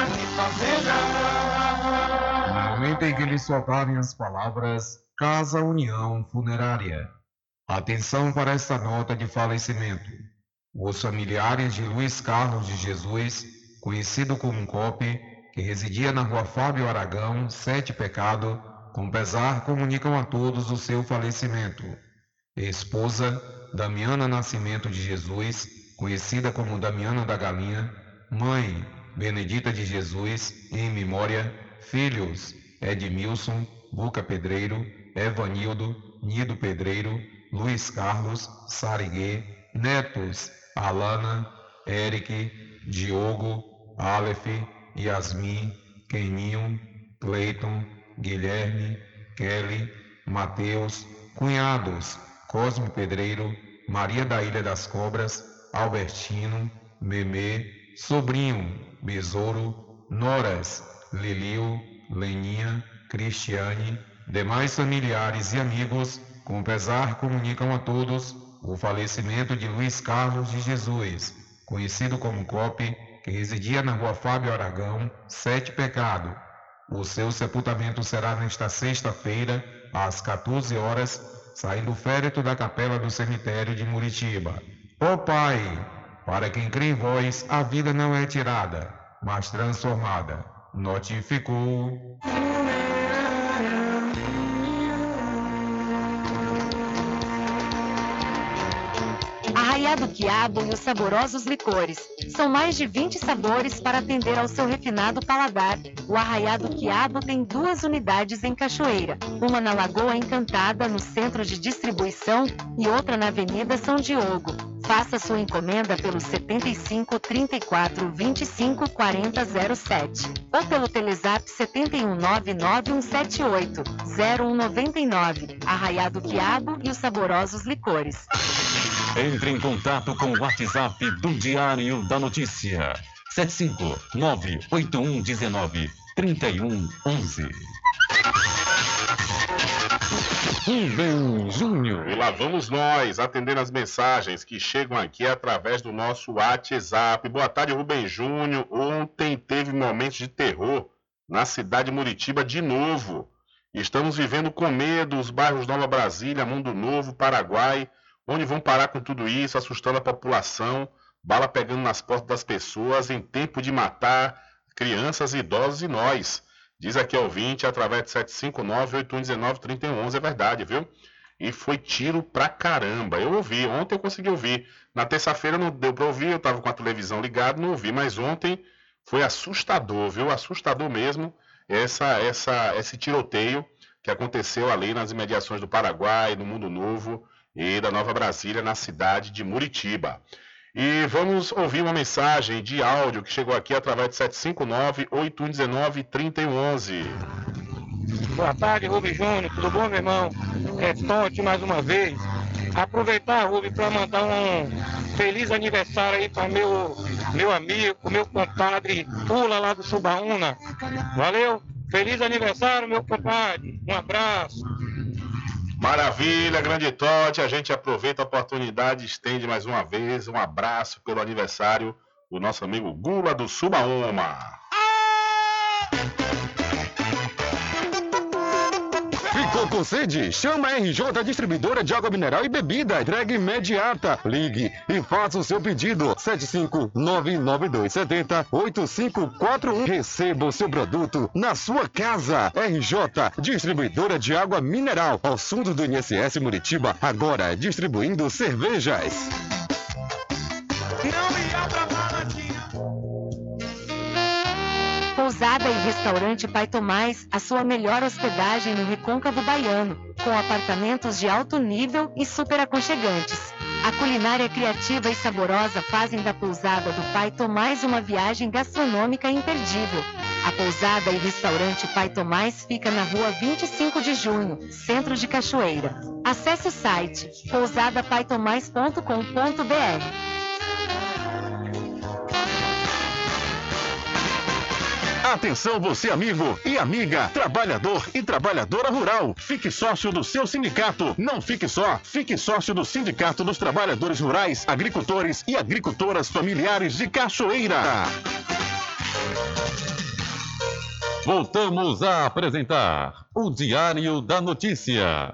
No momento em que lhe soltarem as palavras Casa União Funerária. Atenção para esta nota de falecimento. Os familiares de Luiz Carlos de Jesus, conhecido como Cope, que residia na Rua Fábio Aragão, Sete Pecado, com pesar comunicam a todos o seu falecimento. Esposa Damiana Nascimento de Jesus, conhecida como Damiana da Galinha. Mãe Benedita de Jesus, em memória. Filhos Edmilson, Buca Pedreiro, Evanildo, Nido Pedreiro, Luiz Carlos, Sariguê. Netos Alana, Eric, Diogo, Aleph, Yasmin, Keninho, Cleiton, Guilherme, Kelly, Mateus, cunhados, Cosme Pedreiro, Maria da Ilha das Cobras, Albertino, Memê, sobrinho, Besouro, noras, Lilio, Leninha, Cristiane, demais familiares e amigos, com pesar comunicam a todos o falecimento de Luiz Carlos de Jesus, conhecido como Cope, que residia na rua Fábio Aragão, Sete Pecado. O seu sepultamento será nesta sexta-feira, às quatorze horas, saindo o féretro da capela do cemitério de Muritiba. Ó Pai, para quem crê em vós, a vida não é tirada, mas transformada. Notificou. Arraiado Quiabo e os saborosos licores. São mais de vinte sabores para atender ao seu refinado paladar. O Arraiado Quiabo tem duas unidades em Cachoeira. Uma na Lagoa Encantada, no centro de distribuição, e outra na Avenida São Diogo. Faça sua encomenda pelo setenta e cinco, trinta e quatro, vinte e cinco, quarenta, zero sete ou pelo Telezap setenta e um, nove nove um sete oito, zero um nove nove. Arraiado Quiabo e os saborosos licores. Entre em contato com o WhatsApp do Diário da Notícia. sete cinco nove oito um um nove três um um um. Rubem Júnior. E lá vamos nós, atendendo as mensagens que chegam aqui através do nosso WhatsApp. Boa tarde, Rubem Júnior. Ontem teve momentos de terror na cidade de Muritiba de novo. Estamos vivendo com medo os bairros Nova Brasília, Mundo Novo, Paraguai. Onde vão parar com tudo isso, assustando a população, bala pegando nas portas das pessoas, em tempo de matar crianças, idosos e nós. Diz aqui ao ouvinte, através de sete cinco nove, oito um um nove, três um um um, é verdade, viu? E foi tiro pra caramba. Eu ouvi, ontem eu consegui ouvir. Na terça-feira não deu pra ouvir, eu tava com a televisão ligada, não ouvi. Mas ontem foi assustador, viu? Assustador mesmo, essa, essa, esse tiroteio que aconteceu ali nas imediações do Paraguai, no Mundo Novo e da Nova Brasília, na cidade de Muritiba. E vamos ouvir uma mensagem de áudio que chegou aqui através de sete cinco nove, oito um um nove, três um um um. Boa tarde, Rubem Júnior, tudo bom, meu irmão? É Tonte mais uma vez. Aproveitar, Rubem, para mandar um feliz aniversário aí para meu, meu amigo, meu compadre Pula lá do Subaúna. Valeu, feliz aniversário, meu compadre. Um abraço. Maravilha, grande Totti, a gente aproveita a oportunidade e estende mais uma vez um abraço pelo aniversário do nosso amigo Gula do Subaúma. Ficou com sede? Chama a R J Distribuidora de Água Mineral e Bebida. Entrega imediata. Ligue e faça o seu pedido. sete cinco nove nove dois sete zero oito cinco quatro um. Receba o seu produto na sua casa. R J Distribuidora de Água Mineral. Ao fundo do I N S S Muritiba. Agora distribuindo cervejas. Pousada e Restaurante Pai Tomás, a sua melhor hospedagem no Recôncavo Baiano, com apartamentos de alto nível e super aconchegantes. A culinária criativa e saborosa fazem da Pousada do Pai Tomás uma viagem gastronômica imperdível. A Pousada e Restaurante Pai Tomás fica na rua vinte e cinco de junho, centro de Cachoeira. Acesse o site pousada pai tomás ponto com ponto b r. Atenção você amigo e amiga, trabalhador e trabalhadora rural. Fique sócio do seu sindicato. Não fique só, fique sócio do Sindicato dos Trabalhadores Rurais, Agricultores e Agricultoras Familiares de Cachoeira. Voltamos a apresentar o Diário da Notícia.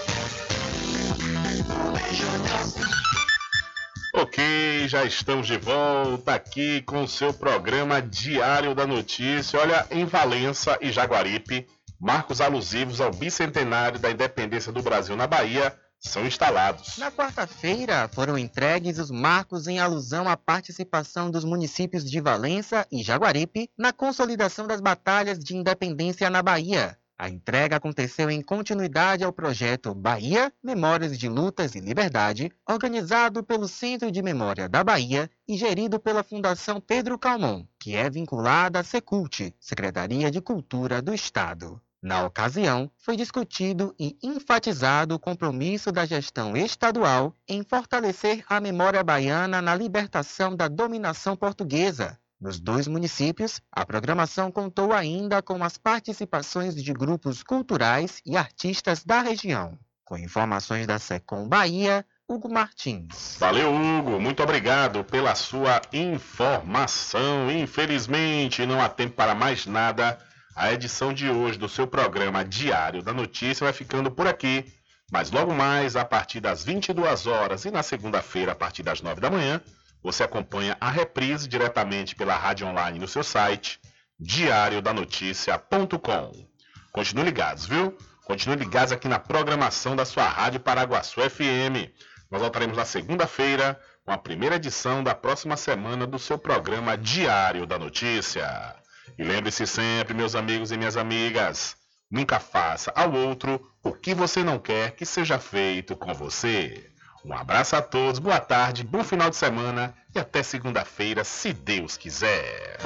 Ok, já estamos de volta aqui com o seu programa Diário da Notícia. Olha, em Valença e Jaguaripe, marcos alusivos ao bicentenário da independência do Brasil na Bahia são instalados. Na quarta-feira, foram entregues os marcos em alusão à participação dos municípios de Valença e Jaguaripe na consolidação das batalhas de independência na Bahia. A entrega aconteceu em continuidade ao projeto Bahia, Memórias de Lutas e Liberdade, organizado pelo Centro de Memória da Bahia e gerido pela Fundação Pedro Calmon, que é vinculada à Secult, Secretaria de Cultura do Estado. Na ocasião, foi discutido e enfatizado o compromisso da gestão estadual em fortalecer a memória baiana na libertação da dominação portuguesa. Nos dois municípios, a programação contou ainda com as participações de grupos culturais e artistas da região. Com informações da Secom Bahia, Hugo Martins. Valeu, Hugo. Muito obrigado pela sua informação. Infelizmente, não há tempo para mais nada. A edição de hoje do seu programa Diário da Notícia vai ficando por aqui. Mas logo mais, a partir das vinte e duas horas e na segunda-feira, a partir das nove da manhã, você acompanha a reprise diretamente pela rádio online no seu site, diário da notícia ponto com. Continue ligados, viu? Continue ligados aqui na programação da sua Rádio Paraguaçu F M. Nós voltaremos na segunda-feira com a primeira edição da próxima semana do seu programa Diário da Notícia. E lembre-se sempre, meus amigos e minhas amigas, nunca faça ao outro o que você não quer que seja feito com você. Um abraço a todos, boa tarde, bom final de semana e até segunda-feira, se Deus quiser.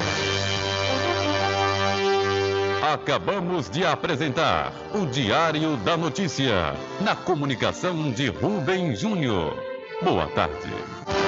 Acabamos de apresentar o Diário da Notícia, na comunicação de Rubem Júnior. Boa tarde.